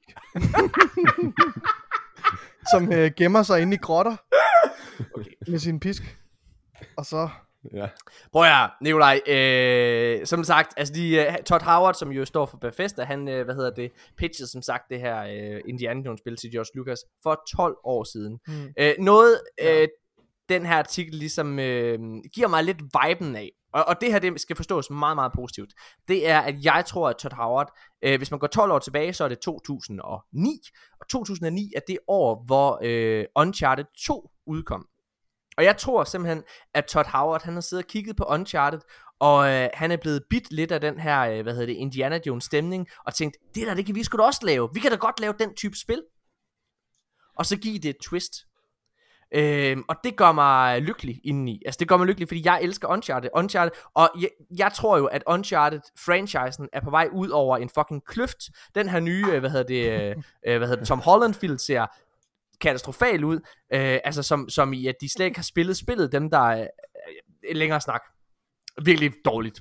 som uh, gemmer sig inde i grotter. Okay. Med sin pisk. Og så... Ja. Prøv her, Nikolaj, øh, som sagt, altså de, uh, Todd Howard, som jo står for Bethesda, han, uh, hvad hedder det, pitchede som sagt det her uh, Indiana Jones spil til George Lucas for tolv år siden. Mm. Uh, noget, uh, ja. Den her artikel ligesom uh, giver mig lidt viben af, og, og det her, det skal forstås meget, meget positivt. Det er, at jeg tror, at Todd Howard, uh, hvis man går tolv år tilbage, så er det to tusind og ni, og to tusind og ni er det år, hvor uh, Uncharted to udkom. Og jeg tror simpelthen, at Todd Howard, han har siddet og kigget på Uncharted, og øh, han er blevet bidt lidt af den her, øh, hvad hedder det, Indiana Jones stemning, og tænkt, det der, det kan vi sgu da også lave. Vi kan da godt lave den type spil. Og så give det et twist. Øhm, og det gør mig lykkelig indeni. Altså det gør mig lykkelig, fordi jeg elsker Uncharted. Uncharted og jeg, jeg tror jo, at Uncharted-franchisen er på vej ud over en fucking kløft. Den her nye, øh, hvad hedder det, øh, hvad hedder det, Tom Holland-film ser katastrofal ud, øh, altså som, som i at de slet ikke har spillet spillet, dem der er øh, længere snak, virkelig dårligt.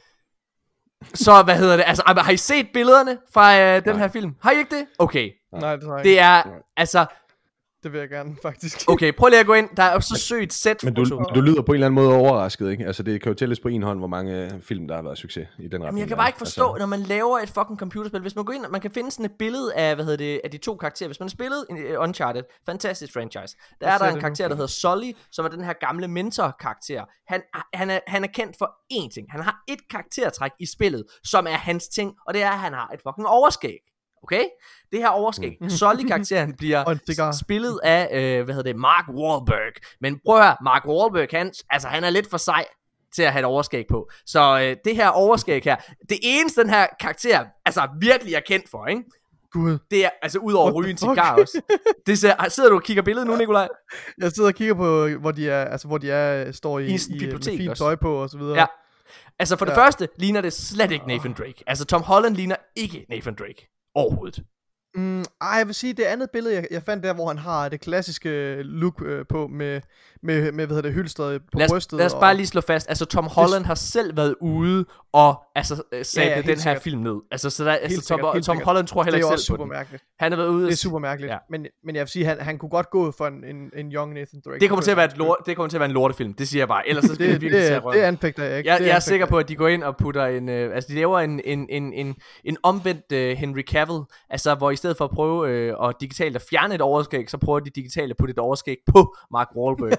Så hvad hedder det, altså har I set billederne fra øh, den her film? Har I ikke det? Okay. Nej, det har jeg det er Nej. altså det vil jeg gerne, faktisk. Okay, prøv lige at gå ind. Der er jo så søgt sæt. Men du, du lyder på en eller anden måde overrasket, ikke? Altså, det kan jo tælles på en hånd, hvor mange film, der har været succes i den retning. Men jeg kan bare ikke forstå, altså... når man laver et fucking computerspil. Hvis man går ind, man kan finde sådan et billede af, hvad hedder det, af de to karakterer. Hvis man har spillet uh, Uncharted, fantastisk franchise. Der er der en karakter, der hedder Sully, som er den her gamle mentor-karakter. Han, han, er, han er kendt for én ting. Han har et karaktertræk i spillet, som er hans ting, og det er, at han har et fucking overskæg. Okay? Det her overskæg, mm. Sully-karakteren bliver spillet af, øh, hvad hedder det, Mark Wahlberg. Men prøv at høre, Mark Wahlberg, han, altså, han er lidt for sej til at have et overskæg på. Så øh, det her overskæg her, det eneste den her karakter, altså virkelig er kendt for, ikke? Gud. Det er, altså ud over ryge en cigar også. Det ser, sidder du og kigger billedet nu, Nikolaj? Jeg sidder og kigger på, hvor de er, altså hvor de er, står i, I, i bibliotek med fint også. tøj på og så videre. Ja. Altså for det ja. første ligner det slet ikke Nathan Drake. Altså Tom Holland ligner ikke Nathan Drake. Overhovedet. Mm, ej, jeg vil sige, det andet billede, jeg, jeg fandt der, hvor han har det klassiske look øh, på, med, med, med, hvad hedder det, hylstret på lad os, brystet. Lad os bare lige slå fast, altså Tom Holland det... har selv været ude og altså satte ja, ja, den her sikkert. film ned. Altså, så der, altså sikkert, Tom, Tom Holland tror heller ikke selv på den. Mærkeligt. Han har været ude. Det er super mærkeligt. Ja. Men, men jeg vil sige, han, han kunne godt gå for en, en, en young Nathan Drake. Det kommer til at være et lort, det kommer til at være en lortefilm, det siger jeg bare. Ellers så skal det, det virkelig det, tage røven. Det anfægter jeg ikke. Jeg, det jeg er sikker på, at de går ind og putter en, øh, altså de laver en, en, en, en, en omvendt øh, Henry Cavill, altså hvor i stedet for at prøve øh, og digitalt at fjerne et overskæg, så prøver de digitalt at putte et overskæg på Mark Wahlberg.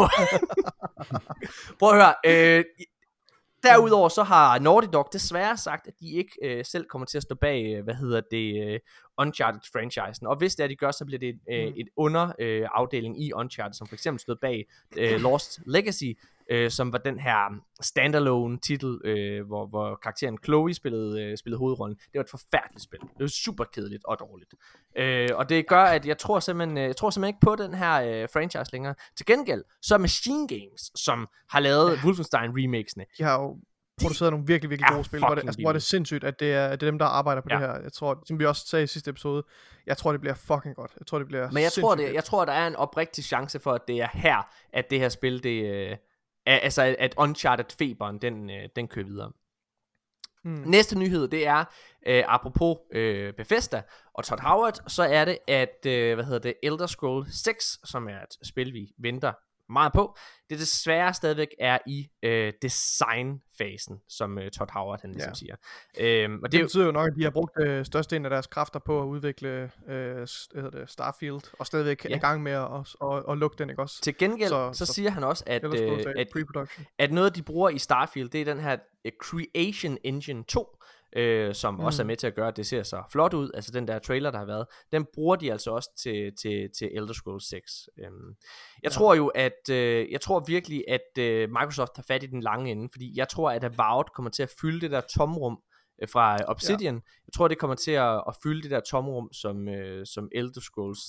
Prøv at høre, øh, derudover så har Naughty Dog desværre sagt, at de ikke øh, selv kommer til at stå bag, øh, hvad hedder det, øh, Uncharted-franchisen. Og hvis det er, de gør, så bliver det øh, et underafdeling øh, afdeling i Uncharted, som for eksempel stod bag øh, Lost Legacy, øh, som var den her standalone titel, øh, hvor, hvor karakteren Chloe spillede, øh, spillede hovedrollen. Det var et forfærdeligt spil. Det var super kedeligt og dårligt. Øh, og det gør, at jeg tror simpelthen, jeg tror simpelthen ikke på den her øh, franchise længere. Til gengæld, så er Machine Games, som har lavet ja. Wolfenstein-remakesene. De har jo produceret nogle virkelig, virkelig gode spil, hvor det, altså, hvor det er sindssygt, at det er, at det er dem, der arbejder på ja. det her. Jeg tror, som vi også sagde i sidste episode, jeg tror, det bliver fucking godt. Jeg tror, det bliver Men jeg tror, det, jeg tror, der er en oprigtig chance for, at det er her, at det her spil, det øh, er, altså at Uncharted-feberen, den, øh, den kører videre. Hmm. Næste nyhed, det er, øh, apropos øh, Bethesda og Todd Howard, så er det, at, øh, hvad hedder det, Elder Scrolls seks, som er et spil, vi venter meget på. Det desværre stadigvæk er i øh, designfasen, som øh, Todd Howard han ligesom ja. siger. Øhm, og det, det det betyder jo nok, at de har brugt øh, størstedelen af deres kræfter på at udvikle øh, hvad det, Starfield, og stadigvæk ja. er i gang med at, at, at, at lukke den, ikke også? Til gengæld, så, så, så siger han også, at, øh, at, at noget, de bruger i Starfield, det er den her uh, Creation Engine to, Øh, som mm. også er med til at gøre, at det ser så flot ud. Altså den der trailer, der har været, den bruger de altså også til, til, til Elder Scrolls seks. øhm, Jeg ja. tror jo, at øh, Jeg tror virkelig, at øh, Microsoft har fat i den lange ende, fordi jeg tror, at Avowed kommer til at fylde det der tomrum øh, fra Obsidian. ja. Jeg tror, det kommer til at, at fylde det der tomrum, som, øh, som Elder Scrolls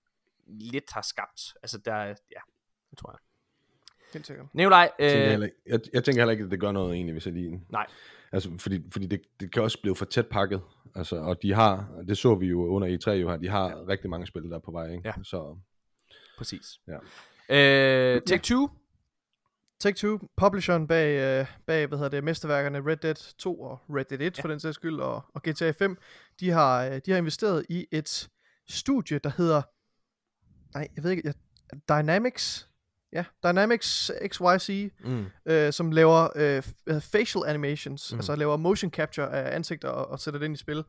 lidt har skabt. Altså der, ja, det tror jeg. Helt sikkert. Nikolaj, øh, jeg, tænker jeg, jeg tænker heller ikke, at det gør noget egentlig, hvis jeg lige... Nej. Altså, fordi, fordi det, det kan også blive for tæt pakket. Altså, og de har, det så vi jo under E tre jo her, de har ja. rigtig mange spil, der er på vej, ikke? Ja. Så, præcis. Ja. Øh, Take-Two. Take-Two, publisheren bag, øh, bag hvad hedder det, mesterværkerne Red Dead to og Red Dead et ja. for den sags skyld, og, og G T A fem, de har, øh, de har investeret i et studie, der hedder, nej, jeg ved ikke, jeg, Dynamics, ja, Dynamics X Y Z, mm. øh, som laver øh, facial animations, mm. altså laver motion capture af ansigter og, og sætter det ind i spil,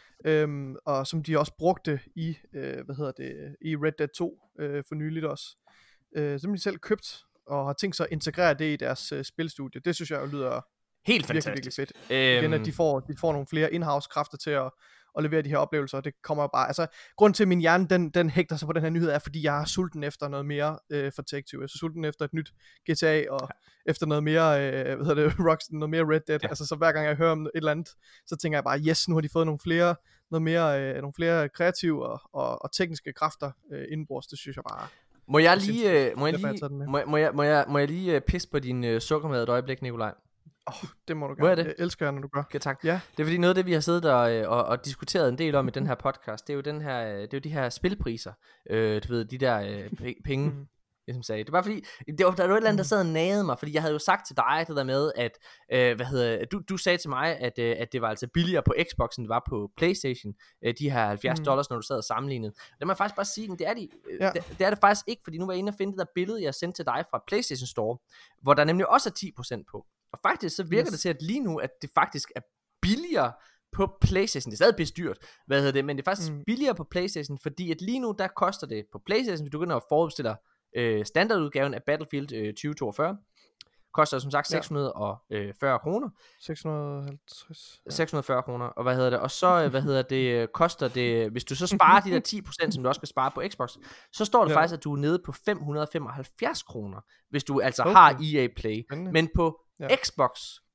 øhm, og som de også brugte i, øh, hvad hedder det, i Red Dead to øh, for nyligt også. Øh, som de selv købt, og har tænkt sig at integrere det i deres øh, spilstudie. Det synes jeg jo lyder helt virkelig, fantastisk. Virkelig fedt. Øhm... Igen, at de får, de får nogle flere in-house kræfter til at og levere de her oplevelser, og det kommer bare, altså, grunden til at min hjerne, den, den hægter sig på den her nyhed, er, fordi jeg er sulten efter noget mere øh, for Take-Two. Jeg er så sulten efter et nyt G T A, og ja. efter noget mere, øh, hvad hedder det, Rockstar, noget mere Red Dead, ja. altså, så hver gang jeg hører om et eller andet, så tænker jeg bare, yes, nu har de fået nogle flere, noget mere, øh, nogle flere kreative og, og, og tekniske kræfter øh, indenbords, det synes jeg bare. Må jeg lige, øh, må jeg lige, må, må jeg, må jeg, må jeg lige øh, pisse på din øh, sukkermad et øjeblik, Nikolaj? Åh, oh, det må du gøre. Det? Jeg elsker jeg, når du gør. Okay, tak. Ja. Det er fordi noget af det, vi har siddet og, og, og diskuteret en del om i den her podcast, det er jo, den her, det er jo de her spilpriser. Øh, du ved, de der øh, penge, mm. ligesom sagde. Det var fordi, det var, der var et eller andet, der sad og nagede mig, fordi jeg havde jo sagt til dig det der med, at, øh, hvad hedder, du, du sagde til mig, at, øh, at det var altså billigere på Xbox, end det var på PlayStation, øh, de her halvfjerds mm. dollars, når du sad og sammenlignede. Det må jeg faktisk bare sige, det er, de, ja. det, det er det faktisk ikke, fordi nu var jeg inde og finde det der billede, jeg sendte til dig fra PlayStation Store, hvor der nemlig også er ti procent på. Og faktisk så virker yes. det til, at lige nu, at det faktisk er billigere på PlayStation. Det er stadig bestyrt, hvad hedder det, men det er faktisk mm. billigere på PlayStation, fordi at lige nu, der koster det på PlayStation, hvis du begynder at forudstille øh, standardudgaven af Battlefield øh, tyve toogfyrre, koster som sagt seks hundrede og fyrre kroner. seks hundrede og halvtreds. Ja. seks hundrede og fyrre kroner, og hvad hedder det, og så, hvad hedder det, koster det, hvis du så sparer de der ti procent, som du også skal spare på Xbox, så står det ja. faktisk, at du er nede på fem hundrede og femoghalvfjerds kroner, hvis du altså okay. har E A Play. Spændende. Men på ja. Xbox,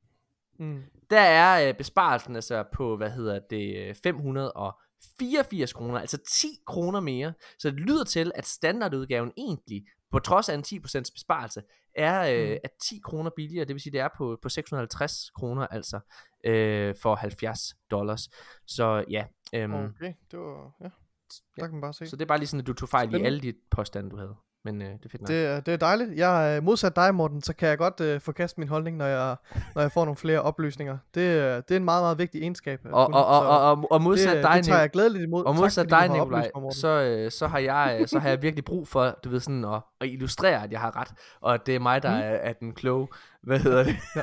mm. der er øh, besparelsen altså på, hvad hedder det, fem hundrede og fireogfirs kroner, altså ti kroner mere. Så det lyder til, at standardudgaven egentlig, på trods af en ti procent besparelse, er, øh, mm. er ti kroner billigere. Det vil sige, det er på, på seks hundrede og halvtreds kroner, altså øh, for halvfjerds dollars. Så ja. Øhm, okay, det var, ja, der kan man bare se. Så det er bare lige sådan, at du tog fejl i alle de påstande, du havde. Men øh, det er fedt nok. Det, det er dejligt. Jeg er modsat dig, Morten, så kan jeg godt øh, forkaste min holdning, når jeg, når jeg får nogle flere oplysninger. Det, det er en meget, meget vigtig egenskab. Og, og, og, og, og, og modsat det, dig, det tager jeg glædeligt imod. Og modsat dig, Nikolaj, så, øh, så, har jeg, så har jeg virkelig brug for, du ved, sådan at, at illustrere, at jeg har ret. Og at det er mig, der mm. er, er den kloge. Hvad hedder det? Ja.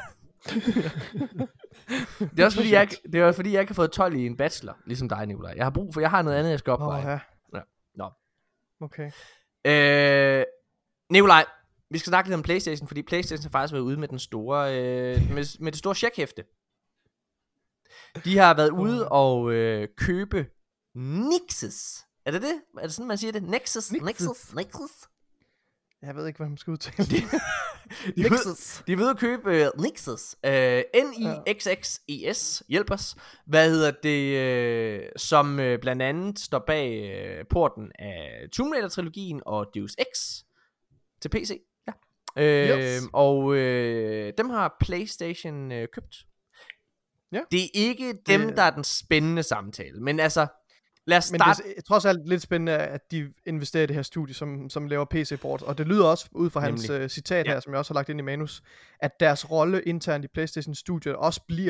Det er også fordi, jeg, det er fordi, jeg ikke har fået tolv i en bachelor, ligesom dig, Nikolaj. Jeg har brug for, jeg har noget andet, jeg skal opveje. Oh, ja. Ja. Nå. Okay. Øh... Nikolaj, vi skal snakke lidt om PlayStation, fordi PlayStation har faktisk været ude med den store, øh, med, med det store checkhæfte. De har været ude og øh, købe Nixxes. Er det det? Er det sådan, man siger det? Nexus? Nexus? Nexus? Jeg ved ikke, hvad man skal udtale. De, de, ved, de er ved at købe uh, Nixxes. Uh, N I X X E S. Hjælp os. Hvad hedder det? Uh, som uh, blandt andet står bag uh, porten af Tomb Raider-trilogien og Deus Ex til P C. Ja. Uh, yes. Og uh, dem har PlayStation uh, købt. Ja. Det er ikke dem, det... der er den spændende samtale. Men altså... Lad os starte. Men det er trods alt lidt spændende, at de investerer i det her studie, som, som laver P C-ports. Og det lyder også, ud fra hans uh, citat ja. her, som jeg også har lagt ind i manus, at deres rolle internt i PlayStation Studio også bliver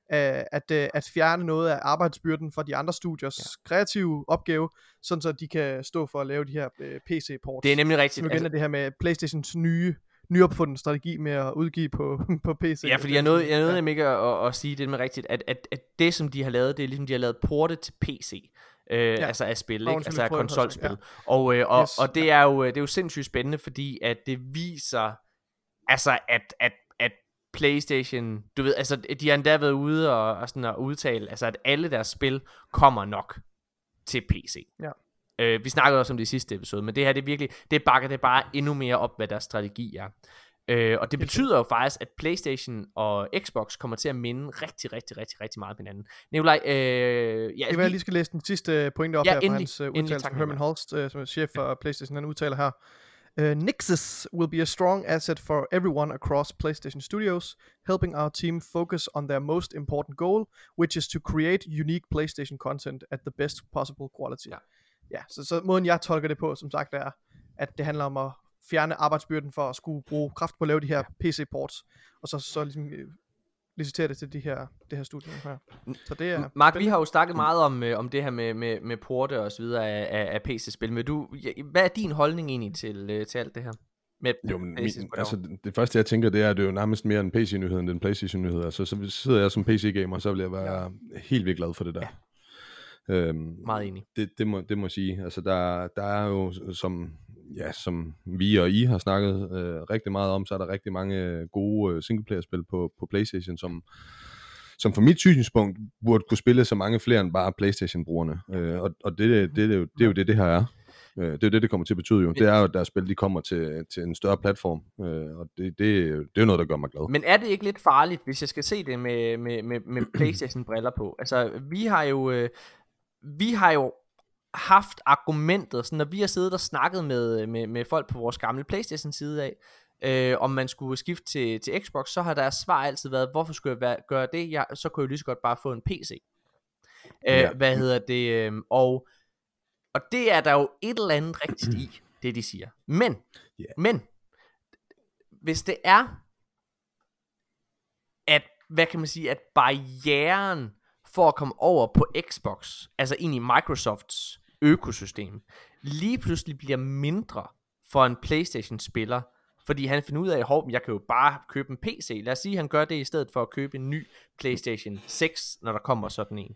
at, at, at fjerne noget af arbejdsbyrden fra de andre studiers ja. kreative opgave, sådan så de kan stå for at lave de her uh, P C-ports. Det er nemlig rigtigt. Som igen er det her med PlayStations nye nyopfundet strategi med at udgive på, på P C. Ja, fordi jeg nåede, jeg nåede ja. ikke at, at, at sige det med rigtigt, at, at, at det som de har lavet, det er ligesom de har lavet porte til P C. Øh, ja. Altså af spil, ikke? Altså af konsolspil. Ja. Og, øh, og, yes. og det, er jo, det er jo sindssygt spændende, fordi at det viser, altså at, at, at PlayStation, du ved, altså de har endda været ude og, og sådan at udtale, altså at alle deres spil kommer nok til P C. Ja. Øh, vi snakkede også om det i sidste episode, men det her, det er virkelig, det bakker det bare endnu mere op, hvad deres strategi er. Øh, og det betyder jo faktisk, at PlayStation og Xbox kommer til at minde rigtig, rigtig, rigtig, rigtig meget på hinanden. Nikolaj, øh, ja, det var, jeg lige skal læse den sidste pointe op ja, her fra hans uh, udtalelse fra Herman Holst, uh, som er chef for PlayStation. Han udtaler her: uh, Nixus will be a strong asset for everyone across PlayStation Studios, helping our team focus on their most important goal, which is to create unique PlayStation content at the best possible quality. Ja, ja så, så måden jeg tolker det på, som sagt, er, at det handler om at fjerne arbejdsbyrden for at skulle bruge kraft på at lave de her P C-ports, og så, så ligesom øh, licitere det til de her, det her studie her. Så det er Mark, spændende. Vi har jo snakket meget om, øh, om det her med, med, med porte og så videre af, af, af P C-spil, men du, ja, hvad er din holdning egentlig til, øh, til alt det her? Med jo, men min, altså, det første jeg tænker, det er, at det er jo nærmest mere en P C-nyhed end en PlayStation-nyhed. Altså, så sidder jeg som P C-gamer, så vil jeg være ja. helt vildt glad for det der. Ja. Øhm, meget enig. Det, det, må, det må jeg sige. Altså, der, der er jo, som, ja, som vi og I har snakket øh, rigtig meget om, så er der rigtig mange gode øh, singleplayer-spil på, på PlayStation, som, som fra mit synspunkt burde kunne spille så mange flere end bare PlayStation-brugerne. Øh, og og det, det, det, det, er jo, det er jo det, det her er. Øh, det er jo det, det kommer til at betyde jo. Det er jo, at deres spil, de kommer til, til en større platform. Øh, og det, det, det er jo noget, der gør mig glad. Men er det ikke lidt farligt, hvis jeg skal se det med, med, med, med PlayStation-briller på? Altså, vi har jo... Øh, vi har jo haft argumentet, så når vi har siddet og snakket med, med, med folk på vores gamle PlayStation side af, øh, om man skulle skifte til, til Xbox, så har deres svar altid været, hvorfor skulle jeg være, gøre det? Jeg, så kunne jeg lige så godt bare få en P C. Øh, ja. Hvad hedder det? Øh, og, og det er der jo et eller andet rigtigt i, det de siger. Men, yeah. men, hvis det er, at, hvad kan man sige, at barrieren for at komme over på Xbox, altså ind i Microsofts økosystem, lige pludselig bliver mindre for en PlayStation-spiller, fordi han finder ud af, at jeg kan jo bare købe en P C. Lad os sige, at han gør det i stedet for at købe en ny PlayStation seks, når der kommer sådan en.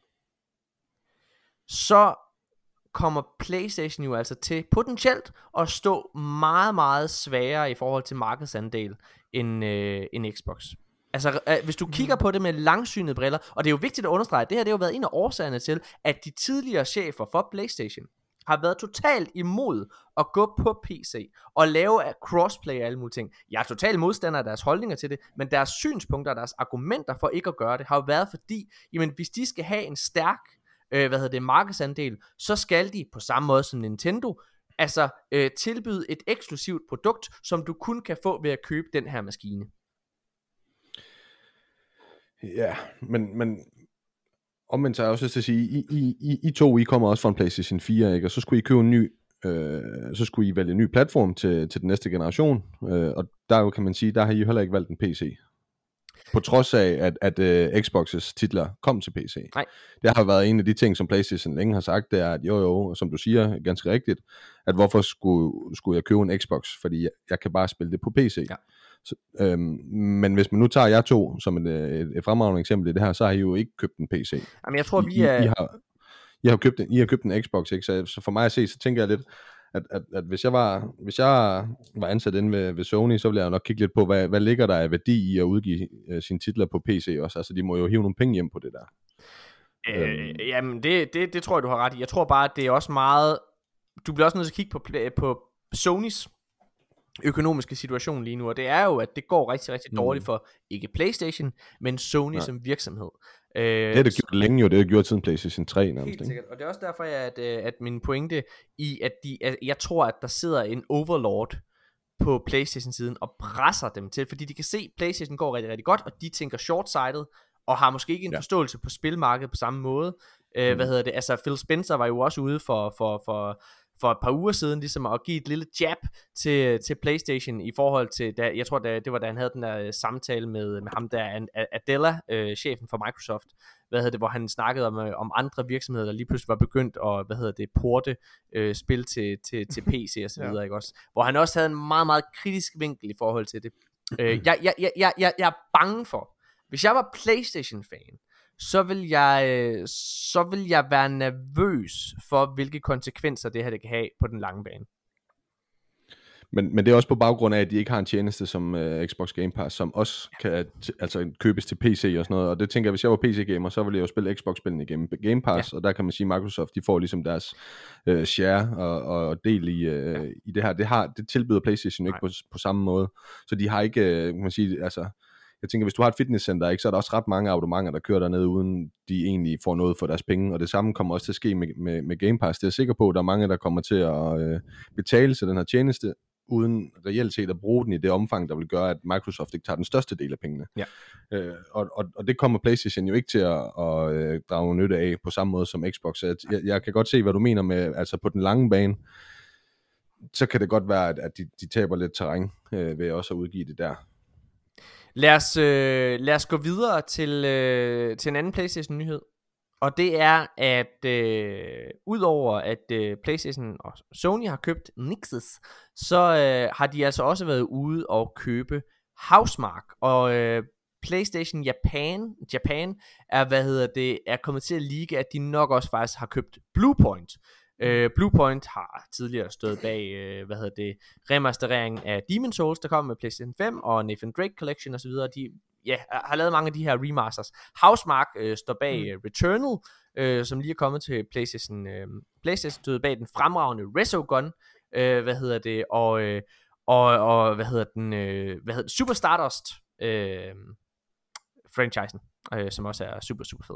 Så kommer PlayStation jo altså til potentielt at stå meget, meget sværere i forhold til markedsandel end, øh, end Xbox. Altså, øh, hvis du kigger på det med langsynede briller, og det er jo vigtigt at understrege, at det her det har jo været en af årsagerne til, at de tidligere chefer for PlayStation har været totalt imod at gå på P C og lave crossplay og alle mulige ting. Jeg er totalt modstander af deres holdninger til det, men deres synspunkter og deres argumenter for ikke at gøre det, har jo været fordi, jamen hvis de skal have en stærk, øh, hvad hedder det, markedsandel, så skal de på samme måde som Nintendo, altså øh, tilbyde et eksklusivt produkt, som du kun kan få ved at købe den her maskine. Ja, men, men omvendt så er jeg også lyst til at sige, I, I, I, I to, I kommer også fra en PlayStation fire, ikke? Og så skulle I købe en ny, øh, så skulle I vælge en ny platform til, til den næste generation, øh, og der jo kan man sige, der har I heller ikke valgt en P C. På trods af, at, at uh, Xbox's titler kom til P C. Nej. Det har været en af de ting, som PlayStation længe har sagt, det er, at jo jo, som du siger ganske rigtigt, at hvorfor skulle, skulle jeg købe en Xbox, fordi jeg, jeg kan bare spille det på P C. Ja. Så, øhm, men hvis man nu tager jer to som et, et, et fremragende eksempel i det her, så har I jo ikke købt en P C. Jamen jeg tror vi er... I, I, har, I, har købt en, I har købt en Xbox, ikke? Så, så for mig at se, så tænker jeg lidt, at, at, at hvis jeg var hvis jeg var ansat inde ved, ved Sony, så ville jeg jo nok kigge lidt på, hvad, hvad ligger der af værdi i at udgive uh, sine titler på P C også. Altså de må jo hive nogle penge hjem på det der. Øh, øhm. Jamen det, det, det tror jeg du har ret i. Jeg tror bare, at det er også meget, du bliver også nødt til at kigge på, på Sonys økonomiske situation lige nu, og det er jo, at det går rigtig, rigtig dårligt for, ikke PlayStation, men Sony Nej. som virksomhed. Øh, det har det gjort længe jo, det har gjort siden PlayStation tre nærmest. Helt sikkert, og det er også derfor, at, at min pointe i, at, de, at jeg tror, at der sidder en overlord på PlayStation-siden og presser dem til, fordi de kan se, at PlayStation går rigtig, rigtig godt, og de tænker short-sighted, og har måske ikke en ja. forståelse på spilmarkedet på samme måde. Øh, mm. Hvad hedder det? Altså, Phil Spencer var jo også ude for, for, for for et par uger siden, ligesom at give et lille jab til, til PlayStation i forhold til, da, jeg tror da, det var da han havde den der samtale med, med ham der, Adela, øh, chefen for Microsoft, hvad hedder det, hvor han snakkede om, om andre virksomheder, der lige pludselig var begyndt at, hvad hedder det, porte øh, spil til, til, til P C og så videre, ja. Ikke også? Hvor han også havde en meget, meget kritisk vinkel i forhold til det. øh, jeg, jeg, jeg, jeg, jeg, jeg er bange for, hvis jeg var PlayStation-fan, så vil jeg så vil jeg være nervøs for, hvilke konsekvenser det her det kan have på den lange bane. Men, men det er også på baggrund af, at de ikke har en tjeneste som uh, Xbox Game Pass, som også kan t- altså købes til P C og sådan noget. Og det tænker jeg, hvis jeg var P C-gamer, så ville jeg jo spille Xbox-spillene igennem Game Pass. Ja. Og der kan man sige, at Microsoft, de får ligesom deres uh, share og, og del i, uh, ja. i det her. Det, har, det tilbyder PlayStation ikke på, på samme måde. Så de har ikke, uh, kan man sige, altså... Jeg tænker, hvis du har et fitnesscenter, ikke, så er der også ret mange abonnementer, der kører dernede, uden de egentlig får noget for deres penge. Og det samme kommer også til at ske med, med, med Game Pass. Det er jeg sikker på, at der er mange, der kommer til at øh, betale til den her tjeneste, uden reelt set at bruge den i det omfang, der vil gøre, at Microsoft ikke tager den største del af pengene. Ja. Øh, og, og, og det kommer PlayStation jo ikke til at, at, at drage nytte af på samme måde som Xbox. Jeg, jeg kan godt se, hvad du mener med, altså på den lange bane, så kan det godt være, at, at de, de taber lidt terræn øh, ved også at udgive det der. Lad os, øh, lad os gå videre til, øh, til en anden PlayStation-nyhed. Og det er, at øh, udover at øh, PlayStation og Sony har købt Nixxes, så øh, har de altså også været ude og købe Housemarque. Og øh, PlayStation Japan, Japan er, hvad hedder det, er kommet til at ligge, at de nok også faktisk har købt Bluepoint. Uh, Bluepoint har tidligere stået bag uh, hvad hedder det, remasterering af Demon's Souls, der kom med PlayStation fem og Nathan Drake Collection og så videre. De ja, har lavet mange af de her remasters. Housemarque uh, står bag uh, Returnal, uh, som lige er kommet til PlayStation. Uh, PlayStation stod bag den fremragende Resogun, uh, hvad hedder det, og uh, og og hvad hedder den, uh, hvad hedder den? Super Stardust uh, franchisen, uh, som også er super super fed.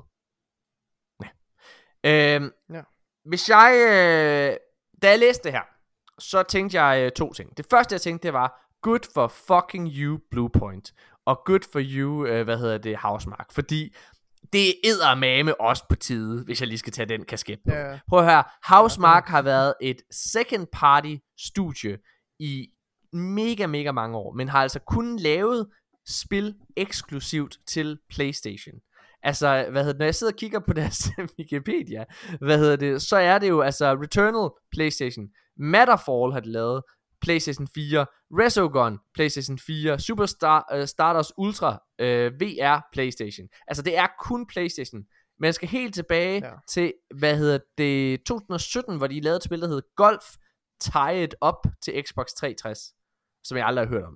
Ja. Uh, ja. Hvis jeg, øh, da jeg læste det her, så tænkte jeg øh, to ting. Det første jeg tænkte, det var, good for fucking you Bluepoint, og good for you, øh, hvad hedder det, Housemarque, fordi det er eddermame også på tide, hvis jeg lige skal tage den kasket på. Yeah. Prøv at høre, Housemarque har været et second party studie i mega, mega mange år, men har altså kun lavet spil eksklusivt til PlayStation. Altså, hvad hedder det, når jeg sidder og kigger på deres Wikipedia, hvad hedder det, så er det jo, altså, Returnal, PlayStation, Matterfall har de lavet, PlayStation fire, Resogun, PlayStation fire, Super Star, uh, Stardust Ultra, uh, V R, PlayStation. Altså, det er kun PlayStation. Men jeg skal helt tilbage ja. til, hvad hedder det, to tusind og sytten, hvor de lavede et spil, der hedder Golf Tied Up til Xbox tre tres, som jeg aldrig har hørt om.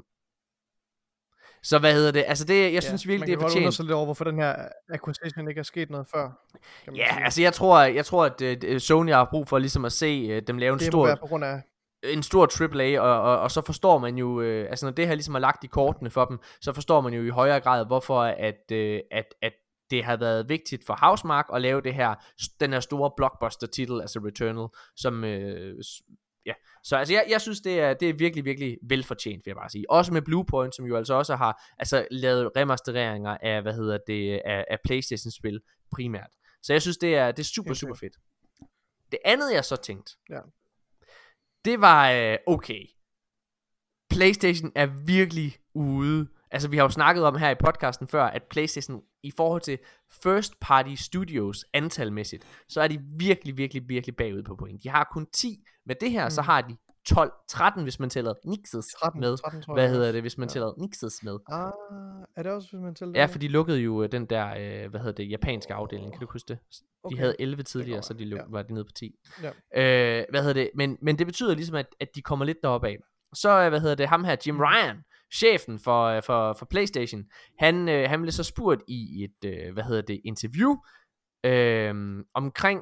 Så hvad hedder det? Altså det, jeg ja, synes virkelig, det er fortjent. Man kan godt lidt over, hvorfor den her acquisition ikke er sket noget før. Ja, sige. altså jeg tror, jeg tror at uh, Sony har brug for ligesom at se uh, dem lave en det stor, på grund af... en stor triple A, og, og, og så forstår man jo, uh, altså når det her ligesom har lagt i kortene for dem, så forstår man jo i højere grad, hvorfor at, uh, at, at det har været vigtigt for Housemarque at lave det her, den her store blockbuster titel, altså Returnal, som... Uh, Ja, så altså jeg, jeg synes det er, det er virkelig, virkelig velfortjent, vil jeg bare sige. Også med Bluepoint, som jo altså også har altså, lavet remastereringer af, hvad hedder det, af, af PlayStation-spil primært. Så jeg synes det er, det er super, okay. super fedt. Det andet jeg så tænkte, ja. det var, øh, okay, PlayStation er virkelig ude. Altså vi har jo snakket om her i podcasten før, at PlayStation i forhold til first party studios antalmæssigt, så er de virkelig, virkelig, virkelig bagud på point. De har kun ti. Med det her, mm. så har de tolv, tretten, hvis man tæller Nixxes med. tretten, tror jeg. Hvad hedder det, hvis man ja. tæller Nixxes med? Ah, er det også, hvis man tæller det? Ja, for de lukkede jo den der, øh, hvad hedder det, japanske afdeling. Kan du huske det? De okay. havde elleve tidligere, så de luk- ja. var de nede på ti. Ja. Øh, hvad hedder det? Men, men det betyder ligesom, at, at de kommer lidt deroppe af. Så, hvad hedder det, ham her, Jim Ryan, chefen for, for, for PlayStation, han, øh, han blev så spurgt i et, øh, hvad hedder det, interview, øh, omkring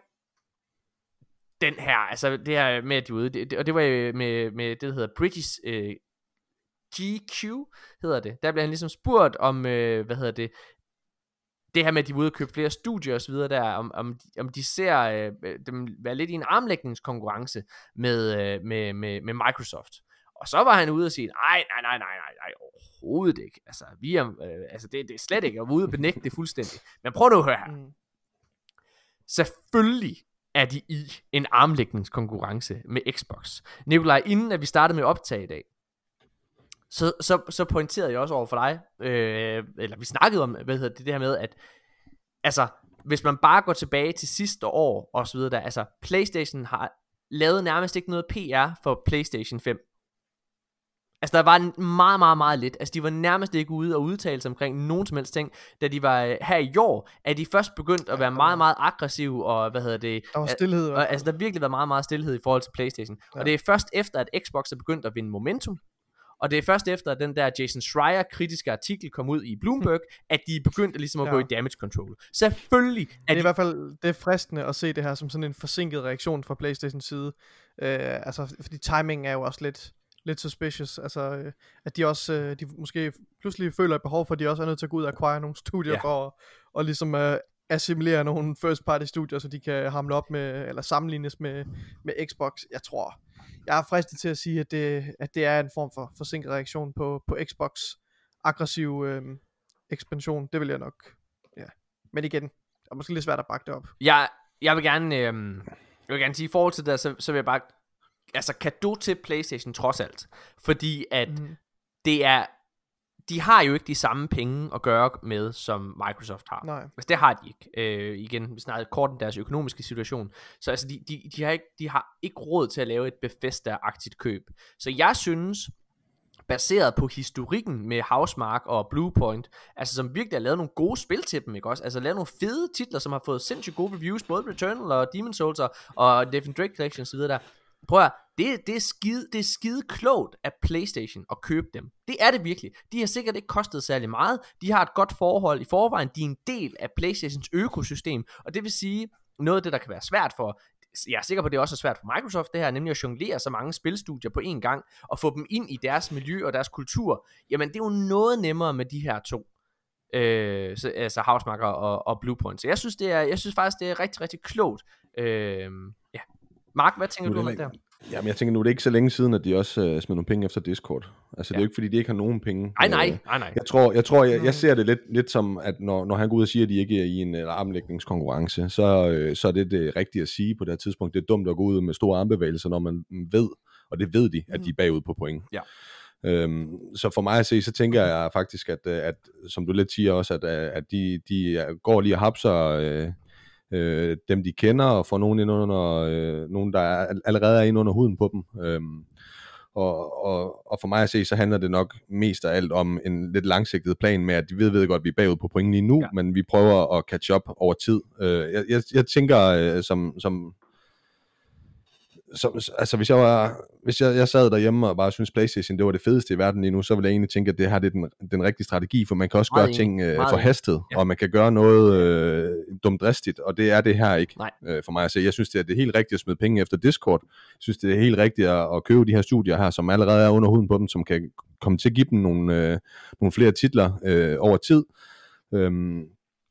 den her, altså det her med at de ude, det, det, og det var jo med, med det, der hedder British øh, G Q, hedder det. Der blev han ligesom spurgt om, øh, hvad hedder det, det her med, at de er ude og købe flere studier og så videre der, om, om, om de ser øh, dem være lidt i en armlægningskonkurrence med, øh, med, med, med Microsoft. Og så var han ude og sige, nej, nej, nej, nej, nej, nej, overhovedet ikke. Altså, vi er, øh, altså det, det er slet ikke, at være ude og benægte det fuldstændig. Men prøv nu at høre her. Mm. Selvfølgelig er de i en armlægningskonkurrence med Xbox. Nikolaj, inden at vi startede med optag i dag, så, så, så pointerede jeg også over for dig, øh, eller vi snakkede om, hvad hedder det, det her med, at altså, hvis man bare går tilbage til sidste år, og så videre der, altså, PlayStation har lavet nærmest ikke noget P R for PlayStation fem. Altså, der var meget, meget, meget lidt. Altså, de var nærmest ikke ude og udtale sig omkring nogen som helst ting. Da de var her i år, er de først begyndt at være meget, meget aggressive, og hvad hedder det? Der var stillhed. Og, altså, der har virkelig været meget, meget stillhed i forhold til PlayStation. Ja. Og det er først efter, at Xbox er begyndt at vinde momentum, og det er først efter, at den der Jason Schreier kritiske artikel kom ud i Bloomberg, at de er begyndt at, ligesom at ja. gå i damage control. Selvfølgelig er det er de... i hvert fald det er fristende at se det her som sådan en forsinket reaktion fra PlayStations side. Øh, altså, fordi timingen er jo også lidt... lidt suspicious, altså øh, at de også, øh, de måske pludselig føler et behov for, at de også er nødt til at gå ud og acquire nogle studier, ja. for at, og ligesom øh, assimilere nogle first party studier, så de kan hamle op med, eller sammenlignes med, med Xbox. Jeg tror, jeg er fristet til at sige, at det, at det er en form for forsinket reaktion på, på Xbox aggressiv øh, ekspansion, det vil jeg nok, ja. Men igen, det er måske lidt svært at bakke det op. Jeg, jeg vil gerne, øh, jeg vil gerne sige, i forhold til det, så, så vil jeg bare altså cadeau til PlayStation trods alt, fordi at mm. det er, de har jo ikke de samme penge at gøre med, som Microsoft har. Nej. Altså det har de ikke. Øh, igen, vi snakkede kort om deres økonomiske situation. Så altså de, de, de, har ikke, de har ikke råd til at lave et Bethesda-agtigt køb. Så jeg synes, baseret på historikken med Housemarque og Bluepoint, altså som virkelig har lavet nogle gode spil til dem, ikke også? Altså lavet nogle fede titler, som har fået sindssygt gode reviews, både Returnal og Demon's Souls og Devil Drake Collection og så videre der. Prøv at det, det, er skide, det er skide klogt af PlayStation at købe dem. Det er det virkelig. De har sikkert ikke kostet særlig meget. De har et godt forhold i forvejen. De er en del af PlayStations økosystem. Og det vil sige, noget af det, der kan være svært for, jeg er sikker på, at det er også svært for Microsoft, det her, nemlig at jonglere så mange spilstudier på én gang, og få dem ind i deres miljø og deres kultur. Jamen, det er jo noget nemmere med de her to. Øh, så, altså Housemarque og, og Bluepoint. Så jeg synes, det er, jeg synes faktisk, det er rigtig, rigtig klogt. Øh, ja. Mark, hvad tænker du om det der? Jamen, jeg tænker nu, det er ikke så længe siden, at de også uh, smed nogle penge efter Discord. Altså, ja. Det er jo ikke, fordi de ikke har nogen penge. Nej, nej, nej, nej. Jeg tror, jeg, tror, jeg, jeg ser det lidt, lidt som, at når, når han går ud og siger, at de ikke er i en armlægningskonkurrence, så, øh, så er det det rigtige at sige på det her tidspunkt. Det er dumt at gå ud med store armbevægelser, når man ved, og det ved de, at de er bagud på point. Ja. Øhm, så for mig at se, så tænker jeg faktisk, at, at som du lidt siger også, at, at de, de går lige og hapser... Øh, Øh, dem de kender, og får nogen ind under, øh, nogen der er, allerede er inde under huden på dem. Øhm, og, og, og for mig at se, så handler det nok mest af alt om en lidt langsigtet plan med, at de ved, ved godt, at vi er bagud på point lige nu, ja. Men vi prøver at catch up over tid. Øh, jeg, jeg, jeg tænker, øh, som, som, som, altså hvis jeg var, hvis jeg, jeg sad derhjemme og bare synes PlayStation, det var det fedeste i verden lige nu, så ville jeg egentlig tænke, at det her det er den, den rigtige strategi, for man kan også meget gøre ting øh, forhastet, ja. Og man kan gøre noget øh, dumdristigt, og det er det her ikke øh, for mig at se. Jeg synes, det er det helt rigtige at smide penge efter Discord. Jeg synes, det er helt rigtigt at, at købe de her studier her, som allerede er under huden på dem, som kan komme til at give dem nogle, øh, nogle flere titler øh, over tid. Øhm,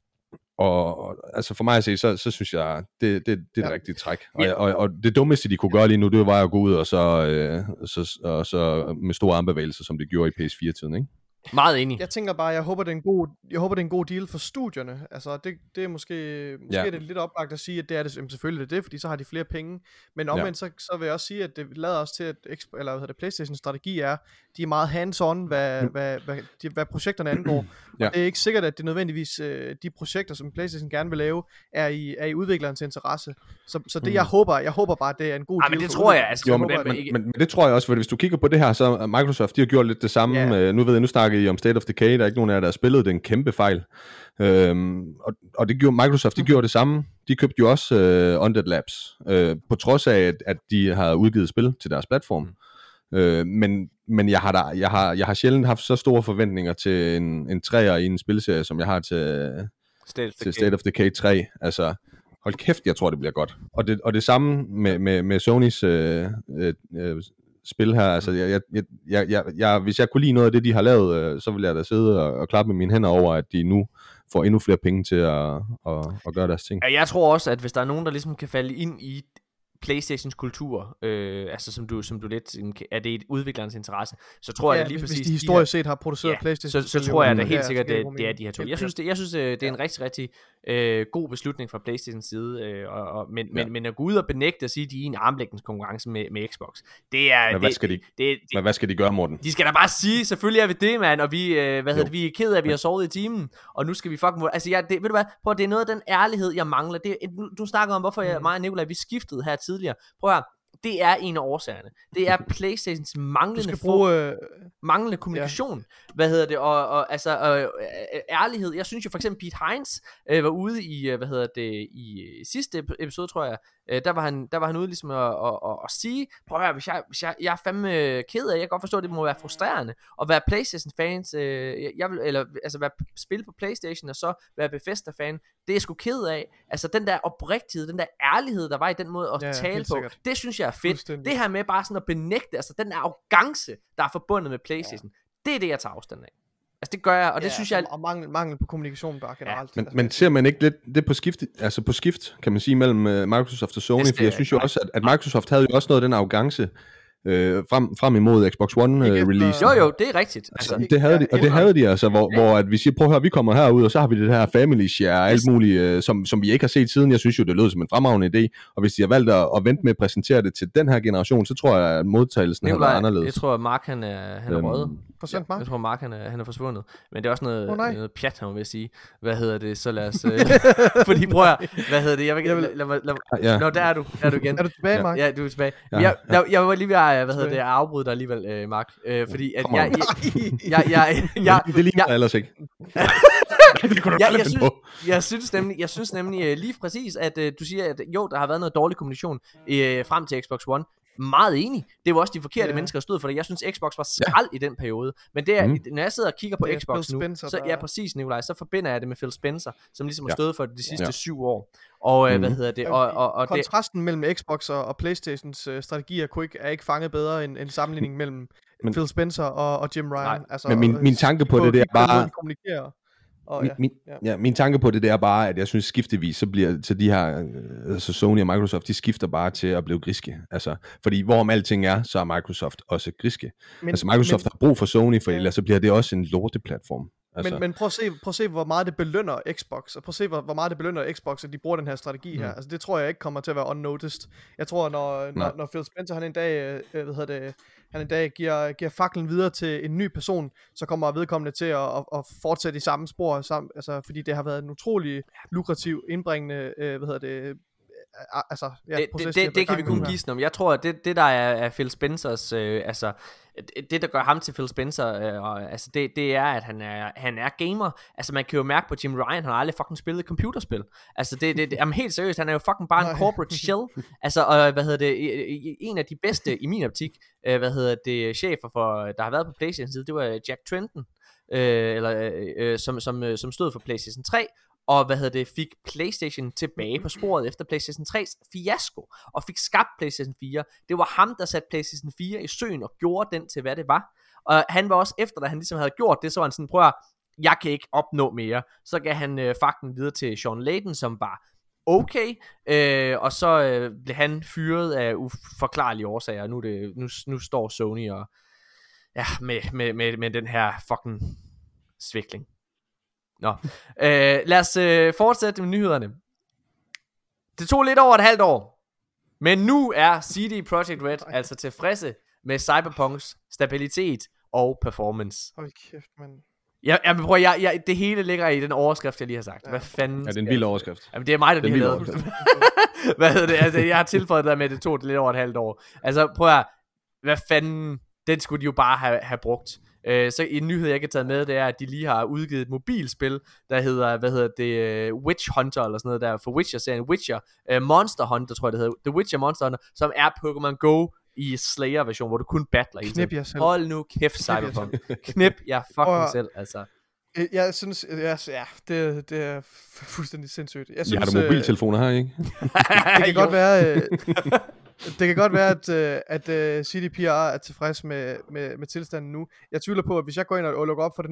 Og altså for mig at se, så, så synes jeg, det, det, det er det ja. rigtige træk. Og, ja. og, og det dummeste, de kunne gøre lige nu, det var at gå ud og så, øh, så, og så med store armbevægelser, som det gjorde i P S fire-tiden, ikke? Meget enig. Jeg tænker bare, jeg håber, det er en god, jeg håber, det er en god deal for studierne. Altså, det, det er måske, måske ja. er det lidt oplagt at sige, at det er det, jamen, selvfølgelig det er det, fordi så har de flere penge. Men omvendt, ja. så, så vil jeg også sige, at det lader os til, at eller, hvad det, PlayStation strategi er, de er meget hands-on, hvad, mm. hvad, hvad, de, hvad projekterne angår. Ja. Og det er ikke sikkert, at det nødvendigvis, øh, de projekter, som PlayStation gerne vil lave, er i, er i udviklerens interesse. Så, så det, mm. jeg håber, jeg håber bare, det er en god ja, deal. Men det tror jeg, altså. Jo, men, men, men, men, men det tror jeg også, for hvis du kigger på det her, så Microsoft, de har gjort lidt det samme. Ja. Øh, nu ved jeg, nu snakker I om State of Decay, der er ikke nogen af jer, der har spillet, det er en kæmpe fejl. Øhm, og, og det gjorde Microsoft, de gjorde det samme. De købte jo også øh, Undead Labs, øh, på trods af, at, at de har udgivet spil til deres platform. Mm. Øh, men men jeg, har der, jeg, har, jeg har sjældent haft så store forventninger til en, en træer i en spilserie, som jeg har til State, til State of Decay tre. Altså, hold kæft, jeg tror, det bliver godt. Og det, og det samme med, med, med Sonys øh, øh, spil her. Altså, jeg, jeg, jeg, jeg, jeg, hvis jeg kunne lide noget af det, de har lavet, øh, så ville jeg da sidde og, og klappe med mine hænder over, at de nu får endnu flere penge til at, at, at gøre deres ting. Jeg tror også, at hvis der er nogen, der ligesom kan falde ind i PlayStations kultur, øh, altså som du, som du lidt, er det et udviklerens interesse, så tror ja, jeg, at lige hvis, præcis... hvis de historisk set har produceret ja, PlayStation, så, så tror jeg da helt ja, sikkert, det, det, det er de her to. Jeg synes, det, jeg synes det er en rigtig, rigtig øh, god beslutning fra PlayStations side, øh, og, og, men, ja. men, men at gå ud og benægte at sige, at de er i en armlægningskonkurrence med, med Xbox, det er... Men hvad skal de, det, det, men hvad skal de gøre, Morten? De skal da bare sige, selvfølgelig er vi det, mand, og vi, øh, hvad hedder det, vi er ked af, at vi har sovet i timen, og nu skal vi fucking... Altså, jeg, det, ved du hvad, prøv, det er noget af den ærlighed, jeg mangler. Det, du, du snakker om, hvorfor jeg, mig og Nikolaj, vi skiftede her tidligere. Prøv at høre, det er en af årsagerne. Det er PlayStations manglende, bruge, øh... manglende kommunikation. Ja. Hvad hedder det? Og, og altså øh, ærlighed. Jeg synes jo for eksempel Pete Hines øh, var ude i øh, hvad hedder det i sidste episode, tror jeg. Øh, der var han der var han ude ligesom at, at, at, at sige, prøv at høre, hvis jeg hvis jeg jeg er fandme ked af, jeg kan godt forstå, at det må være frustrerende at være PlayStation fans. Øh, jeg vil eller altså være spille på PlayStation og så være Bethesda fan. Det er jeg sgu ked af. Altså den der oprigtighed, den der ærlighed, der var i den måde at ja, tale på. Sikkert. Det synes jeg er fedt. Det her med bare sådan at benægte, altså den der arrogance, der er forbundet med PlayStation. Ja. Det er det, jeg tager afstand af. Altså det gør jeg, og det ja, synes jeg... Og mangel, mangel på kommunikation bare generelt. Ja. Men, men ser man ikke lidt det på skift, altså på skift, kan man sige, mellem uh, Microsoft og Sony? For jeg synes jo også, at, at Microsoft havde jo også noget af den arrogance øh, frem, frem imod Xbox One øh, release. Jo jo, det er rigtigt. Altså, altså, det havde de, og det havde de altså, hvor, ja. hvor at vi siger, prøv at høre, vi kommer herud, og så har vi det her family share og alt muligt, øh, som, som vi ikke har set siden. Jeg synes jo, det lød som en fremragende idé, og hvis de har valgt at, at vente med at præsentere det til den her generation, så tror jeg, at modtagelsen har været anderledes. Jeg tror, at Mark han er, han er øhm, røget. Forsvandt Mark? Jeg tror, Mark han er, han er forsvundet. Men det er også noget, oh, noget pjat, han vil jeg sige. Hvad hedder det? Så lad os... Øh, fordi prøv at, hvad hedder det? Jeg vil, lad, lad, lad, lad, ja. Nå, der er du. Der er du igen. Er du tilbage, Mark? Ja, du er tilbage. Ja, jeg, ja. jeg, jeg var lige ved at, hvad hedder det, at afbryde dig alligevel, øh, Mark. Øh, fordi at jeg... Jeg, jeg, jeg, jeg, det ligner jeg ellers ikke. det kunne du jeg, jeg, synes, jeg synes nemlig, jeg synes nemlig lige præcis, at uh, du siger, at jo, der har været noget dårlig kommunikation uh, frem til Xbox One. Meget enig. Det var også de forkerte yeah. mennesker, der stod for det. Jeg synes, Xbox var skrald ja. i den periode. Men det er, mm. når jeg sidder og kigger på det Xbox nu, Spencer, så ja, præcis, Nikolaj, så forbinder jeg det med Phil Spencer, som ligesom har stået for det de sidste ja. syv år. Og mm. hvad hedder det? Og, og, og kontrasten det... mellem Xbox og, og PlayStations uh, strategier kunne ikke, er ikke fanget bedre end en sammenligning mellem men, Phil Spencer og, og Jim Ryan. Altså, men min, min tanke på, på det, det er bare... Og, min, ja, min, ja. Ja, min tanke på det, det er bare, at jeg synes skiftevis, så bliver så de her, altså Sony og Microsoft, de skifter bare til at blive griske. Altså, fordi hvorom alting er, så er Microsoft også griske. Men, altså Microsoft men, har brug for Sony, for ja. ellers så bliver det også en lorteplatform. Altså. Men, men prøv, at se, prøv at se, hvor meget det belønner Xbox, og prøv at se, hvor, hvor meget det belønner Xbox, at de bruger den her strategi mm. her. Altså det tror jeg ikke kommer til at være unnoticed. Jeg tror, når, når, når Phil Spencer, han en dag, øh, hvad hedder det, han en dag giver, giver faklen videre til en ny person, så kommer vedkommende til at, at, at fortsætte i samme spor, sammen, altså, fordi det har været en utrolig lukrativ, indbringende, øh, hvad hedder det, altså, ja, det, proces, det, det, det kan vi kun gisne om. Jeg tror, at det, det der er, er Phil Spencers, øh, altså det der gør ham til Phil Spencer, øh, og, altså det, det er, at han er, han er gamer. Altså man kan jo mærke på Jim Ryan, han har aldrig fucking spillet computerspil. Altså det, det, det jamen helt seriøst, han er jo fucking bare en corporate shell. Altså og hvad hedder det, en af de bedste i min optik, øh, hvad hedder det, chefer for, der har været på PlayStation side, det var Jack Tretton, øh, eller øh, som som øh, som stod for PlayStation tre. Og hvad hedder det, fik PlayStation tilbage på sporet efter PlayStation tres fiasko, og fik skabt PlayStation fire. Det var ham, der satte PlayStation fire i søen og gjorde den til, hvad det var. Og han var også efter, da han ligesom havde gjort det, så var han sådan, prøv at, jeg kan ikke opnå mere. Så gav han øh, fakten videre til Sean Layden, som var okay, øh, og så øh, blev han fyret af uforklarlige årsager. Nu, det, nu, nu står Sony og, ja, med, med, med, med den her fucking svikling. Nå, øh, lad os øh, fortsætte med nyhederne. Det tog lidt over et halvt år, men nu er C D Projekt Red altså tilfredse med Cyberpunks stabilitet og performance. Hold kæft, mand. Ja, jeg, prøv, jeg, jeg, det hele ligger i den overskrift, jeg lige har sagt. Hvad fanden? Ja, det er en vild overskrift. Jamen, det er mig, der lige har lavet. Hvad hedder det? Altså, jeg har tilføjet det med, at det tog lidt over et halvt år. Altså, prøv at, hvad fanden? Den skulle de jo bare have, have brugt. Uh, så en nyhed jeg ikke har taget med, det er at de lige har udgivet et mobilspil, der hedder, hvad hedder det, uh, Witch Hunter eller sådan noget der, for Witcher-serien, Witcher uh, Monster Hunter tror jeg det hedder, The Witcher Monster Hunter, som er Pokémon Go i Slayer version, hvor du kun battler i Knip jer selv. Hold nu kæft, Cyberpunk. Knip jer fucking og, selv, altså. Jeg synes, ja, ja det, det er fuldstændig sindssygt. Jeg synes, I har du mobiltelefoner her, ikke? det kan godt være... Øh, Det kan godt være, at, at, at C D P R er tilfreds med, med, med tilstanden nu. Jeg tvivler på, at hvis jeg går ind og lukker op for det nu,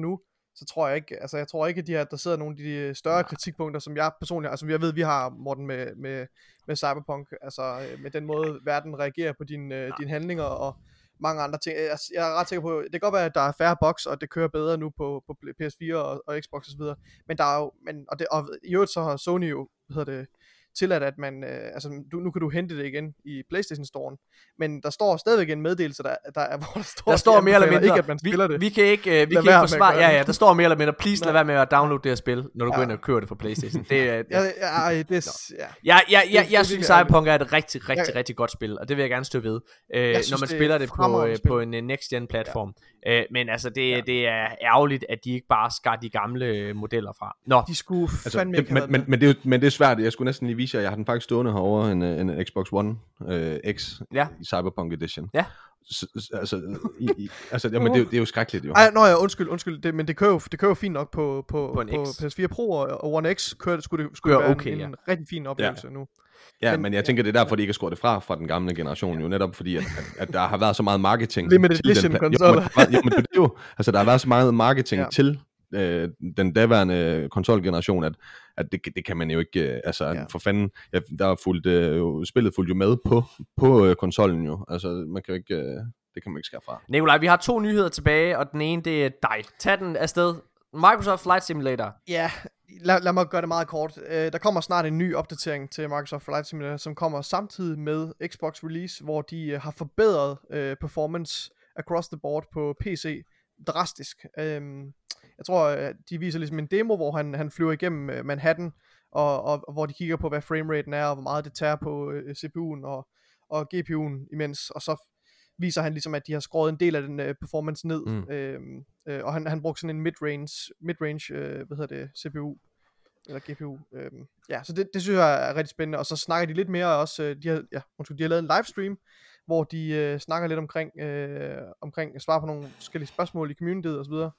så tror jeg ikke, altså jeg tror ikke, at de her, der sidder nogle af de større kritikpunkter, som jeg personligt, altså jeg ved, vi har, Morten, med, med, med Cyberpunk, altså med den måde, verden reagerer på dine, dine handlinger, og mange andre ting. Jeg, jeg er ret sikker på, det kan godt være, at der er færre bugs, og det kører bedre nu på, på P S fire og, og Xbox og så videre, men der er jo, men, og, det, og i øvrigt så har Sony jo, hvad hedder det, tilladt, at man, øh, altså du, nu kan du hente det igen i PlayStation Storen, men der står stadigvæk en meddelelse, der, der er, hvor der står, der står mere eller mindre, ikke, at man spiller vi, det. Vi kan ikke, uh, vi kan ikke forsvare, ja ja, der står mere eller mindre, please lad være med at downloade det her spil, når du ja. går ind og kører det på PlayStation. Det er, ja, ja, det er, ja. Jeg, jeg, jeg, jeg synes, Cyberpunk er et rigtig, rigtig, jeg, rigtig godt spil, og det vil jeg gerne stå ved, øh, synes, når man spiller det på, øh, på en next-gen platform. Ja. Øh, men altså, det, ja. det er ærgerligt, at de ikke bare skar de gamle modeller fra. Nå. De skulle altså, fandme det, men, men, men, det er, men det er svært, jeg skulle næsten lige vise jer, jeg har den faktisk stående herovre, en, en Xbox One øh, X ja. i Cyberpunk Edition. Ja. Så, altså, i, i, altså jamen, det, det er jo skrækkeligt jo. Ej, nå ja, undskyld, undskyld, det, men det kører jo, det kører jo fint nok på, på, på, på P S fire Pro og, og One X, kører, skulle det skulle være okay, en, ja. en rigtig fin oplevelse ja. nu. Ja, men, men jeg tænker, det er derfor, de ikke har skåret det fra fra den gamle generation, jo netop fordi, at, at der har været så meget marketing Limited til edition den konsoller. Jo, men det er jo, altså der har været så meget marketing ja. til øh, den daværende konsolgeneration, at, at det, det kan man jo ikke, øh, altså ja. for fanden, ja, der er fuldt, øh, spillet fuldt jo med på, på øh, konsollen jo, altså man kan jo ikke, øh, det kan man ikke skære fra. Nikolaj, vi har to nyheder tilbage, og den ene, det er dig. Tag den afsted. Microsoft Flight Simulator. Ja, lad, lad mig gøre det meget kort. Uh, der kommer snart en ny opdatering til Microsoft Flight Simulator, som kommer samtidig med Xbox Release, hvor de uh, har forbedret uh, performance across the board på P C drastisk. Uh, jeg tror, uh, de viser ligesom en demo, hvor han, han flyver igennem uh, Manhattan, og, og, og hvor de kigger på, hvad frameraten er, og hvor meget det tager på uh, C P U'en og, og G P U'en imens, og så viser han ligesom, at de har skåret en del af den uh, performance ned, mm. øhm, øh, og han, han brugte sådan en mid-range, mid-range øh, hvad hedder det, C P U, eller G P U, øhm, ja, så det, det synes jeg er rigtig spændende, og så snakker de lidt mere også, øh, de har, ja, undskyld, de har lavet en livestream, hvor de øh, snakker lidt omkring, øh, omkring at svare på nogle forskellige spørgsmål i communityet og så videre,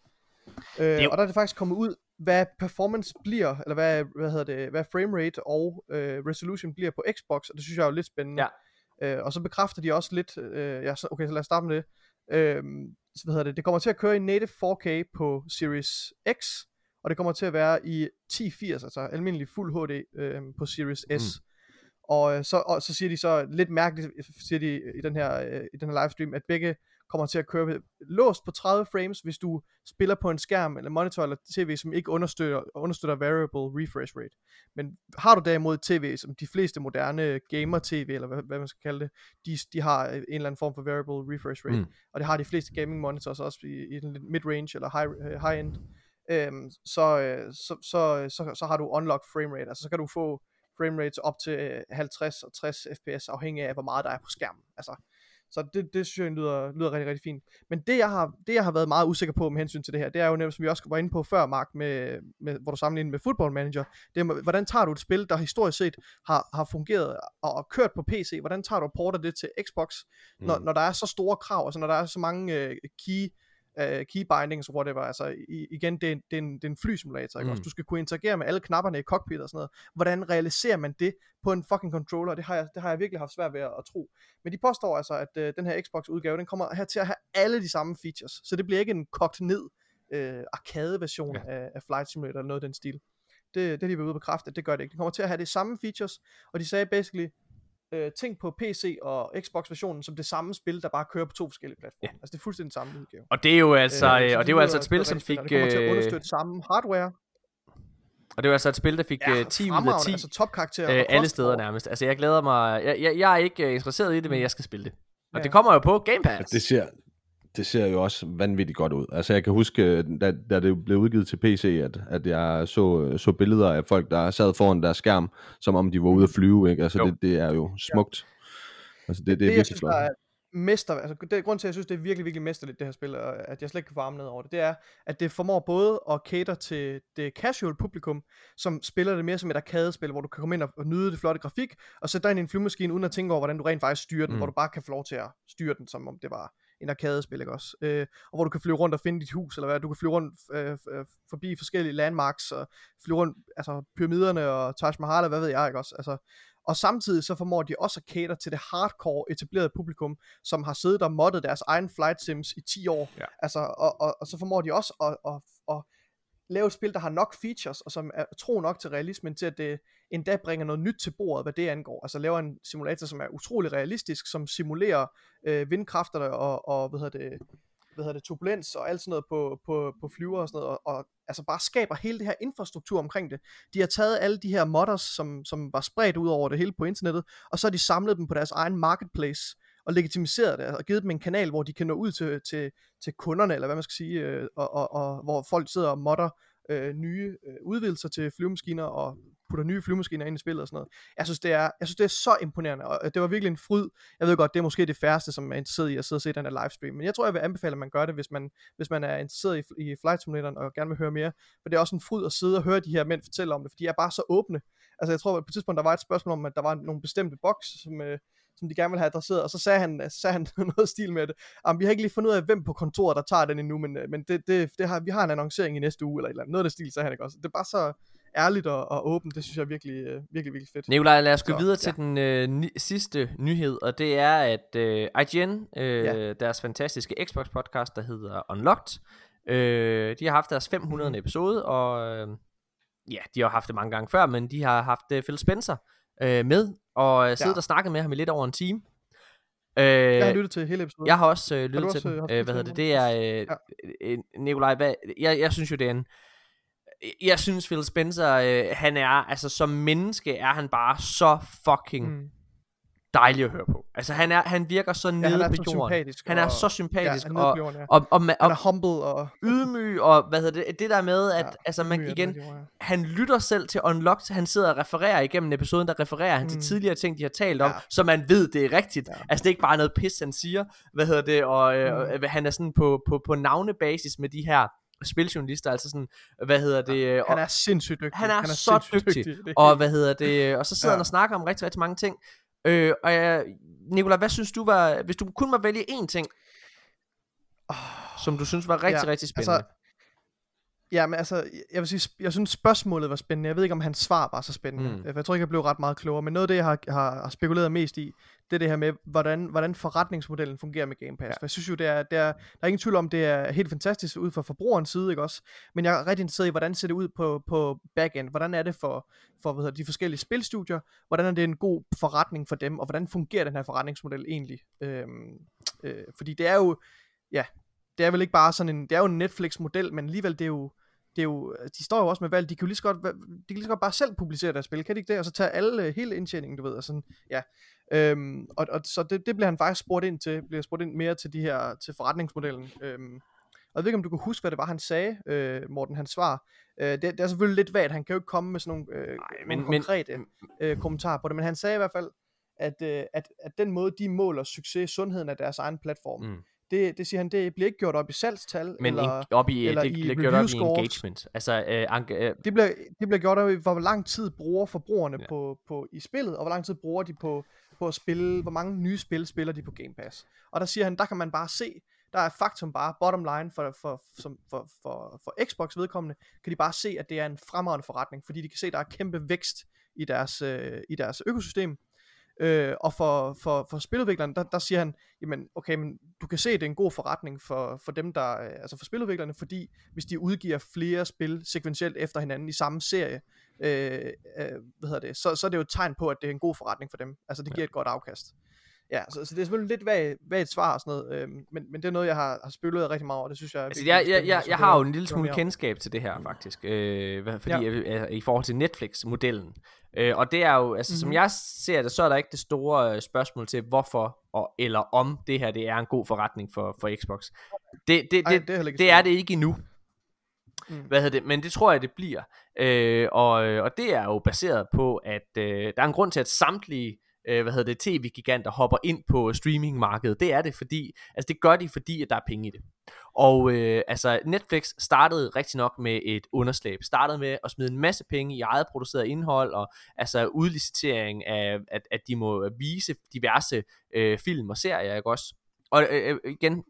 øh, og der er det faktisk kommet ud, hvad performance bliver, eller hvad, hvad hedder det, hvad framerate og øh, resolution bliver på Xbox, og det synes jeg er jo lidt spændende. Ja. Uh, og så bekræfter de også lidt, uh, ja, så, okay, så lad os starte med det. Uh, så hvad hedder det? Det kommer til at køre i native four K på Series X, og det kommer til at være i ti firs, altså almindelig fuld H D uh, på Series S. Mm. Og, uh, så, og så siger de så lidt mærkeligt, siger de i den her, uh, i den her livestream, at begge kommer til at køre låst på tredive frames, hvis du spiller på en skærm eller monitor eller tv, som ikke understøtter, understøtter variable refresh rate. Men har du derimod tv, som de fleste moderne gamer-tv, eller hvad, hvad man skal kalde det, de, de har en eller anden form for variable refresh rate, mm. og det har de fleste gaming monitors også i, i den mid-range eller high, high-end. Øhm, så, så, så, så, så har du unlocked framerate, altså så kan du få framerates op til halvtreds og tres F P S, afhængig af hvor meget der er på skærmen. Altså, så det, det synes jeg lyder, lyder rigtig, rigtig fint. Men det jeg, har, det, jeg har været meget usikker på med hensyn til det her, det er jo nemlig, som vi også var inde på før, Mark, med, med, hvor du sammenligner med Football Manager, det er, hvordan tager du et spil, der historisk set har, har fungeret og, og kørt på P C, hvordan tager du og porter det til Xbox, mm. når, når der er så store krav, altså når der er så mange uh, key, uh, key bindings, whatever, altså i, igen, det er, det, er en, det er en flysimulator, ikke? Mm. Også, du skal kunne interagere med alle knapperne i cockpit og sådan noget. Hvordan realiserer man det på en fucking controller? Det har jeg, det har jeg virkelig haft svært ved at, at tro. Men de påstår altså, at øh, den her Xbox-udgave, den kommer her til at have alle de samme features. Så det bliver ikke en kogt ned øh, arcade-version ja. af, af Flight Simulator eller noget af den stil. Det, det er de ved ude at bekræfte, at det gør det ikke. Det kommer til at have de samme features, og de sagde basically, øh, ting på P C og Xbox-versionen som det samme spil, der bare kører på to forskellige platforme. Ja. Altså det er fuldstændig samme udgave. Og det er jo altså, øh, og det er jo altså et spil, som fik... Det kommer til at understøtte samme hardware. Og det var altså et spil, der fik ja, ti ud af ti, altså topkarakterer øh, alle steder nærmest. Altså jeg glæder mig, jeg, jeg, jeg er ikke uh, interesseret i det, men jeg skal spille det. Og ja. det kommer jo på Game Pass. Det ser, det ser jo også vanvittigt godt ud. Altså jeg kan huske, da, da det blev udgivet til P C, at, at jeg så, så billeder af folk, der sad foran deres skærm, som om de var ude at flyve, ikke? Altså det, det er jo smukt. Ja. Altså det, det, det er det, virkelig flot. Mester, altså det grund til at jeg synes det er virkelig virkelig mesterligt det her spil, og at jeg slet ikke kan få armen ned over det, det er at det formår både at cater til det casual publikum, som spiller det mere som et arcade-spil, hvor du kan komme ind og nyde det flotte grafik og sætte dig ind i en flyvemaskine uden at tænke over hvordan du rent faktisk styrer den, mm. hvor du bare kan få lov til at styre den som om det var en arcade-spil, ikke også? Øh, og hvor du kan flyve rundt og finde dit hus eller hvad, du kan flyve rundt øh, øh, forbi forskellige landmarks og flyve rundt, altså pyramiderne og Taj Mahal, hvad ved jeg, ikke også? Altså og samtidig så formår de også at cater til det hardcore etablerede publikum, som har siddet og moddet deres egen flight sims i ti år. Ja. Altså, og, og, og så formår de også at, at, at lave et spil, der har nok features, og som er tro nok til realismen, til at det endda bringer noget nyt til bordet, hvad det angår. Altså laver en simulator, som er utrolig realistisk, som simulerer øh, vindkræfterne og, og hvad hedder det, hvad hedder det, turbulens og alt sådan noget på, på, på flyver og sådan noget, og, og altså bare skaber hele det her infrastruktur omkring det. De har taget alle de her modders, som, som var spredt ud over det hele på internettet, og så har de samlet dem på deres egen marketplace, og legitimiseret det, og givet dem en kanal, hvor de kan nå ud til, til, til kunderne, eller hvad man skal sige, øh, og, og, og hvor folk sidder og modder øh, nye øh, udvidelser til flyvemaskiner, og putter nye flyvemaskiner ind i spillet og sådan noget. Jeg synes, det er, jeg synes, det er så imponerende, og det var virkelig en fryd. Jeg ved godt, det er måske det færreste, som er interesseret i at sidde og se den her livestream, men jeg tror, jeg vil anbefale, at man gør det, hvis man, hvis man er interesseret i, i Flight Simulatoren og gerne vil høre mere, for det er også en fryd at sidde og høre de her mænd fortælle om det, for de er bare så åbne. Altså jeg tror, at på et tidspunkt, der var et spørgsmål om, at der var nogle bestemte boks, som, øh, som de gerne ville have adresseret, og så sagde han, så sagde han noget stil med det. Um, vi har ikke lige fundet ud af, hvem på kontoret, der tager den endnu, men, men det, det, det har, vi har en annoncering i næste uge, eller et eller andet. Noget af det stil, sagde han ikke også. Det er bare så ærligt og, og åbent, det synes jeg er virkelig, virkelig, virkelig fedt. Nikolaj, lad os gå så, videre ja. til den øh, ni- sidste nyhed, og det er, at øh, I G N, øh, ja. deres fantastiske Xbox-podcast, der hedder Unlocked, øh, de har haft deres fem hundrede episode, og øh, ja, de har haft det mange gange før, men de har haft øh, Phil Spencer øh, med, og øh, siddet ja. og snakket med ham i lidt over en time. Øh, jeg har lyttet til hele episoden. Jeg har også øh, lyttet også, til den. øh, Øh, hvad hedder det? Det er øh, ja. Nikolaj, hvad, jeg, jeg synes jo, det er en... Jeg synes, Phil Spencer, øh, han er, altså som menneske, er han bare så fucking mm. dejlig at høre på. Altså, han, er, han virker så nede ja, på jorden. Han er og, så sympatisk, ja, og, jorden, ja. og, og, og, han er humble og ydmyg, og hvad hedder det, det der med, at ja, altså, man, igen, jorden, ja. han lytter selv til Unlocked, han sidder og refererer igennem episoden, der refererer han mm. til tidligere ting, de har talt ja. om, så man ved, det er rigtigt. Ja. Altså, det er ikke bare noget pis, han siger, hvad hedder det, og øh, mm. han er sådan på, på, på navnebasis med de her spiljournalister, altså sådan, hvad hedder det, ja, han er sindssygt dygtig. Han er, han er så dygtig, dygtig. Og hvad hedder det, og så sidder ja. han og snakker om rigtig, rigtig mange ting. Øh, og jeg, Nikolaj, hvad synes du var, hvis du kun må vælge én ting, oh, som du synes var rigtig, ja, rigtig spændende? Altså, ja, men altså, jeg vil sige, jeg synes spørgsmålet var spændende. Jeg ved ikke, om hans svar var så spændende. Mm. Jeg tror ikke, jeg blev ret meget klogere. Men noget af det, jeg har, har, har spekuleret mest i, det er det her med, hvordan, hvordan forretningsmodellen fungerer med Game Pass. Ja. For jeg synes jo, det er, det er, der er ingen tvivl om, det er helt fantastisk ud fra forbrugerens side, ikke også? Men jeg er rigtig interesseret i, hvordan ser det ud på, på backend? Hvordan er det for, for hvad hedder, de forskellige spilstudier? Hvordan er det en god forretning for dem? Og hvordan fungerer den her forretningsmodel egentlig? Øhm, øh, fordi det er jo, ja, det er vel ikke bare sådan en, det er jo en Netflix-model, men alligevel det er jo, det er jo, de står jo også med valg, de kan jo lige så godt, de kan lige så godt bare selv publicere deres spil, kan de ikke det? Og så tage alle, hele indtjeningen, du ved, og sådan, ja. Øhm, og, og så det, det bliver han faktisk spurgt ind til, bliver spurgt ind mere til de her, til forretningsmodellen. Øhm, og jeg ved ikke, om du kan huske, hvad det var, han sagde, øh, Morten, hans svar. Øh, det, det er selvfølgelig lidt vagt, han kan jo ikke komme med sådan nogle, øh, Ej, men, nogle konkrete øh, kommentarer på det, men han sagde i hvert fald, at, øh, at, at den måde, de måler succes, sundheden af deres egen platform, mm. Det, det siger han, det bliver ikke gjort op i salgstal, men eller, op i, eller det i bliver gjort op i engagement. Altså, øh, anke, øh. det, bliver, det bliver gjort op i, hvor lang tid bruger forbrugerne ja. på, på, i spillet, og hvor lang tid bruger de på, på at spille, hvor mange nye spil spiller de på Game Pass. Og der siger han, der kan man bare se, der er faktum bare, bottom line for, for, for, for, for, for Xbox vedkommende, kan de bare se, at det er en fremragende forretning, fordi de kan se, at der er kæmpe vækst i deres, øh, i deres økosystem. Øh, og for, for, for spiludviklerne, der, der siger han, jamen okay, men du kan se, at det er en god forretning for, for dem, der, øh, altså for spiludviklerne, fordi hvis de udgiver flere spil sekventielt efter hinanden i samme serie, øh, øh, hvad hedder det, så, så er det jo et tegn på, at det er en god forretning for dem. Altså det giver ja. et godt afkast. Ja, så, så det er selvfølgelig lidt vag, vag et svar og sådan noget, øh, men, men det er noget, jeg har, har spekuleret rigtig meget over, det synes jeg er altså, jeg, jeg, jeg, jeg har jo en lille smule kendskab til det her, faktisk, øh, fordi ja. jeg, i forhold til Netflix-modellen, øh, og det er jo, altså mm-hmm. som jeg ser det, så er der ikke det store øh, spørgsmål til, hvorfor og, eller om det her, det er en god forretning for, for Xbox. Det, det, Ej, det, det, er, det er det ikke endnu. Mm. Hvad hedder det? Men det tror jeg, det bliver. Øh, og, og det er jo baseret på, at øh, der er en grund til, at samtlige Øh, hvad hedder det, tv-giganter hopper ind på streamingmarkedet. Det er det, fordi, altså det gør de, fordi at der er penge i det. Og øh, altså Netflix startede rigtig nok med et underslæb. Startede med at smide en masse penge i eget produceret indhold, og altså udlicitering af, at, at de må vise diverse øh, film og serier, ikke også? Og øh, igen,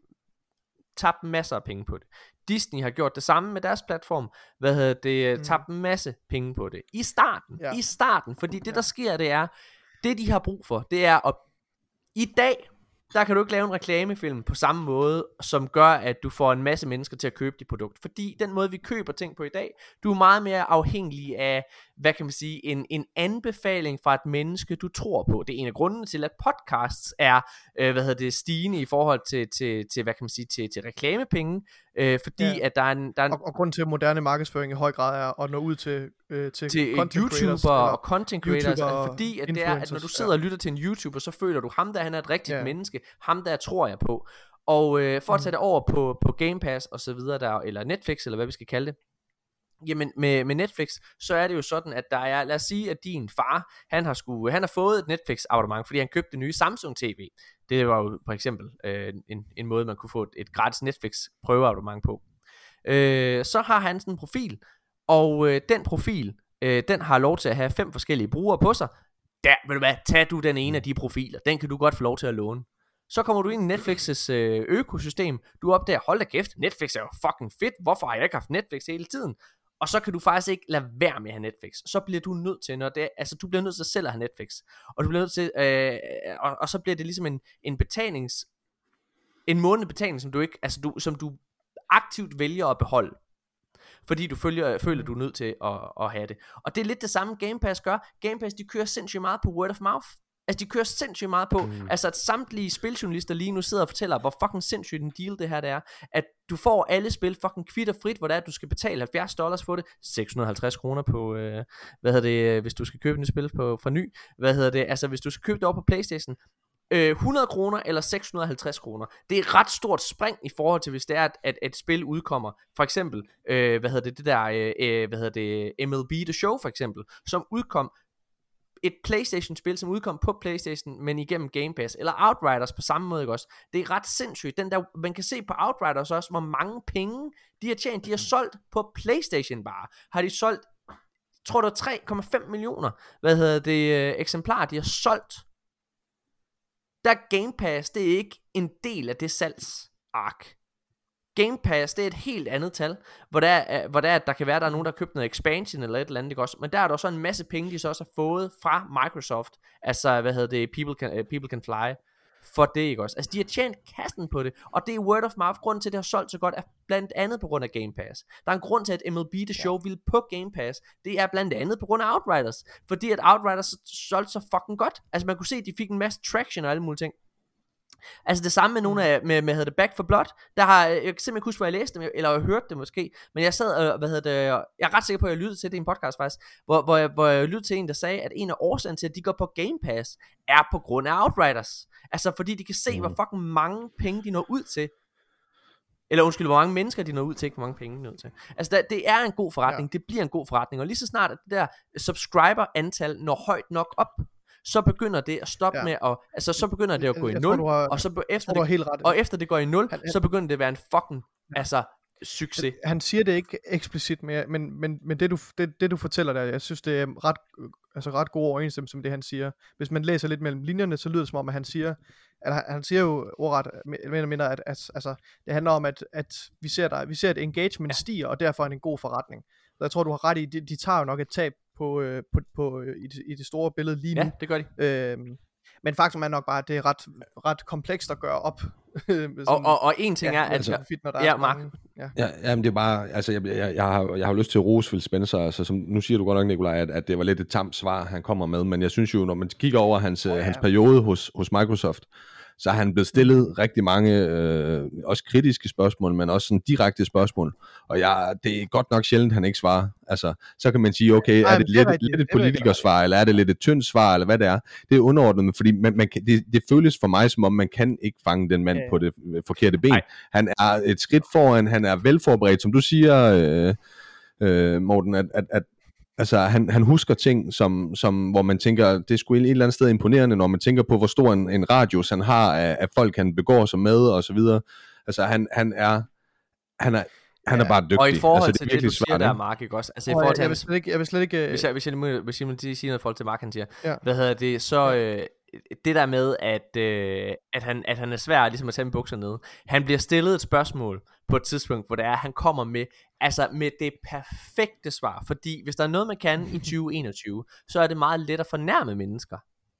tabt masser af penge på det. Disney har gjort det samme med deres platform. Hvad hedder det? Mm. Tabt en masse penge på det. I starten. Ja. I starten. Fordi det, der sker, det er, det de har brug for, det er at i dag, der kan du ikke lave en reklamefilm på samme måde, som gør, at du får en masse mennesker til at købe dit produkt. Fordi den måde, vi køber ting på i dag, du er meget mere afhængig af, hvad kan man sige, en, en anbefaling fra et menneske, du tror på. Det er en af grundene til, at podcasts er, øh, hvad hedder det, stigende i forhold til, til, til hvad kan man sige, til, til reklamepenge. Øh, fordi ja. at der er en... Der er en og, og grunden til, at moderne markedsføring i høj grad er at nå ud til, øh, til, til YouTuber og content creators, altså fordi at det er, at når du sidder ja. og lytter til en YouTuber, så føler du, ham der, han er et rigtigt ja. menneske, ham der tror jeg på. Og øh, for at tage det over på, på Game Pass og så videre, der, eller Netflix, eller hvad vi skal kalde det, jamen med, med Netflix, så er det jo sådan, at der er, lad os sige, at din far, han har, sku, han har fået et Netflix abonnement, fordi han købte det nye Samsung T V. Det var jo for eksempel øh, en, en måde, man kunne få et, et gratis Netflix prøveabonnement på. Øh, så har han sådan en profil, og øh, den profil, øh, den har lov til at have fem forskellige brugere på sig. Der, ved du hvad, tag du den ene af de profiler, den kan du godt få lov til at låne. Så kommer du ind i Netflix's øh, økosystem, du opdager, hold da kæft, Netflix er jo fucking fedt, hvorfor har jeg ikke haft Netflix hele tiden? Og så kan du faktisk ikke lade være med at have Netflix. Så bliver du nødt til, når det, altså du bliver nødt til selv at have Netflix. Og du bliver nødt til, øh, og, og så bliver det ligesom en, en betalings, en månedlig betaling, som du ikke, altså du, som du aktivt vælger at beholde. Fordi du følger, føler, du er nødt til at, at have det. Og det er lidt det samme Game Pass gør. Game Pass, de kører sindssygt meget på word of mouth. Altså de kører sindssygt meget på mm. Altså at samtlige spiljournalister lige nu sidder og fortæller, hvor fucking sindssygt en deal det her det er. At du får alle spil fucking kvitt og frit, hvor det er, at du skal betale halvfjerds dollars for det, seks hundrede og halvtreds kroner på øh, hvad hedder det, hvis du skal købe et spil på, fra ny. Hvad hedder det, altså hvis du skal købe det over på PlayStation, øh, hundrede kroner eller seks hundrede og halvtreds kroner. Det er et ret stort spring i forhold til, hvis det er, at, at et spil udkommer. For eksempel, øh, hvad hedder det, det der, øh, hvad hedder det, M L B The Show for eksempel, som udkom, et PlayStation-spil, som udkom på PlayStation, men igennem Game Pass, eller Outriders på samme måde, ikke også? Det er ret sindssygt. Den der, man kan se på Outriders også, hvor mange penge de har tjent. De har solgt på PlayStation bare. Har de solgt, tror du, tre komma fem millioner, hvad hedder det, øh, eksemplarer, de har solgt. Der Game Pass, det er ikke en del af det salgsark. Game Pass, det er et helt andet tal, hvor der er, hvor der, er, der kan være, der er nogen, der har købt noget expansion eller et eller andet, ikke også? Men der er der også en masse penge, de så også har fået fra Microsoft, altså, hvad hedder det, People Can, uh, People Can Fly, for det, ikke også? Altså, de har tjent kassen på det, og det er word of mouth. Grunden til, at det har solgt så godt, er blandt andet på grund af Game Pass. Der er en grund til, at M L B The Show ja. ville på Game Pass. Det er blandt andet på grund af Outriders, fordi at Outriders solgte så fucking godt. Altså, man kunne se, at de fik en masse traction og alle mulige ting. Altså det samme med nogle af, med, med hedder det Back for Blood. Der har, jeg kan simpelthen ikke huske, hvor jeg læste dem, eller jeg hørte det måske, men jeg sad og, hvad hedder det, jeg er ret sikker på, at jeg lyttede til det i en podcast faktisk, hvor, hvor, jeg, hvor jeg lyttede til en, der sagde, at en af årsagen til, at de går på Game Pass, er på grund af Outriders. Altså fordi de kan se, mm. hvor fucking mange penge de når ud til. Eller undskyld, hvor mange mennesker de når ud til, ikke hvor mange penge de når ud til. Altså der, det er en god forretning, ja. Det bliver en god forretning, og lige så snart at det der subscriber antal når højt nok op, så begynder det at stoppe ja. med at, altså så begynder det at gå i nul, tror, har, og så efter det, helt ret. og efter det går i nul, han, så begynder det at være en fucking, ja. altså succes. Han, han siger det ikke eksplicit mere, men, men, men det, du, det, det du fortæller der, jeg synes det er ret, altså ret god overensstemmelse som det han siger. Hvis man læser lidt mellem linjerne, så lyder det som om at han siger, at han, han siger jo ordret, mener mindre, at, at altså det handler om at, at vi ser der, vi ser at engagement ja. stiger, og derfor er det en god forretning. Så jeg tror du har ret i, de, de tager jo nok et tab på, øh, på, på øh, i, det, i det store billede lige nu. Ja, det gør de. Øhm, men faktum er nok bare, at det er ret, ret komplekst at gøre op. sådan, og, og, og en ting ja, er, at altså, fedt, når der ja, er Mark. Mange, ja. Ja, jamen det er bare, altså jeg, jeg, jeg, har, jeg har jo lyst til at rose Phil Spencer, altså som, nu siger du godt nok, Nikolaj, at, at det var lidt et tamt svar, han kommer med, men jeg synes jo, når man kigger over hans, oh, ja. hans periode hos, hos Microsoft, så er han blevet stillet rigtig mange, øh, også kritiske spørgsmål, men også sådan direkte spørgsmål. Og jeg, det er godt nok sjældent, han ikke svarer. Altså, så kan man sige, okay, er det lidt, lidt et politikersvar, eller er det lidt et tyndt svar, eller hvad det er. Det er underordnet, fordi man, man kan, det, det føles for mig, som om man kan ikke fange den mand på det forkerte ben. Han er et skridt foran, han er velforberedt, som du siger, øh, øh, Morten, at, at, at altså, han, han husker ting, som, som, hvor man tænker, det er sgu et eller andet sted imponerende, når man tænker på, hvor stor en, en radius han har af, af folk, han begår sig med, og så videre. Altså, han, han er, han er, han er bare dygtig. Og i forhold altså, til det, det du siger der, Mark, ikke også? Altså, i forhold til jeg, vil slet ikke, jeg vil slet ikke... Hvis jeg, hvis jeg, hvis jeg må sige noget i forhold til Mark, han siger, ja. hvad hedder det, så... Øh, det der med, at, øh, at, han, at han er svær ligesom at tage med bukser ned. Han bliver stillet et spørgsmål på et tidspunkt, hvor det er, han kommer med, altså med det perfekte svar. Fordi hvis der er noget, man kan i tyve enogtyve, så er det meget let at fornærme mennesker.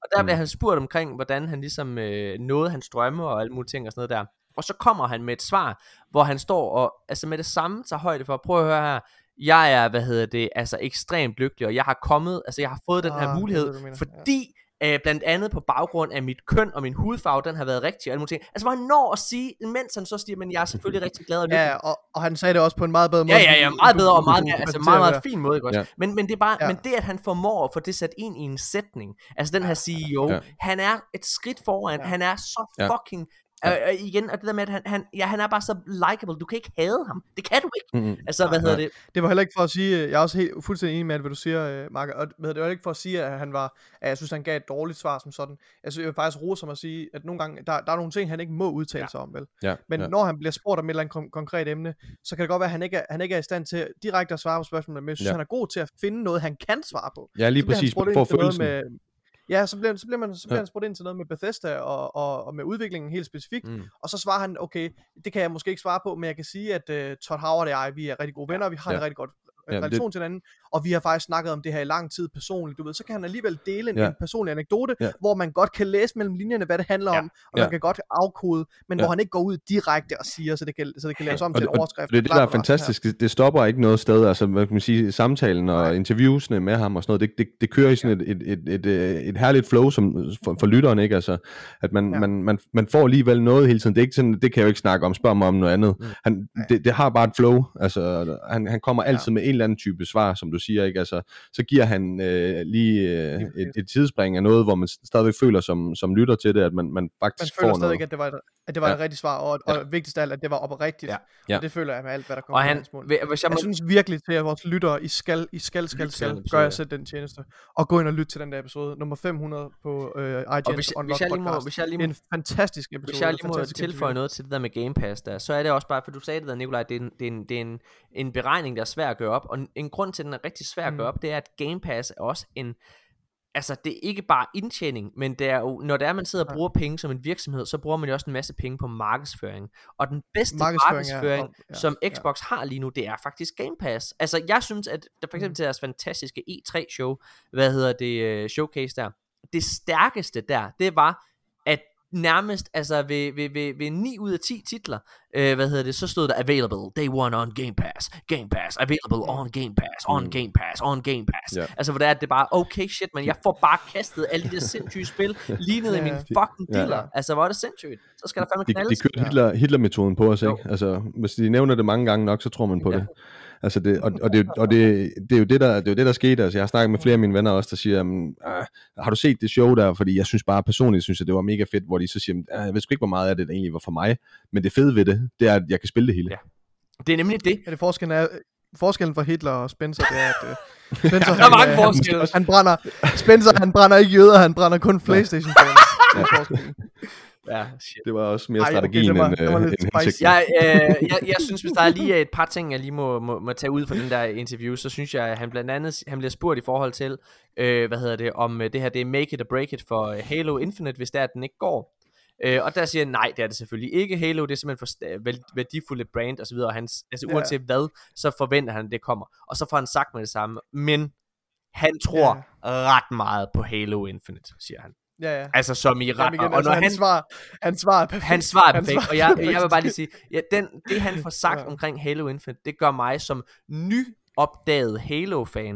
Og der bliver han spurgt omkring, hvordan han ligesom øh, nåede hans drømme og alle mulige ting og sådan noget der. Og så kommer han med et svar, hvor han står og altså med det samme tager højde for, prøv at høre her, jeg er, hvad hedder det, altså ekstremt lykkelig, og jeg har kommet, altså jeg har fået den her Ah, mulighed, det, du mener, fordi øh, blandt andet på baggrund af mit køn og min hudfarve, den har været rigtig og alle mulige ting. Altså hvor han når at sige, mens han så siger, men jeg er selvfølgelig rigtig glad og lykkelig. Ja, og, og han sagde det også på en meget bedre måde. Ja, ja, ja, meget du- bedre og du- meget du- mere, du altså præsenterer meget, det meget fin måde, ikke også? Ja. Men, men det er bare, Ja. men det at han formår at få det sat ind i en sætning, altså den her C E O, Ja. han er et skridt foran, Ja. han er så Ja. fucking, øh, øh, igen, og det der med, at han, han, ja, han er bare så likable, du kan ikke hade ham, det kan du ikke, Mm-hmm. altså hvad hedder nej. det, Det var heller ikke for at sige, jeg er også helt fuldstændig enig med alt, hvad du siger, Mark, og det var heller ikke for at sige, at han var, at jeg synes, han gav et dårligt svar som sådan. Jeg synes, jeg vil faktisk rose som at sige, at nogle gange, der, der er nogle ting, han ikke må udtale Ja. sig om, vel? Ja, Men ja. når han bliver spurgt om et eller andet kon- konkret emne, så kan det godt være, at han ikke er, han ikke er i stand til direkte at svare på spørgsmålene, men jeg synes, Ja. han er god til at finde noget, han kan svare på. Ja, lige Så bliver han præcis, spurgt man ind får til noget følelsen. med, ja, så bliver, så bliver, man, så bliver Ja. han spurgt ind til noget med Bethesda og, og, og med udviklingen helt specifikt, mm. og så svarer han, okay, det kan jeg måske ikke svare på, men jeg kan sige, at uh, Todd Howard og jeg, vi er rigtig gode venner, og vi har Ja. en rigtig godt Ja, relation til hinanden, og vi har faktisk snakket om det her i lang tid personligt, du ved, så kan han alligevel dele en, Ja. en personlig anekdote, Ja. hvor man godt kan læse mellem linjerne, hvad det handler Ja. om, og Ja. man kan godt afkode, men Ja. hvor han ikke går ud direkte og siger, så det kan, så det kan laves om Og til det, en overskrift. det er det, der er fantastisk. Det, det stopper ikke noget sted. Altså, hvad kan man sige, samtalen og Nej. interviewsene med ham og sådan noget, det, det, det kører i sådan et, et, et, et, et herligt flow som, for, for lytteren, ikke? Altså, at man, Ja. ja. man, man, man får alligevel noget hele tiden. Det er ikke sådan, det kan jeg jo ikke snakke om, spørg mig om noget andet. Mm. Han, det, det har bare et flow. Altså, han, han kommer altid ja. med en eller anden type svar, som du siger, ikke? Altså, så giver han øh, lige øh, et, et tidsspring af noget, hvor man stadigvæk føler som, som lytter til det, at man, man Man faktisk føler får noget. stadig, at det var et, at det var Ja. et rigtigt svar, og, og Ja. vigtigst af alt, at det var oprigtigt. Ja. Ja. Og det føler jeg med alt, hvad der kommer Og fra han, hans mund. hvis jeg må, Jeg synes virkelig til, at vores lyttere, I skal, I skal, skal, Lyt til skal, den episode, gør ja. jeg selv den tjeneste, og gå ind og lytte til den der episode, nummer fem hundrede på øh, og iGen hvis, Unlocked hvis jeg lige må, podcast. hvis jeg lige Det er må, en fantastisk episode. hvis jeg lige må fantastisk tilføje interview. noget til det der med Game Pass der, så er det også bare, for du sagde det der, Nikolaj, det er en, det er en, det er en, en beregning, der er svær at gøre op, og en, en grund til, at den er rigtig svær at Mm. gøre op, det er, at Game Pass er også en, altså det er ikke bare indtjening, men det er jo, når det er, man sidder og bruger penge som en virksomhed, så bruger man jo også en masse penge på markedsføring, og den bedste Markedsføring, markedsføring, ja, og- ja, som ja. Xbox har lige nu, det er faktisk Game Pass. Altså jeg synes, at der for eksempel Mm. til deres fantastiske E tre show, hvad hedder det, uh, showcase der, det stærkeste der, det var, at nærmest, altså ved, ved, ved, ved ni ud af ti titler, øh, hvad hedder det, så stod der available, day one on Game Pass, Game Pass, available on Game Pass, on Mm. Game Pass, on Game Pass. Ja. Altså hvor det er, at det bare, okay shit, men jeg får bare kastet alle de der sindssyge spil lige ned i Ja. min fucking Ja. dealer. Altså hvor er det sindssygt. Så skal der fandme De, knaldes. de kørte Hitler, Hitler-metoden på os, Jo. ikke? Altså, hvis de nævner det mange gange nok, så tror man på Ja. det. Altså det, og, og, det, og det, det er jo det der, det er jo det der skete. Altså jeg har snakket med flere af mine venner også, der siger, jamen, ah, har du set det show der? Fordi jeg synes bare personligt synes, at det var mega fedt, hvor de så siger, ah, jeg ved sgu ikke, hvor meget af det der egentlig var for mig, men det fede ved det, det er, at jeg kan spille det hele. Ja. Det er nemlig det. Ja, det forskellen er, forskellen for Hitler og Spencer, det er, at uh, Spencer, Der er mange øh, forskelle. Han, han brænder, Spencer, han brænder ikke jøder, han brænder kun Playstation fans. Det er forskellen. Ja, shit. Det var også mere Ej, okay, strategien det var- end, det var øh, lidt end spicy. hensigten. Jeg, øh, jeg, jeg synes, hvis der er lige et par ting, jeg lige må, må, må tage ud fra den der interview, så synes jeg, at han blandt andet han bliver spurgt i forhold til, øh, hvad hedder det, om øh, det her det er make it or break it for øh, Halo Infinite, hvis det er, at den ikke går. Øh, og der siger han, nej, det er det selvfølgelig ikke. Halo, det er simpelthen for sta- væld- værdifulde brand og så videre, og han, altså Ja. uanset hvad, så forventer han, at det kommer. Og så får han sagt med det samme, men han tror ret meget på Halo Infinite, siger han. Ja, ja. Altså som i ret, Jamen igen, og altså, når han, han, svar, han svarer perfekt. han svarer Han perfekt, svarer og jeg, perfekt. jeg vil bare lige sige, ja, den, det han får sagt Ja. omkring Halo Infinite, det gør mig som nyopdaget Halo-fan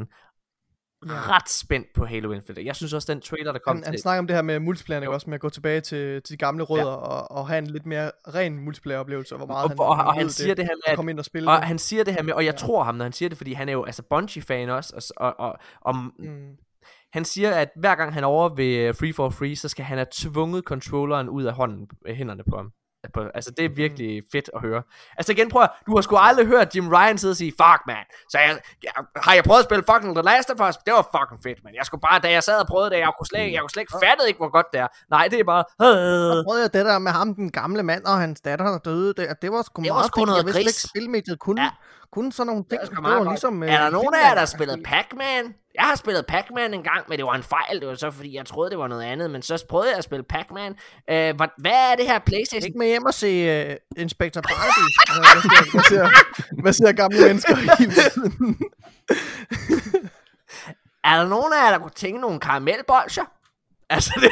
Ja. ret spændt på Halo Infinite. Jeg synes også, den trailer, der kom Han, han til... snakker om det her med multiplayer, ikke Jo. også med at gå tilbage til, til de gamle rødder ja. og, og have en lidt mere ren multiplayer-oplevelse, og hvor meget Og, han, og, og, og ved han siger det her med, at at komme ind og spille og det. han siger det her med, og jeg Ja. tror ham, når han siger det, fordi han er jo altså Bungie-fan også, og, og, og, og Mm. han siger, at hver gang han er over ved Free for Free, så skal han have tvunget controlleren ud af hånden, hænderne på ham. På, altså det er virkelig fedt at høre. Altså igen, prøv at, du har sgu aldrig hørt Jim Ryan sidde og sige, fuck man, så jeg, jeg, har jeg prøvet at spille fucking The Last of Us? Det var fucking fedt, man. Jeg skulle bare, da jeg sad og prøvede det, jeg kunne slet, jeg kunne slet ikke fatte ikke, hvor godt det er. Nej, det er bare, Så prøvede jeg det der med ham, den gamle mand og hans datter, der døde. Det, det var sgu Det var meget sgu fedt. noget Jeg vidste gris. ikke, spilmediet kunne, Ja. kunne sådan nogle ting. Det var sgu Det meget var godt. ligesom... Er der nogen af jer, der har spillet Pac-Man? Jeg har spillet Pac-Man en gang, men det var en fejl. Det var så fordi, jeg troede, det var noget andet. Men så prøvede jeg at spille Pac-Man. Øh, hvad, hvad er det her PlayStation? Ikke med hjem og se uh, Inspector Barnaby. Øh, hvad, ser, hvad, ser, hvad ser gamle mennesker hele tiden? Er der nogen af jer, der kunne tænke nogle karamelbolcher? Altså, det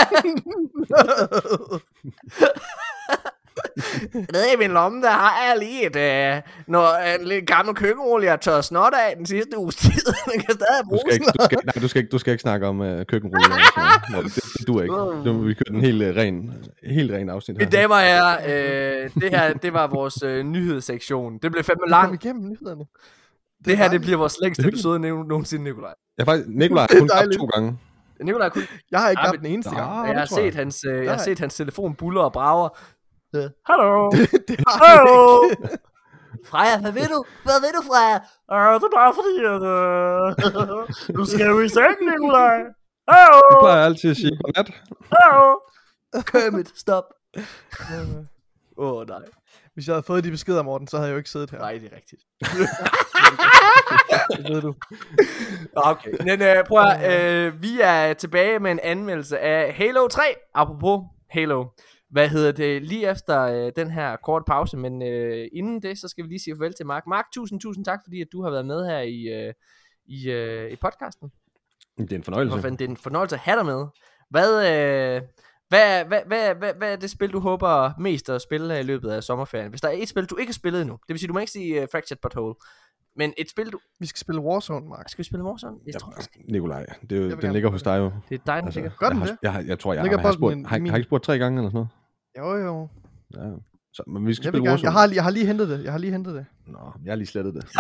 nede i min lomme, der har jeg lige et, øh, når, en lidt gammel køkkenrulle, jeg tør snot af den sidste uges tid. Den kan stadig Du bruges. skal ikke, du skal, nej, du skal ikke, du skal ikke snakke om uh, køkkenruller. Altså. Det, det duer ikke. Nu vil vi køre den helt uh, ren, helt ren afsnit her. Mine damer og herrer, øh, det her, det var vores øh, nyhedssektion. Det blev fandme langt. Kom igennem nyhederne. Det, det her, det bliver vores længste episode nogensinde, Nikolaj. Jeg faktisk, Nikolaj har kun tabt to gange. Nikolaj kun... Jeg har ikke Ja, haft men- den eneste gang. Ah, jeg, har det tror jeg. set hans, øh, jeg har Nej. set hans telefon buller og brager. Ja. Hallo. Det har Hallo. jeg ikke. Freja, hvad vil du? Hvad vil du, Freja? Øh, det er bare fordi, at øh, nu skal vi i seng, Nikolaj. Hallo. Jeg plejer altid at sige godnat. Hallo. Kermit, stop. Åh, oh, nej. Hvis jeg havde fået de beskeder, Morten, så havde jeg jo ikke siddet her. Nej, det er rigtigt. Det ved du. Okay, men øh, prøv at, øh, vi er tilbage med en anmeldelse af Halo tre, apropos Halo. Hvad hedder det, lige efter øh, den her korte pause, men øh, inden det, så skal vi lige sige farvel til Mark. Mark, tusind, tusind tak, fordi at du har været med her i, øh, i, øh, i podcasten. Det er en fornøjelse. Hvor fanden, det er en fornøjelse at have dig med. Hvad, øh, hvad, hvad, hvad, hvad, hvad er det spil, du håber mest at spille i løbet af sommerferien? Hvis der er et spil, du ikke har spillet endnu, det vil sige, du må ikke sige uh, Fractured But Whole, men et spil, du... Vi skal spille Warzone, Mark. Skal vi spille Warzone? Jeg tror, jeg skal. Nikolaj, det er jo, vil den gerne ligger hos dig jo. Det er dig, den Altså, ligger. Gør den jeg, har, det? jeg, har, jeg tror, jeg, Ligger har, har, bolden spurgt, i har, min- har ikke spurgt tre gange eller sådan noget? Jo, jo. Ja. Så, men vi skal Jeg, vil spille gerne. Warzone. Jeg, har, lige- jeg har lige hentet det. Jeg har lige hentet det. Nå, jeg har lige slettet det.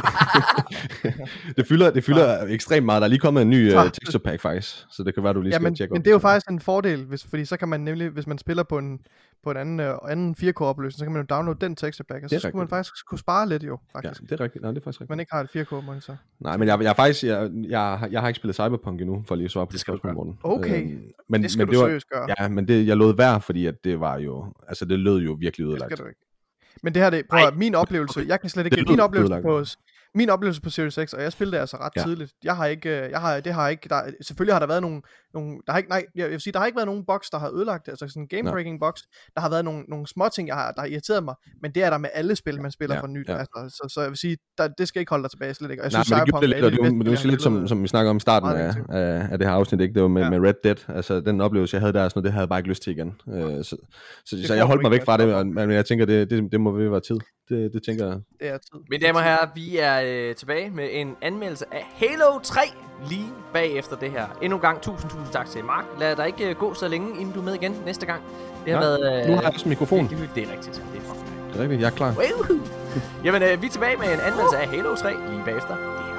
det fylder, det fylder ekstremt meget. Der er lige kommet en ny uh, texture pack faktisk, så det kan være, du lige Ja, skal men, tjekke men op det er jo på faktisk en fordel, hvis, fordi så kan man nemlig, hvis man spiller på en, på en anden, øh, anden fire K opløsning, så kan man jo downloade den texture pack, og så Det er skulle man rigtigt. faktisk kunne spare lidt jo, Ja, faktisk. det er rigtigt. Nej, det er faktisk Hvis rigtigt. man ikke har et fire K monitor. Nej, men jeg, jeg er faktisk, jeg, jeg, har- jeg har ikke spillet Cyberpunk endnu, for lige at svare på Det det skal du spørgsmål, Morten. Okay. Øhm, men, Det skal men du det var, seriøst gøre. ja, men det, jeg lod være, fordi at det var jo, altså det lød jo virkelig Det ødelagt. skal du ikke. Men det her, det, prøv at, min oplevelse, jeg kan slet ikke, Det min lyder oplevelse ødelagt. på, min oplevelse på Series X, og jeg spillede det altså ret Ja. tidligt. Jeg har ikke, øh, jeg har, det har ikke, der, selvfølgelig har der været nogle, nogle der har ikke, nej, jeg vil sige, der har ikke været nogen box, der har ødelagt det, altså sådan en game-breaking box. Der har været nogle, nogle små ting, jeg har, der har irriteret mig, men det er der med alle spil, man spiller Ja, for nyt. ja. Altså, så, så jeg vil sige, der, det skal ikke holde dig tilbage slet ikke. Og jeg Nej, synes, men det gjorde Cyberpunk det lidt, er og det et var, af de det var bedste, lidt jeg har som, som vi snakker om i starten Meget af, længe af, af det her afsnit, ikke? Det var med, Ja. med Red Dead, altså den oplevelse, jeg havde der, sådan noget, det havde jeg bare ikke lyst til igen. Øh, så så, så får jeg holdt du mig ikke væk fra med det, og- men jeg tænker, det, det, det må ved være tid. Det, det tænker jeg. Det er tid. Mine damer og herrer, vi er øh, tilbage med en anmeldelse af Halo tre lige bagefter det her. Endnu en gang tusind, tusind tak til Mark. Lad dig ikke øh, gå så længe, inden du er med igen næste gang. Det har Nej, været... Øh, Nu har jeg også mikrofon. Det, det er rigtigt. Det er fucking Det er rigtigt, jeg er klar. Woohoo! Jamen, øh, vi er tilbage med en anmeldelse af Halo tre lige bagefter det her.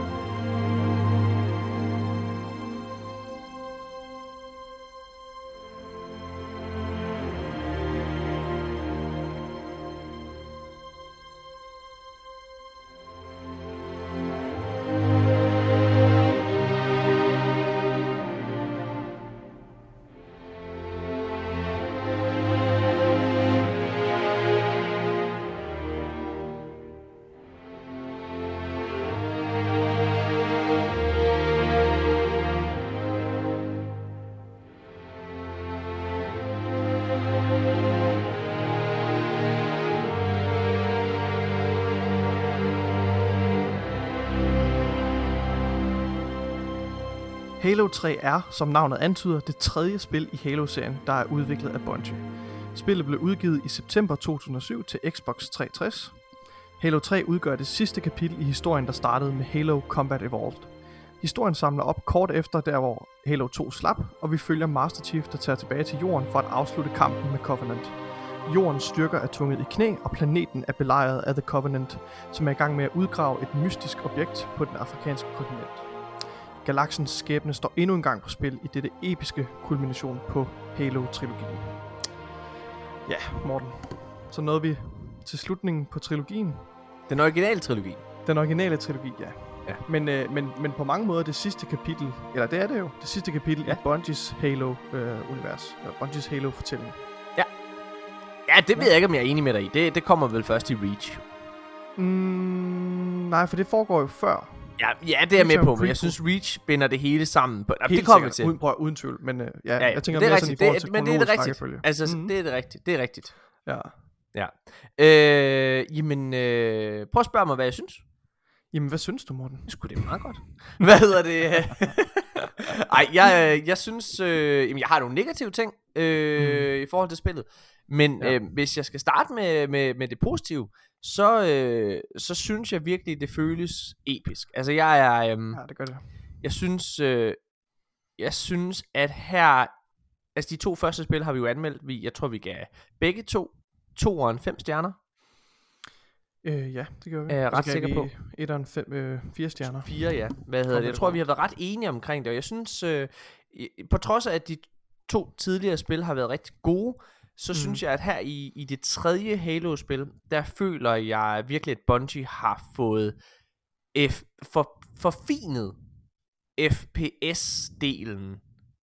Halo tre er, som navnet antyder, det tredje spil i Halo-serien, der er udviklet af Bungie. Spillet blev udgivet i september to tusind og syv til Xbox tre tres. Halo tre udgør det sidste kapitel i historien, der startede med Halo Combat Evolved. Historien samler op kort efter der, hvor Halo to slap, og vi følger Master Chief, der tager tilbage til jorden for at afslutte kampen med Covenant. Jordens styrker er tvunget i knæ, og planeten er belejret af The Covenant, som er i gang med at udgrave et mystisk objekt på den afrikanske kontinent. Galaksens skæbne står endnu en gang på spil i dette episke kulmination på Halo-trilogien. Ja, Morten, så nåede vi til slutningen på trilogien. Den originale trilogi. Den originale trilogi, ja. Ja. Men, øh, men, men på mange måder det sidste kapitel, eller det er det jo, det sidste kapitel ja. i Bungies Halo-univers, øh, Bungies Halo-fortælling. Ja, det ved jeg ikke, om jeg er enig med dig i. Det, det kommer vel først i Reach. Mm, nej, for det foregår jo før. Ja, ja, det er jeg med Reach er en på, men jeg prequel. synes, Reach binder det hele sammen. På, Helt det kommer vi sikkert, til. uden, prøv, uden tvivl, men øh, ja, Ja, ja, jeg tænker det er mere rigtigt, sådan i forhold det, til men det er det kronologisk rigtigt. rækkefølge. Altså, Mhm. det er det rigtigt. Det er rigtigt. Ja. Ja. Øh, jamen, øh, prøv at spørge mig, hvad jeg synes. Jamen, hvad synes du, Morten? Sgu, det er meget godt. Hvad hedder det? Ej, jeg, jeg synes, øh, jamen, jeg har nogle negative ting øh, mm. i forhold til spillet. Men ja. øh, hvis jeg skal starte med, med, med det positive, så, øh, så synes jeg virkelig, det føles episk. Altså, jeg er... Øh, ja, det gør det. Jeg synes, øh, jeg synes, at her... Altså, de to første spil har vi jo anmeldt. Vi, jeg tror, vi gav begge to toeren fem stjerner. Øh, ja, det gør vi. Er jeg ret sikker på. etteren fem, øh, fire stjerner. Fire, ja. Hvad hedder det? Jeg tror, vi har været ret enige omkring det. Og jeg synes, øh, på trods af, at de to tidligere spil har været rigtig gode, så mm. synes jeg, at her i, i det tredje Halo-spil, der føler jeg virkelig, at Bungie har fået F, for, forfinet F P S-delen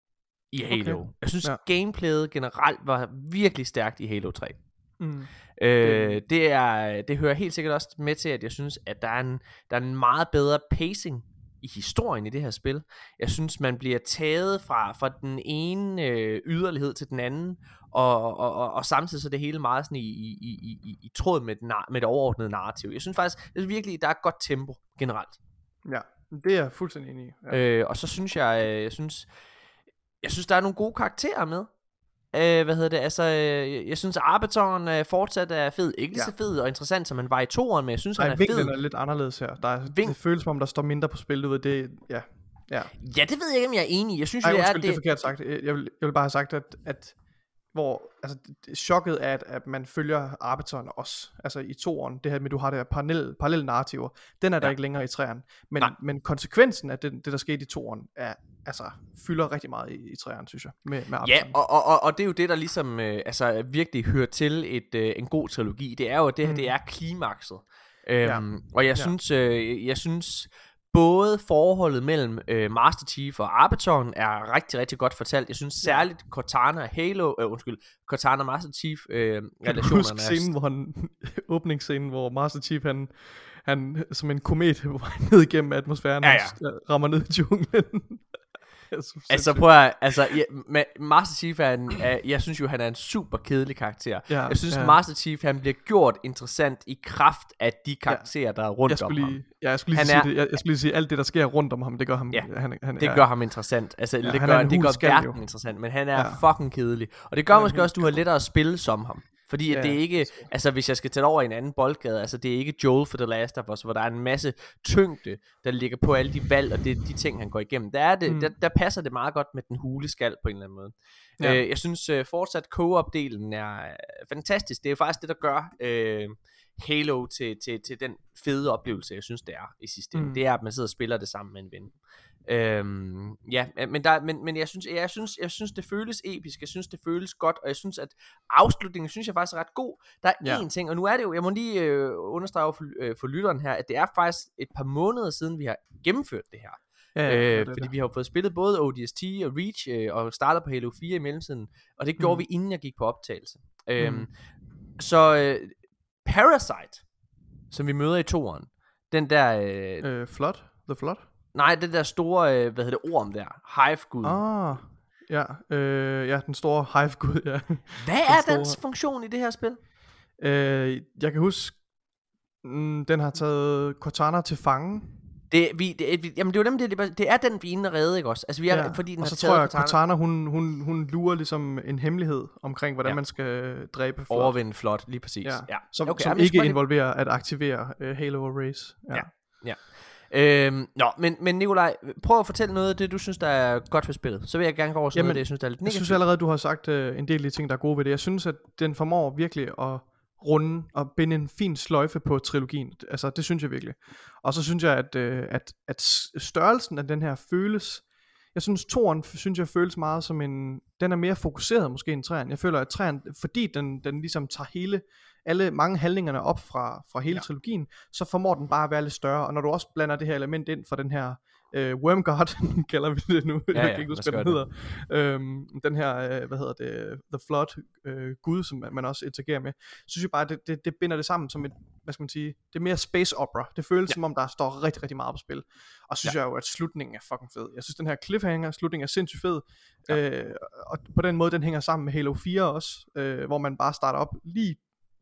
i Halo. Okay. Jeg synes, ja. gameplayet generelt var virkelig stærkt i Halo tre. Mm. Øh, det, er, det hører helt sikkert også med til, at jeg synes, at der er en, der er en meget bedre pacing i historien i det her spil. Jeg synes, man bliver taget fra, fra den ene øh, yderlighed til den anden, og, og, og, og samtidig så er det hele meget sådan i, i, i, i, i tråd med, den, med det overordnede narrativ. Jeg synes faktisk, det er virkelig, der er et godt tempo generelt. Ja, det er jeg fuldstændig enig i. Ja. Øh, og så synes jeg, øh, jeg synes, jeg synes, der er nogle gode karakterer med. Øh, hvad hedder det, altså, øh, jeg synes, Arbiteren øh, fortsat er fed. Ikke lige ja. så fed og interessant, som han var i toeren, men jeg synes, Ej, han er fed. Vinklen er lidt anderledes her. Der er, det føles som om, der står mindre på spil, du ved, det, ja. Ja. ja, det ved jeg ikke, om jeg er enig i. Jeg synes, Ej, det er, undskyld, det... det er forkert sagt. Jeg vil, jeg vil bare have sagt, at, at hvor, altså, chokket er, at, at man følger Arbiteren også, altså i toeren, det her med, du har der parallelle, parallelle narrativer, den er der ja. ikke længere i træerne, men, men konsekvensen af det, det, der skete i toeren, er, altså, fylder rigtig meget i, i træerne, synes jeg, med, med ja, og, og, og, og det er jo det, der ligesom, øh, altså, virkelig hører til et, øh, en god trilogi, det er jo, det her, mm. det er klimakset, øhm, ja. og jeg ja. synes, øh, jeg synes, både forholdet mellem øh, Master Chief og Arbiteren er rigtig, rigtig godt fortalt. Jeg synes særligt Cortana og Halo, øh, undskyld, Cortana og Master Chief øh, relationerne er... scenen, hvor han, åbningsscenen, hvor Master Chief, han, han som en komet ned igennem atmosfæren, ja, ja. rammer ned i junglen. Altså prøv at, altså ja, Master Chief er en, er, jeg synes jo han er en super kedelig karakter. Ja, jeg synes ja. Master Chief han bliver gjort interessant i kraft af de karakterer ja. der er rundt om lige, ham. Ja, jeg skulle lige sige er, det. Jeg, jeg skulle lige sige alt det der sker rundt om ham, det gør ham. Ja, han, han, det ja. gør ham interessant. Altså ja, det gør det gør verden jo. interessant, men han er ja. fucking kedelig. Og det gør ja, måske også du har lettere at spille som ham. Fordi ja, det er ikke, altså hvis jeg skal tage over i en anden boldgade, altså det er ikke Joel for The Last of Us, hvor der er en masse tyngde, der ligger på alle de valg, og det er de ting, han går igennem. Der, er det, mm. der, der passer det meget godt med den hule skal på en eller anden måde. Ja. Øh, jeg synes uh, fortsat co-op-delen er fantastisk. Det er jo faktisk det, der gør øh, Halo til, til, til den fede oplevelse, jeg synes det er i sidste ende. Mm. Det er, at man sidder og spiller det sammen med en ven. Øhm, ja, men, der, men, men jeg, synes, jeg, synes, jeg synes det føles episk. Jeg synes det føles godt. Og jeg synes at afslutningen synes jeg faktisk er ret god. Der er ja. én ting, og nu er det jo, jeg må lige øh, understrege for, øh, for lytteren her, at det er faktisk et par måneder siden vi har gennemført det her. Ja, ja, øh, det fordi det. Vi har jo fået spillet både O D S T og Reach øh, og startet på Halo fire i mellemtiden. Og det gjorde mm. vi inden jeg gik på optagelse. mm. øhm, Så øh, Parasite, som vi møder i toeren, den der øh, øh, Flood? The Flood? Nej, det der store, øh, hvad hedder det, orm der, Hive-gud. Ah, ja, øh, ja, den store Hive-gud, ja. Hvad er den store... dens funktion i det her spil? Øh, jeg kan huske, mm, den har taget Cortana til fange. Det, vi, det, jamen det er jo dem, det, det er den vi er redde, ikke også? Altså vi er, ja. fordi den og har så tror jeg, Cortana, Cortana hun, hun, hun lurer ligesom en hemmelighed omkring, hvordan ja. man skal dræbe Flood. Overvinde Flood, lige præcis. Ja. Ja. Som, okay, som ikke involverer at aktivere uh, Halo og Race. Ja, ja. ja. Øhm, nå, men, men Nikolaj, prøv at fortælle noget af det, du synes, der er godt ved spillet. Så vil jeg gerne gå over til noget af det, jeg synes, der er lidt negativt. Jeg synes allerede, du har sagt uh, en del af de ting, der er gode ved det. Jeg synes, at den formår virkelig at runde og binde en fin sløjfe på trilogien. Altså, det synes jeg virkelig. Og så synes jeg, at, uh, at, at størrelsen af den her føles... Jeg synes, toeren synes jeg føles meget som en... Den er mere fokuseret måske end træerne. Jeg føler, at træerne, fordi den, den ligesom tager hele... alle mange handlingerne op fra, fra hele ja. trilogien, så formår den bare at være lidt større. Og når du også blander det her element ind for den her øh, Wormguard, kalder vi det nu, ja, ja, jeg kan ikke huske, hvad den hedder, øhm, den her, øh, hvad hedder det, The Flood øh, gud, som man også interagerer med, synes jeg bare, det, det, det binder det sammen som et, hvad skal man sige, det er mere space opera. Det føles ja. som om, der står rigtig, rigtig meget på spil. Og så synes ja. jeg jo, at slutningen er fucking fed. Jeg synes, den her cliffhanger, slutningen er sindssygt fed, ja. øh, og på den måde, den hænger sammen med Halo fire også, øh, hvor man bare starter op lige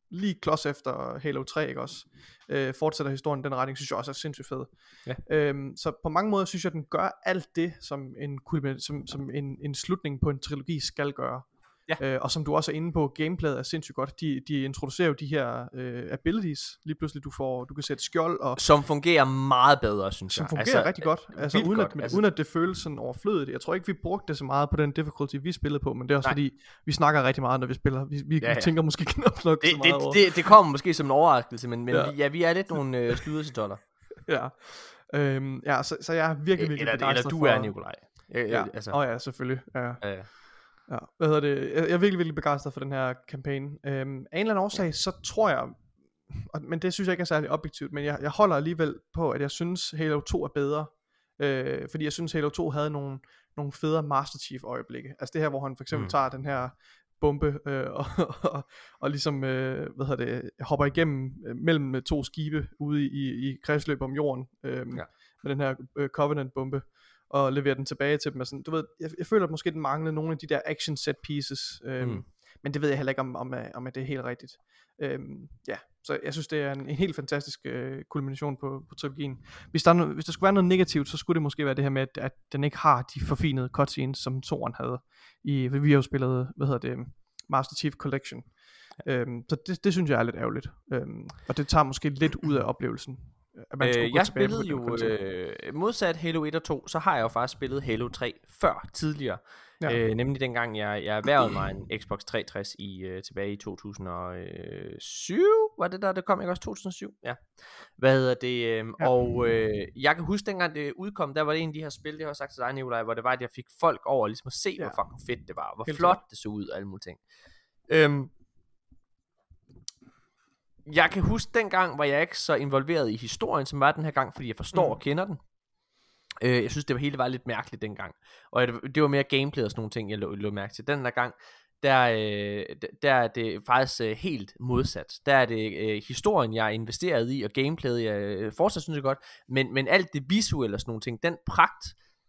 lige klods efter Halo tre, ikke også? Øh, fortsætter historien den retning, synes jeg også er sindssygt fed. Ja. Øhm, så på mange måder synes jeg, den gør alt det, som en, som, som en, en slutning på en trilogi skal gøre. Ja. Øh, og som du også er inde på, gameplayet er sindssygt godt. De, de introducerer jo de her øh, abilities. Lige pludselig du får, du kan sætte skjold og som fungerer meget bedre, synes som jeg. Som fungerer altså, rigtig godt. Altså uden, godt. At, Altså, uden at det føles sådan overflødigt. Jeg tror ikke vi brugte det så meget på den difficulty vi spillede på, men det er også nej. fordi vi snakker rigtig meget når vi spiller. Vi, vi, ja, ja. vi tænker måske knap nok det, så meget det, over. det, det kommer måske som en overraskelse, men, men ja. Vi, ja, vi er lidt nogle øh, sludersedoller. ja. Øhm, ja, så, så jeg er virkelig virkelig eller, begejstret eller du for, er Nikolaj. Jeg, ja. altså. Åh ja, selvfølgelig. Ja. Ja, ja. Ja, hvad hedder det? Jeg er virkelig, virkelig begejstret for den her kampagne. Øhm, af en eller anden årsag, så tror jeg, og, men det synes jeg ikke er særlig objektivt, men jeg, jeg holder alligevel på, at jeg synes Halo to er bedre. Øh, fordi jeg synes Halo to havde nogle, nogle federe Master Chief øjeblikke. Altså det her, hvor han for eksempel mm. tager den her bombe øh, og, og, og ligesom øh, hvad hedder det, hopper igennem øh, mellem to skibe ude i, i kredsløb om jorden øh, ja. med den her øh, Covenant bombe og leverer den tilbage til dem. Sådan, du ved, jeg, jeg føler at måske den mangler nogle af de der action set pieces, øhm, mm. men det ved jeg heller ikke om, om, om at det er helt rigtigt. Øhm, ja, så jeg synes det er en, en helt fantastisk øh, kulmination på, på trilogien. Hvis der, no, hvis der skulle være noget negativt, så skulle det måske være det her med, at, at den ikke har de forfinede cutscenes, som toren havde. I, vi har jo spillet, hvad hedder det, Master Chief Collection. Øhm, så det, det synes jeg er lidt ærgerligt. Øhm, og det tager måske lidt ud af oplevelsen. Øh, jeg spillede jo øh, modsat Halo et og to, så har jeg jo faktisk spillet Halo tre før tidligere. Ja. Øh, nemlig dengang jeg, jeg erhvervede mig en Xbox tre tres i, øh, tilbage i to tusind og syv, var det der, det kom ikke også to tusind og syv? Ja. Hvad hedder det? Øh, ja. Og øh, jeg kan huske dengang det udkom, der var det en af de her spil, det har jeg sagt til dig, Nikolaj, hvor det var, at jeg fik folk over ligesom at se, ja. hvor fucking fedt det var, hvor helt flot det så ud og alle mulige ting. Øhm, Jeg kan huske dengang, var jeg ikke så involveret i historien, som var den her gang, fordi jeg forstår mm. og kender den. Øh, jeg synes, det var hele var lidt mærkeligt dengang. Og det, det var mere gameplay og sådan nogle ting, jeg lå, lå mærke til. Den her gang, der, øh, der er det faktisk øh, helt modsat. Der er det øh, historien, jeg er investeret i, og gameplayet, jeg øh, fortsat synes jeg godt. Men, men alt det visuelle og sådan nogle ting, den pragt,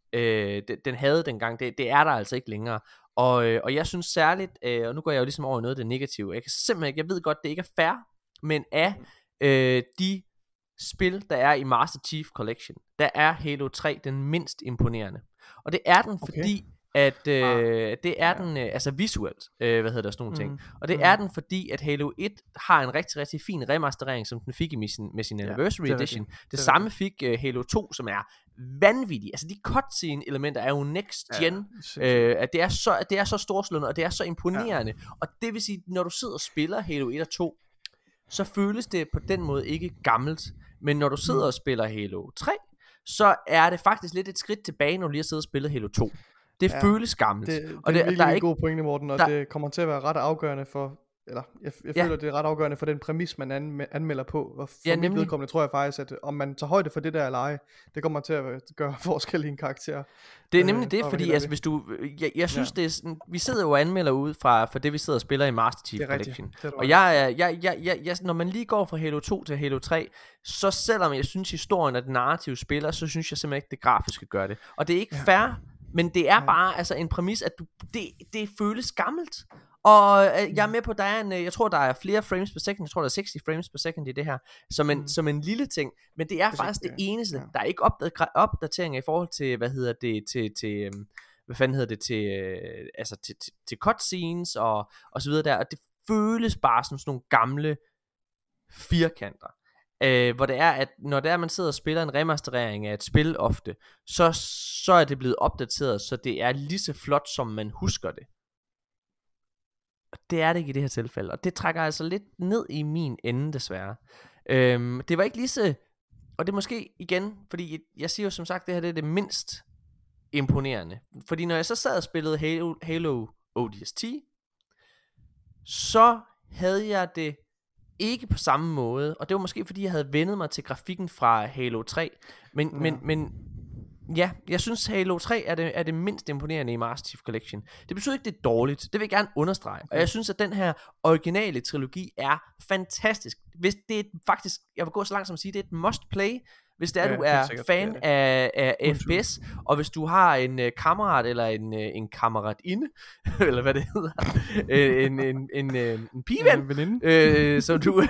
øh, den, den havde dengang, det, det er der altså ikke længere. Og, øh, og jeg synes særligt, øh, og nu går jeg jo ligesom over i noget af det negative. Jeg kan simpelthen ikke, jeg ved godt, det ikke er fair, men af øh, de spil, der er i Master Chief Collection, der er Halo tre den mindst imponerende. Og det er den, okay. fordi at øh, ah. det er ja. den, øh, altså visuelt, øh, hvad hedder der sådan nogle ting. Mm. Og det mm. er den, fordi at Halo et har en rigtig, rigtig fin remasterering, som den fik i med sin, med sin ja, Anniversary det Edition. Det, det, det samme fik øh, Halo to, som er vanvittig. Altså de cutscene elementer er jo next gen. Ja, øh, at det er så, at det er så storslående, og det er så imponerende. Ja. Og det vil sige, når du sidder og spiller Halo et og to, så føles det på den måde ikke gammelt. Men når du sidder og spiller Halo tre, så er det faktisk lidt et skridt tilbage, når du lige har siddet og spillet Halo to. Det ja, føles gammelt. Det, det og det er virkelig en ikke, god pointe, Morten, og der, det kommer til at være ret afgørende for, eller jeg, jeg ja. føler, det er ret afgørende for den præmis, man an, anmelder på. Og for ja, mit vedkommende tror jeg faktisk, at om man tager højde for det der eller ej, det kommer til at gøre forskel i en karakter. Det er nemlig øh, det, fordi altså, hvis du, jeg, jeg synes ja. det er sådan, vi sidder jo og anmelder ud fra for det vi sidder og spiller i Master Chief Collection. Og jeg, jeg, jeg, jeg, jeg, når man lige går fra Halo to til Halo tre, så selvom jeg synes historien og den narrative spiller, så synes jeg simpelthen ikke det grafiske gør det. Og det er ikke ja. fair, men det er ja. bare altså en præmis, at du, det, det føles gammelt. Og øh, jeg er med på, der er en, jeg tror der er flere frames per second, jeg tror der er seksti frames per second i det her, som en, mm. som en lille ting, men det er det faktisk det eneste, ja. der er ikke opdateringer i forhold til, hvad hedder det, til, til hvad fanden hedder det, til, øh, altså til, til, til cutscenes og, og så videre der, og det føles bare som sådan nogle gamle firkanter. Øh, hvor det er, at når det er, man sidder og spiller en remasterering af et spil ofte, så, så er det blevet opdateret, så det er lige så flot, som man husker det. Det er det ikke i det her tilfælde, og det trækker altså lidt ned i min ende desværre. Øhm, det var ikke lige så, og det er måske igen, fordi jeg siger jo som sagt, det her det er det mindst imponerende. Fordi når jeg så sad og spillede Halo, Halo O D S T, så havde jeg det ikke på samme måde, og det var måske fordi jeg havde vendet mig til grafikken fra Halo tre, men, ja. men, men ja, jeg synes Halo tre er det, er det mindst imponerende i Master Chief Collection. Det betyder ikke det er dårligt, det vil jeg gerne understrege, og jeg synes at den her originale trilogi er fantastisk. Hvis det er faktisk, jeg vil gå så langt som at sige, det er et must play, hvis det er, Ja, du helt er sikkert. fan Det af, af Uden F P S, og hvis du har en uh, kammerat, eller en, uh, en kammeratinde, eller hvad det hedder, øh, en, en, en, en, en pigeven, En veninde. øh, som du...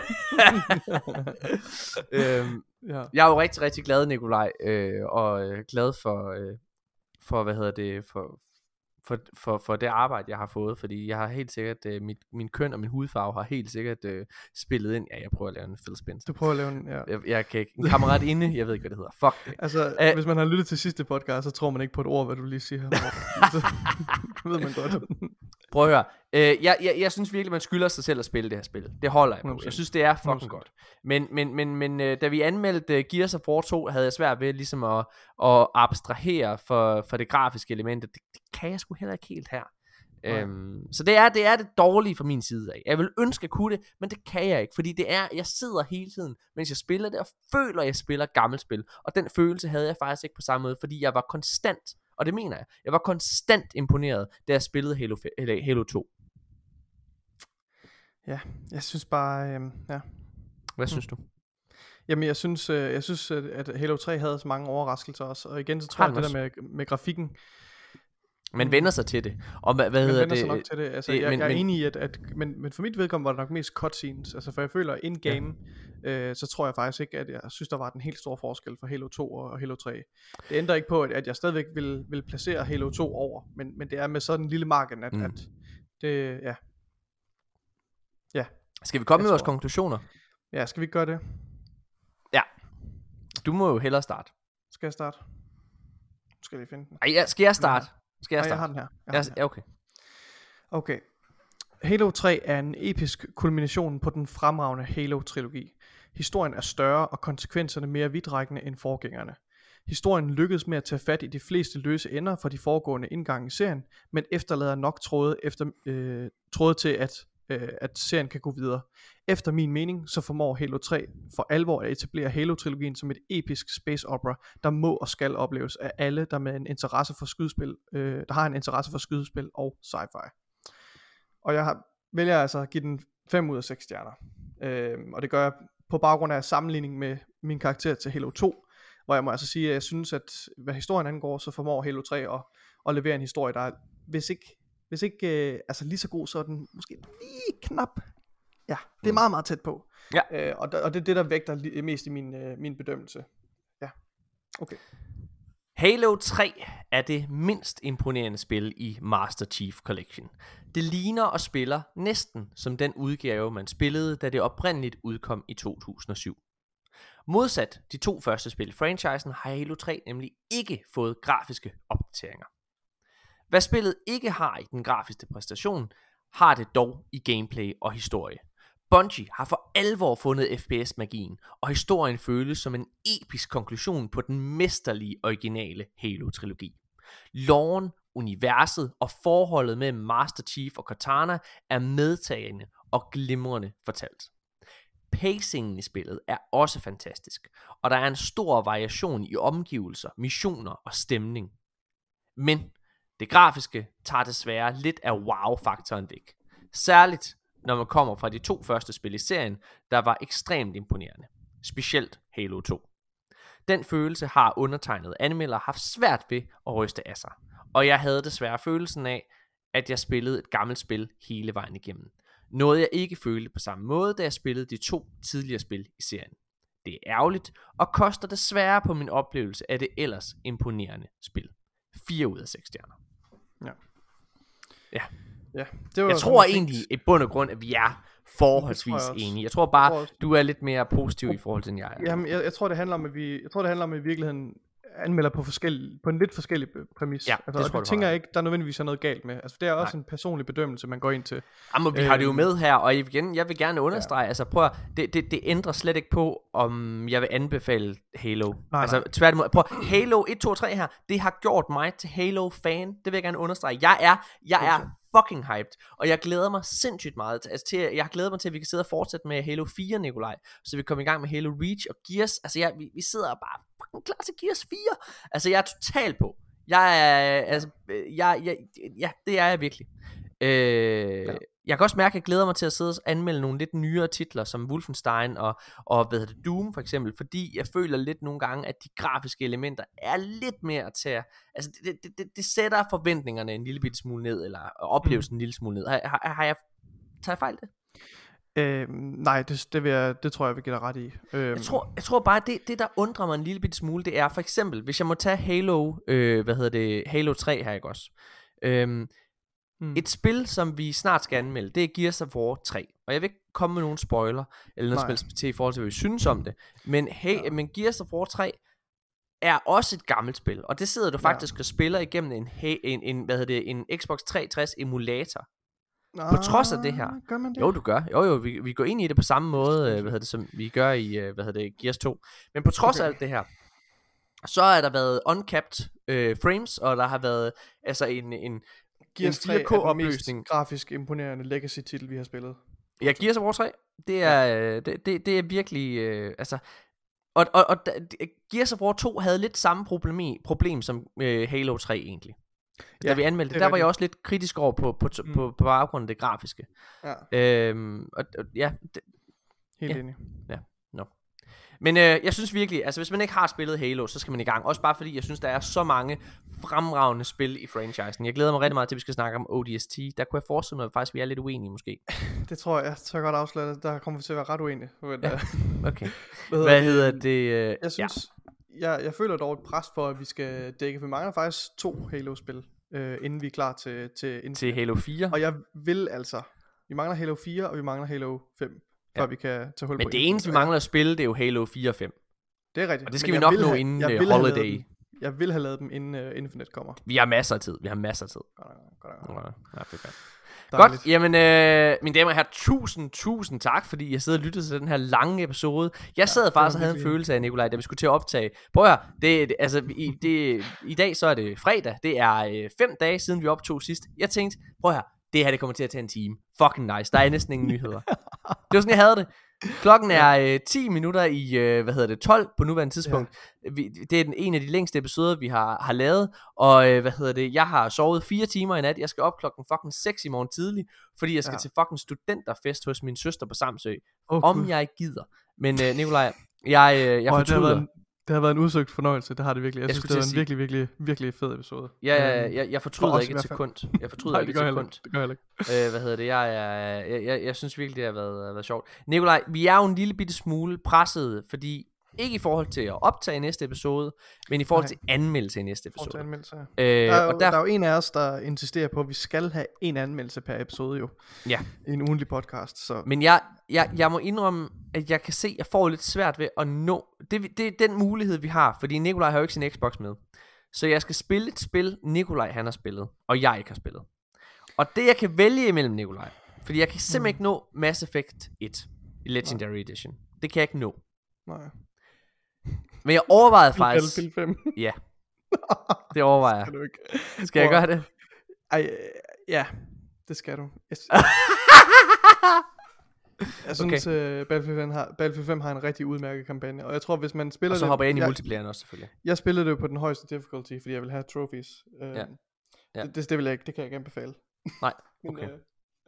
øhm, Ja. jeg er jo rigtig, rigtig glad, Nikolaj, øh, og øh, glad for, øh, for, hvad hedder det, for, for, for, for det arbejde, jeg har fået, fordi jeg har helt sikkert, øh, mit, min køn og min hudfarve har helt sikkert øh, spillet ind. Ja, jeg prøver at lave en Phil Spencer. Du prøver at lave en, ja. Jeg, jeg kan ikke, en kammerat inde, jeg ved ikke, hvad det hedder. Fuck det. Altså, Æh, hvis man har lyttet til sidste podcast, så tror man ikke på et ord, hvad du lige siger her. Så ved man godt. Prøv at høre. Øh, jeg, jeg, jeg synes virkelig, man skylder sig selv at spille det her spil. Det holder jeg på. Jeg synes, det er fucking godt. Men, men, men, men øh, da vi anmeldte uh, Gears of War to, havde jeg svært ved ligesom at, at abstrahere for, for det grafiske element. Det, det kan jeg sgu heller ikke helt her. Øhm, så det er, det er det dårlige fra min side af. Jeg vil ønske at kunne det, men det kan jeg ikke. Fordi det er, jeg sidder hele tiden, mens jeg spiller det, og føler, at jeg spiller et gammelt spil. Og den følelse havde jeg faktisk ikke på samme måde, fordi jeg var konstant, og det mener jeg, jeg var konstant imponeret, da jeg spillede Halo, Halo to. Ja, jeg synes bare, øh, ja. Hvad synes du? Jamen, jeg synes, øh, jeg synes at Halo tre havde så mange overraskelser også. Og igen, så tror jeg, det der med, med grafikken, man vender sig til det. Og hvad, hvad man hedder vender det? sig nok til det. Altså, det, jeg, men, jeg er men, enig i, at, at men, men for mit vedkommende var det nok mest cutscenes. Altså, for jeg føler, in-game, ja. øh, så tror jeg faktisk ikke, at jeg synes, der var den helt store forskel for Halo to og Halo tre. Det ændrer ikke på, at, at jeg stadigvæk vil, vil placere Halo to over, men, men det er med sådan en lille marken, at, mm. at det, ja. Ja. Skal vi komme jeg med vores tror. konklusioner? Ja, skal vi gøre det? Ja. Du må jo hellere starte. Skal jeg starte? Skal jeg lige finde den? Ej, ja, skal jeg starte? Skal jeg Nej, starte? jeg har den her. Jeg har Jeg, den her. ja, okay. Okay. Halo tre er en episk kulmination på den fremragende Halo-trilogi. Historien er større og konsekvenserne mere vidtrækkende end forgængerne. Historien lykkedes med at tage fat i de fleste løse ender fra de foregående indgange i serien, men efterlader nok tråde, efter, øh, tråde til, at, øh, at serien kan gå videre. Efter min mening, så formår Halo tre for alvor at etablere Halo-trilogien som et episk space opera, der må og skal opleves af alle, der med en interesse for skydespil, øh, der har en interesse for skydespil og sci-fi. Og jeg har, vælger altså at give den fem ud af seks stjerner. Øh, og det gør jeg på baggrund af sammenligning med min karakter til Halo to, hvor jeg må altså sige, at jeg synes, at hvad historien angår, så formår Halo tre at, at levere en historie, der er, hvis ikke, hvis ikke øh, altså lige så god, så er den måske lige knap. Ja, det er meget, meget tæt på. Ja. Øh, og, der, og det er det, der vægter li- mest i min, øh, min bedømmelse. Ja, okay. Halo tre er det mindst imponerende spil i Master Chief Collection. Det ligner og spiller næsten som den udgave, man spillede, da det oprindeligt udkom i to tusind og syv. Modsat de to første spil i franchisen har Halo tre nemlig ikke fået grafiske opdateringer. Hvad spillet ikke har i den grafiske præstation, har det dog i gameplay og historie. Bungie har for alvor fundet F P S-magien, og historien føles som en episk konklusion på den mesterlige originale Halo-trilogi. Loren, universet og forholdet mellem Master Chief og Cortana er medtagende og glimrende fortalt. Pacingen i spillet er også fantastisk, og der er en stor variation i omgivelser, missioner og stemning. Men det grafiske tager desværre lidt af wow-faktoren væk. Særligt når man kommer fra de to første spil i serien, der var ekstremt imponerende. Specielt Halo to. Den følelse har undertegnet anmelder haft svært ved at ryste af sig. Og jeg havde desværre følelsen af, at jeg spillede et gammelt spil hele vejen igennem. Noget jeg ikke følte på samme måde, da jeg spillede de to tidligere spil i serien. Det er ærgerligt, og koster desværre på min oplevelse af det ellers imponerende spil. fire ud af seks stjerner. Ja. Ja. Ja, det var jeg tror egentlig i bund og grund, at vi er forholdsvis jeg enige. Jeg tror bare, jeg tror du er lidt mere positiv i forhold til, end jeg er. Jamen, jeg, jeg tror det handler om, at vi, jeg tror det handler om, at vi i virkeligheden anmelder på forskellige, på en lidt forskellig præmis. Ja, altså, det og tror det du tænker har. jeg ikke, der nødvendigvis er noget galt med. Altså, det er også Nej. en personlig bedømmelse, man går ind til. Jamen, vi har det jo Øhm, med her, og igen, jeg vil gerne understrege, ja. altså prøv at, det, det, det ændrer slet ikke på, om jeg vil anbefale Halo. Nej, altså nej. tværtimod, prøv Halo et, to og tre her, det har gjort mig til Halo-fan, det vil jeg gerne understrege. Jeg er, jeg er fucking hyped, og jeg glæder mig sindssygt meget til, altså til, jeg glæder mig til, at vi kan sidde og fortsætte med Halo fire, Nikolaj, så vi kommer i gang med Halo Reach og Gears. Altså jeg, vi, vi sidder bare fucking klar til Gears fire. Altså jeg er totalt på. Jeg er, altså, jeg, jeg, ja, det er jeg virkelig. Øh, ja. jeg kan også mærke, at jeg glæder mig til at sidde og anmelde nogle lidt nyere titler, som Wolfenstein og, og hvad hedder det, Doom for eksempel, fordi jeg føler lidt nogle gange, at de grafiske elementer er lidt mere at tage, altså det, det, det, det sætter forventningerne en lille bitte smule ned, eller oplevelsen mm. en lille smule ned. Har, har, har jeg taget fejl det? Øh, nej, det, det, vil jeg, det tror jeg, vi giver dig ret i. Øh, jeg, tror, jeg tror bare, det, det der undrer mig en lille bitte smule, det er for eksempel, hvis jeg må tage Halo, øh, hvad hedder det, Halo tre her, ikke også? Øh, Hmm. Et spil, som vi snart skal anmelde, det er Gears of War tre. Og jeg vil ikke komme med nogen spoiler, eller noget spil til i forhold til, hvad vi synes om det. Men, hey, ja. men Gears of War tre er også et gammelt spil. Og det sidder du ja. faktisk og spiller igennem en, en, en, hvad hedder det, en Xbox tre tres emulator. Ah, på trods af det her. Gør man det? Jo, du gør. Jo, jo, vi, vi går ind i det på samme måde, hvad hedder det, som vi gør i hvad hedder det, Gears to. Men på trods okay. af alt det her, så har der været uncapped øh, frames, og der har været altså en... en Gears tre er den mest grafisk imponerende legacy-titel, vi har spillet. Ja, Gears of War tre, det er, ja. det, det, det er virkelig, øh, altså, og, og, og Gears of War to havde lidt samme problem, problem som øh, Halo tre egentlig. Ja, da vi anmeldte det, der var jeg også lidt kritisk over på, på, mm. på, på baggrund af det grafiske. Ja. Øhm, og, og, ja det, Helt ja. enig. Ja, no. Men øh, jeg synes virkelig, altså hvis man ikke har spillet Halo, så skal man i gang. Også bare fordi, jeg synes, der er så mange fremragende spil i franchisen. Jeg glæder mig rigtig meget til, at vi skal snakke om O D S T. Der kunne jeg forestille mig, at faktisk vi er lidt uenige måske. Det tror jeg, jeg tør godt afsløre, der kommer vi til at være ret uenige. Ja. Okay. Hvad hedder, Hvad hedder det? det? Jeg synes, ja. jeg, jeg føler dog et pres for, at vi skal dække. Vi mangler faktisk to Halo-spil, øh, inden vi er klar til til, til Halo fire. Og jeg vil altså, vi mangler Halo fire, og vi mangler Halo fem. Ja. Vi kan tage hul Men på det eneste vi mangler at spille, det er jo Halo fire og fem. Det er rigtigt. Og det skal Men vi nok nå have, inden uh, Holiday. Jeg vil have lavet dem inden uh, Infinite kommer. Vi har masser af tid. Vi har masser af tid. Godt, godt, godt. Ja, det er godt. Godt, jamen øh, mine damer og herrer, tusind, tusind tak, fordi jeg sidder og lyttede til den her lange episode. Jeg sad ja, faktisk og havde en følelse af, Nikolaj, da vi skulle til at optage. Prøv at høre, det, det, altså, i, det, i dag så er det fredag, det er øh, fem dage siden vi optog sidst. Jeg tænkte, prøv at høre, det her det kommer til at tage en time. Fucking nice, der er næsten ingen nyheder. Det var sådan, jeg havde det. Klokken er øh, ti minutter i, øh, hvad hedder det, tolv på nuværende tidspunkt. Ja. Vi, det er den, en af de længste episoder, vi har, har lavet. Og øh, hvad hedder det, jeg har sovet fire timer i nat. Jeg skal op klokken fucking seks i morgen tidlig, fordi jeg skal ja. til fucking studenterfest hos min søster på Samsø. Oh, om jeg ikke gider. Men øh, Nikolaj, jeg, øh, jeg fortryder. Det har været en udsøgt fornøjelse, det har det virkelig. Jeg, jeg synes, det var en virkelig, virkelig, virkelig fed episode. Ja, ja, ja jeg, jeg fortryder ikke et sekund. Jeg fortryder Nej, ikke et sekund. Det gør jeg ikke. Øh, hvad hedder det? Jeg, jeg, jeg, jeg, jeg synes virkelig, det har været, været sjovt. Nikolaj, vi er jo en lille bitte smule presset, fordi ikke i forhold til at optage næste episode, men i forhold Nej. til anmeldelse i næste episode. Anmeldelse, ja. øh, der, er jo, og der... der er jo en af os, der insisterer på, at vi skal have en anmeldelse per episode jo. Ja. I en ugentlig podcast. Så. Men jeg, jeg, jeg må indrømme, at jeg kan se, at jeg får lidt svært ved at nå. Det, det er den mulighed, vi har, fordi Nikolaj har jo ikke sin Xbox med. Så jeg skal spille et spil, Nikolaj han har spillet, og jeg ikke har spillet. Og det jeg kan vælge imellem, Nikolaj, fordi jeg kan simpelthen mm. ikke nå Mass Effect et i Legendary Nej. Edition. Det kan jeg ikke nå. Nej. Men jeg overvejede faktisk Battlefield fem. Ja. Det overvejer jeg. Skal du ikke? Skal jeg gøre det? Ej, ja. Det skal du. Jeg, jeg synes okay. uh, Battlefield fem har Battlefield fem har en rigtig udmærket kampagne. Og jeg tror hvis man spiller og så det, hopper jeg ind i jeg, multiplayeren også selvfølgelig. Jeg spillede det jo på den højeste difficulty, fordi jeg vil have trophies. uh, ja. Ja. Det, det vil jeg ikke. Det kan jeg ikke anbefale. Nej. Okay. Men, uh,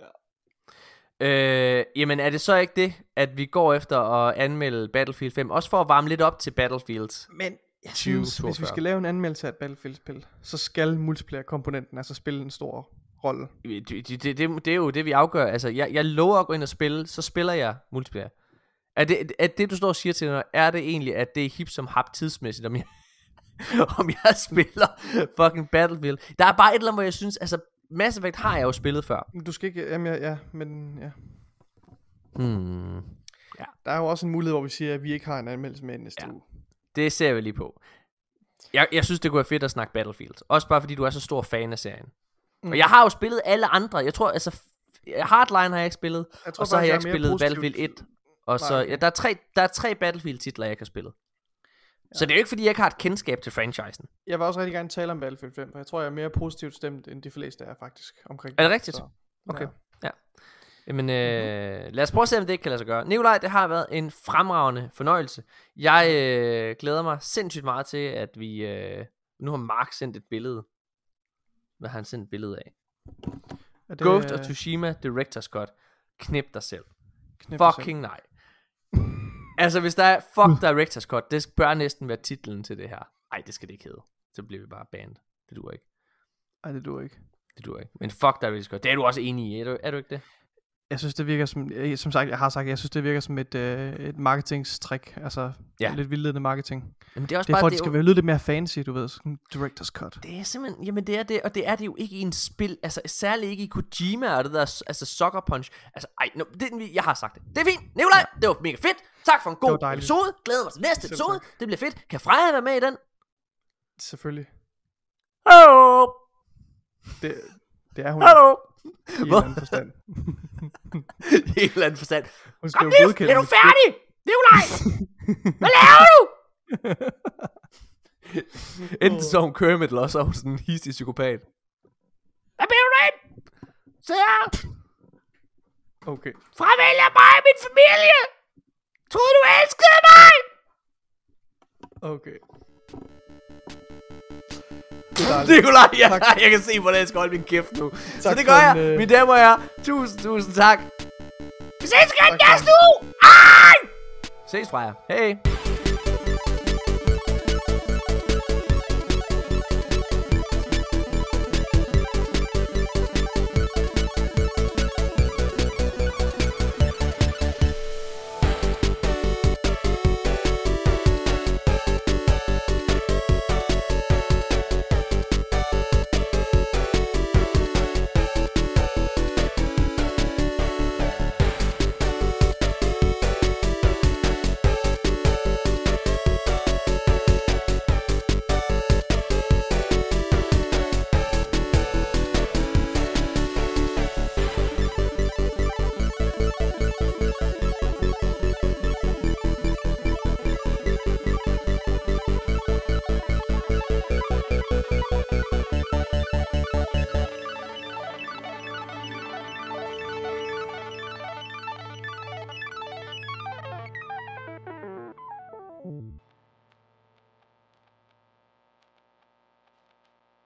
Øh, jamen er det så ikke det, at vi går efter at anmelde Battlefield fem, også for at varme lidt op til Battlefield? Men jeg synes, hvis vi skal lave en anmeldelse af et Battlefield-spil, så skal multiplayer-komponenten altså spille en stor rolle. Det, det, det, det, det er jo det, vi afgør. Altså, jeg, jeg lover at gå ind og spille, så spiller jeg multiplayer. Er det, at det, du står og siger til mig, er det egentlig, at det er hip som hap tidsmæssigt, om jeg, om jeg spiller fucking Battlefield? Der er bare et eller andet, hvor jeg synes, altså, Mass Effect har jeg jo spillet før. Du skal ikke, jamen ja, ja men ja. Hmm. Ja. Der er jo også en mulighed, hvor vi siger, at vi ikke har en anmeldelse med næste ja. uge. Det ser vi lige på. Jeg, jeg synes, det kunne være fedt at snakke Battlefield. Også bare fordi du er så stor fan af serien. Mm. Og jeg har jo spillet alle andre. Jeg tror, altså, Hardline har jeg ikke spillet. Jeg tror, og så har jeg ikke spillet Battlefield et. Og så, ja, der er tre, der er tre Battlefield-titler, jeg ikke har spillet. Ja. Så det er jo ikke fordi jeg ikke har et kendskab til franchisen. Jeg vil også rigtig gerne tale om Battlefield fem, for jeg tror jeg er mere positivt stemt end de fleste er faktisk omkring. Er det rigtigt? Så, okay. Ja. Ja. Jamen øh, mm-hmm. lad os prøve at se om det ikke kan lade sig gøre. Nikolaj, det har været en fremragende fornøjelse. Jeg øh, glæder mig sindssygt meget til at vi øh, nu har Mark sendt et billede. Hvad har han sendt et billede af? Det, Ghost of Tsushima Director's Cut. Knip dig selv. Knip Fucking nej. Altså, hvis der er fuck Director's Cut, det bør næsten være titlen til det her. Ej, det skal det ikke hedde. Så bliver vi bare banned. Det duer ikke. Ej, det duer ikke. Det duer ikke. Men fuck Director's Cut. Det er du også enig i, er du, er du ikke det? Jeg synes, det virker som, som sagt, jeg har sagt, jeg synes, det virker som et, øh, et marketingstrik. Altså, ja. lidt vildledende marketing. Jamen, det er også det er bare, for, det det skal jo... være lyde lidt mere fancy, du ved, sådan Director's Cut. Det er simpelthen, jamen det er det, og det er det jo ikke i en spil, altså særligt ikke i Kojima og det der, altså Sucker Punch. Altså, ej, no, det, jeg har sagt det. Det er fint, Nikolaj, det var mega fedt. Tak for en god episode, glæder mig til næste Selv episode, tak. det bliver fedt. Kan Freja være med i den? Selvfølgelig. Hallo! Det, det er hun. Hallo! I en eller anden forstand. I en eller anden forstand. Hun skal Kom, jo Niv, godkende er du mit færdig? Nikolaj! Hvad laver du? Enten så er hun Kermit, eller så er hun sådan en histig psykopat. Hvad bliver du ind? Så her. Okay. Farvel af mig og min familie. Troede du elskede mig? Okay. Nikolaj, jeg, jeg kan se, hvordan jeg skal holde min kæft nu. Tak så det gør jeg, en, øh... mine damer og herrer. Tusind, tusind tak. Vi ses igen næste uge. Ej! Ses fra jer. Hej.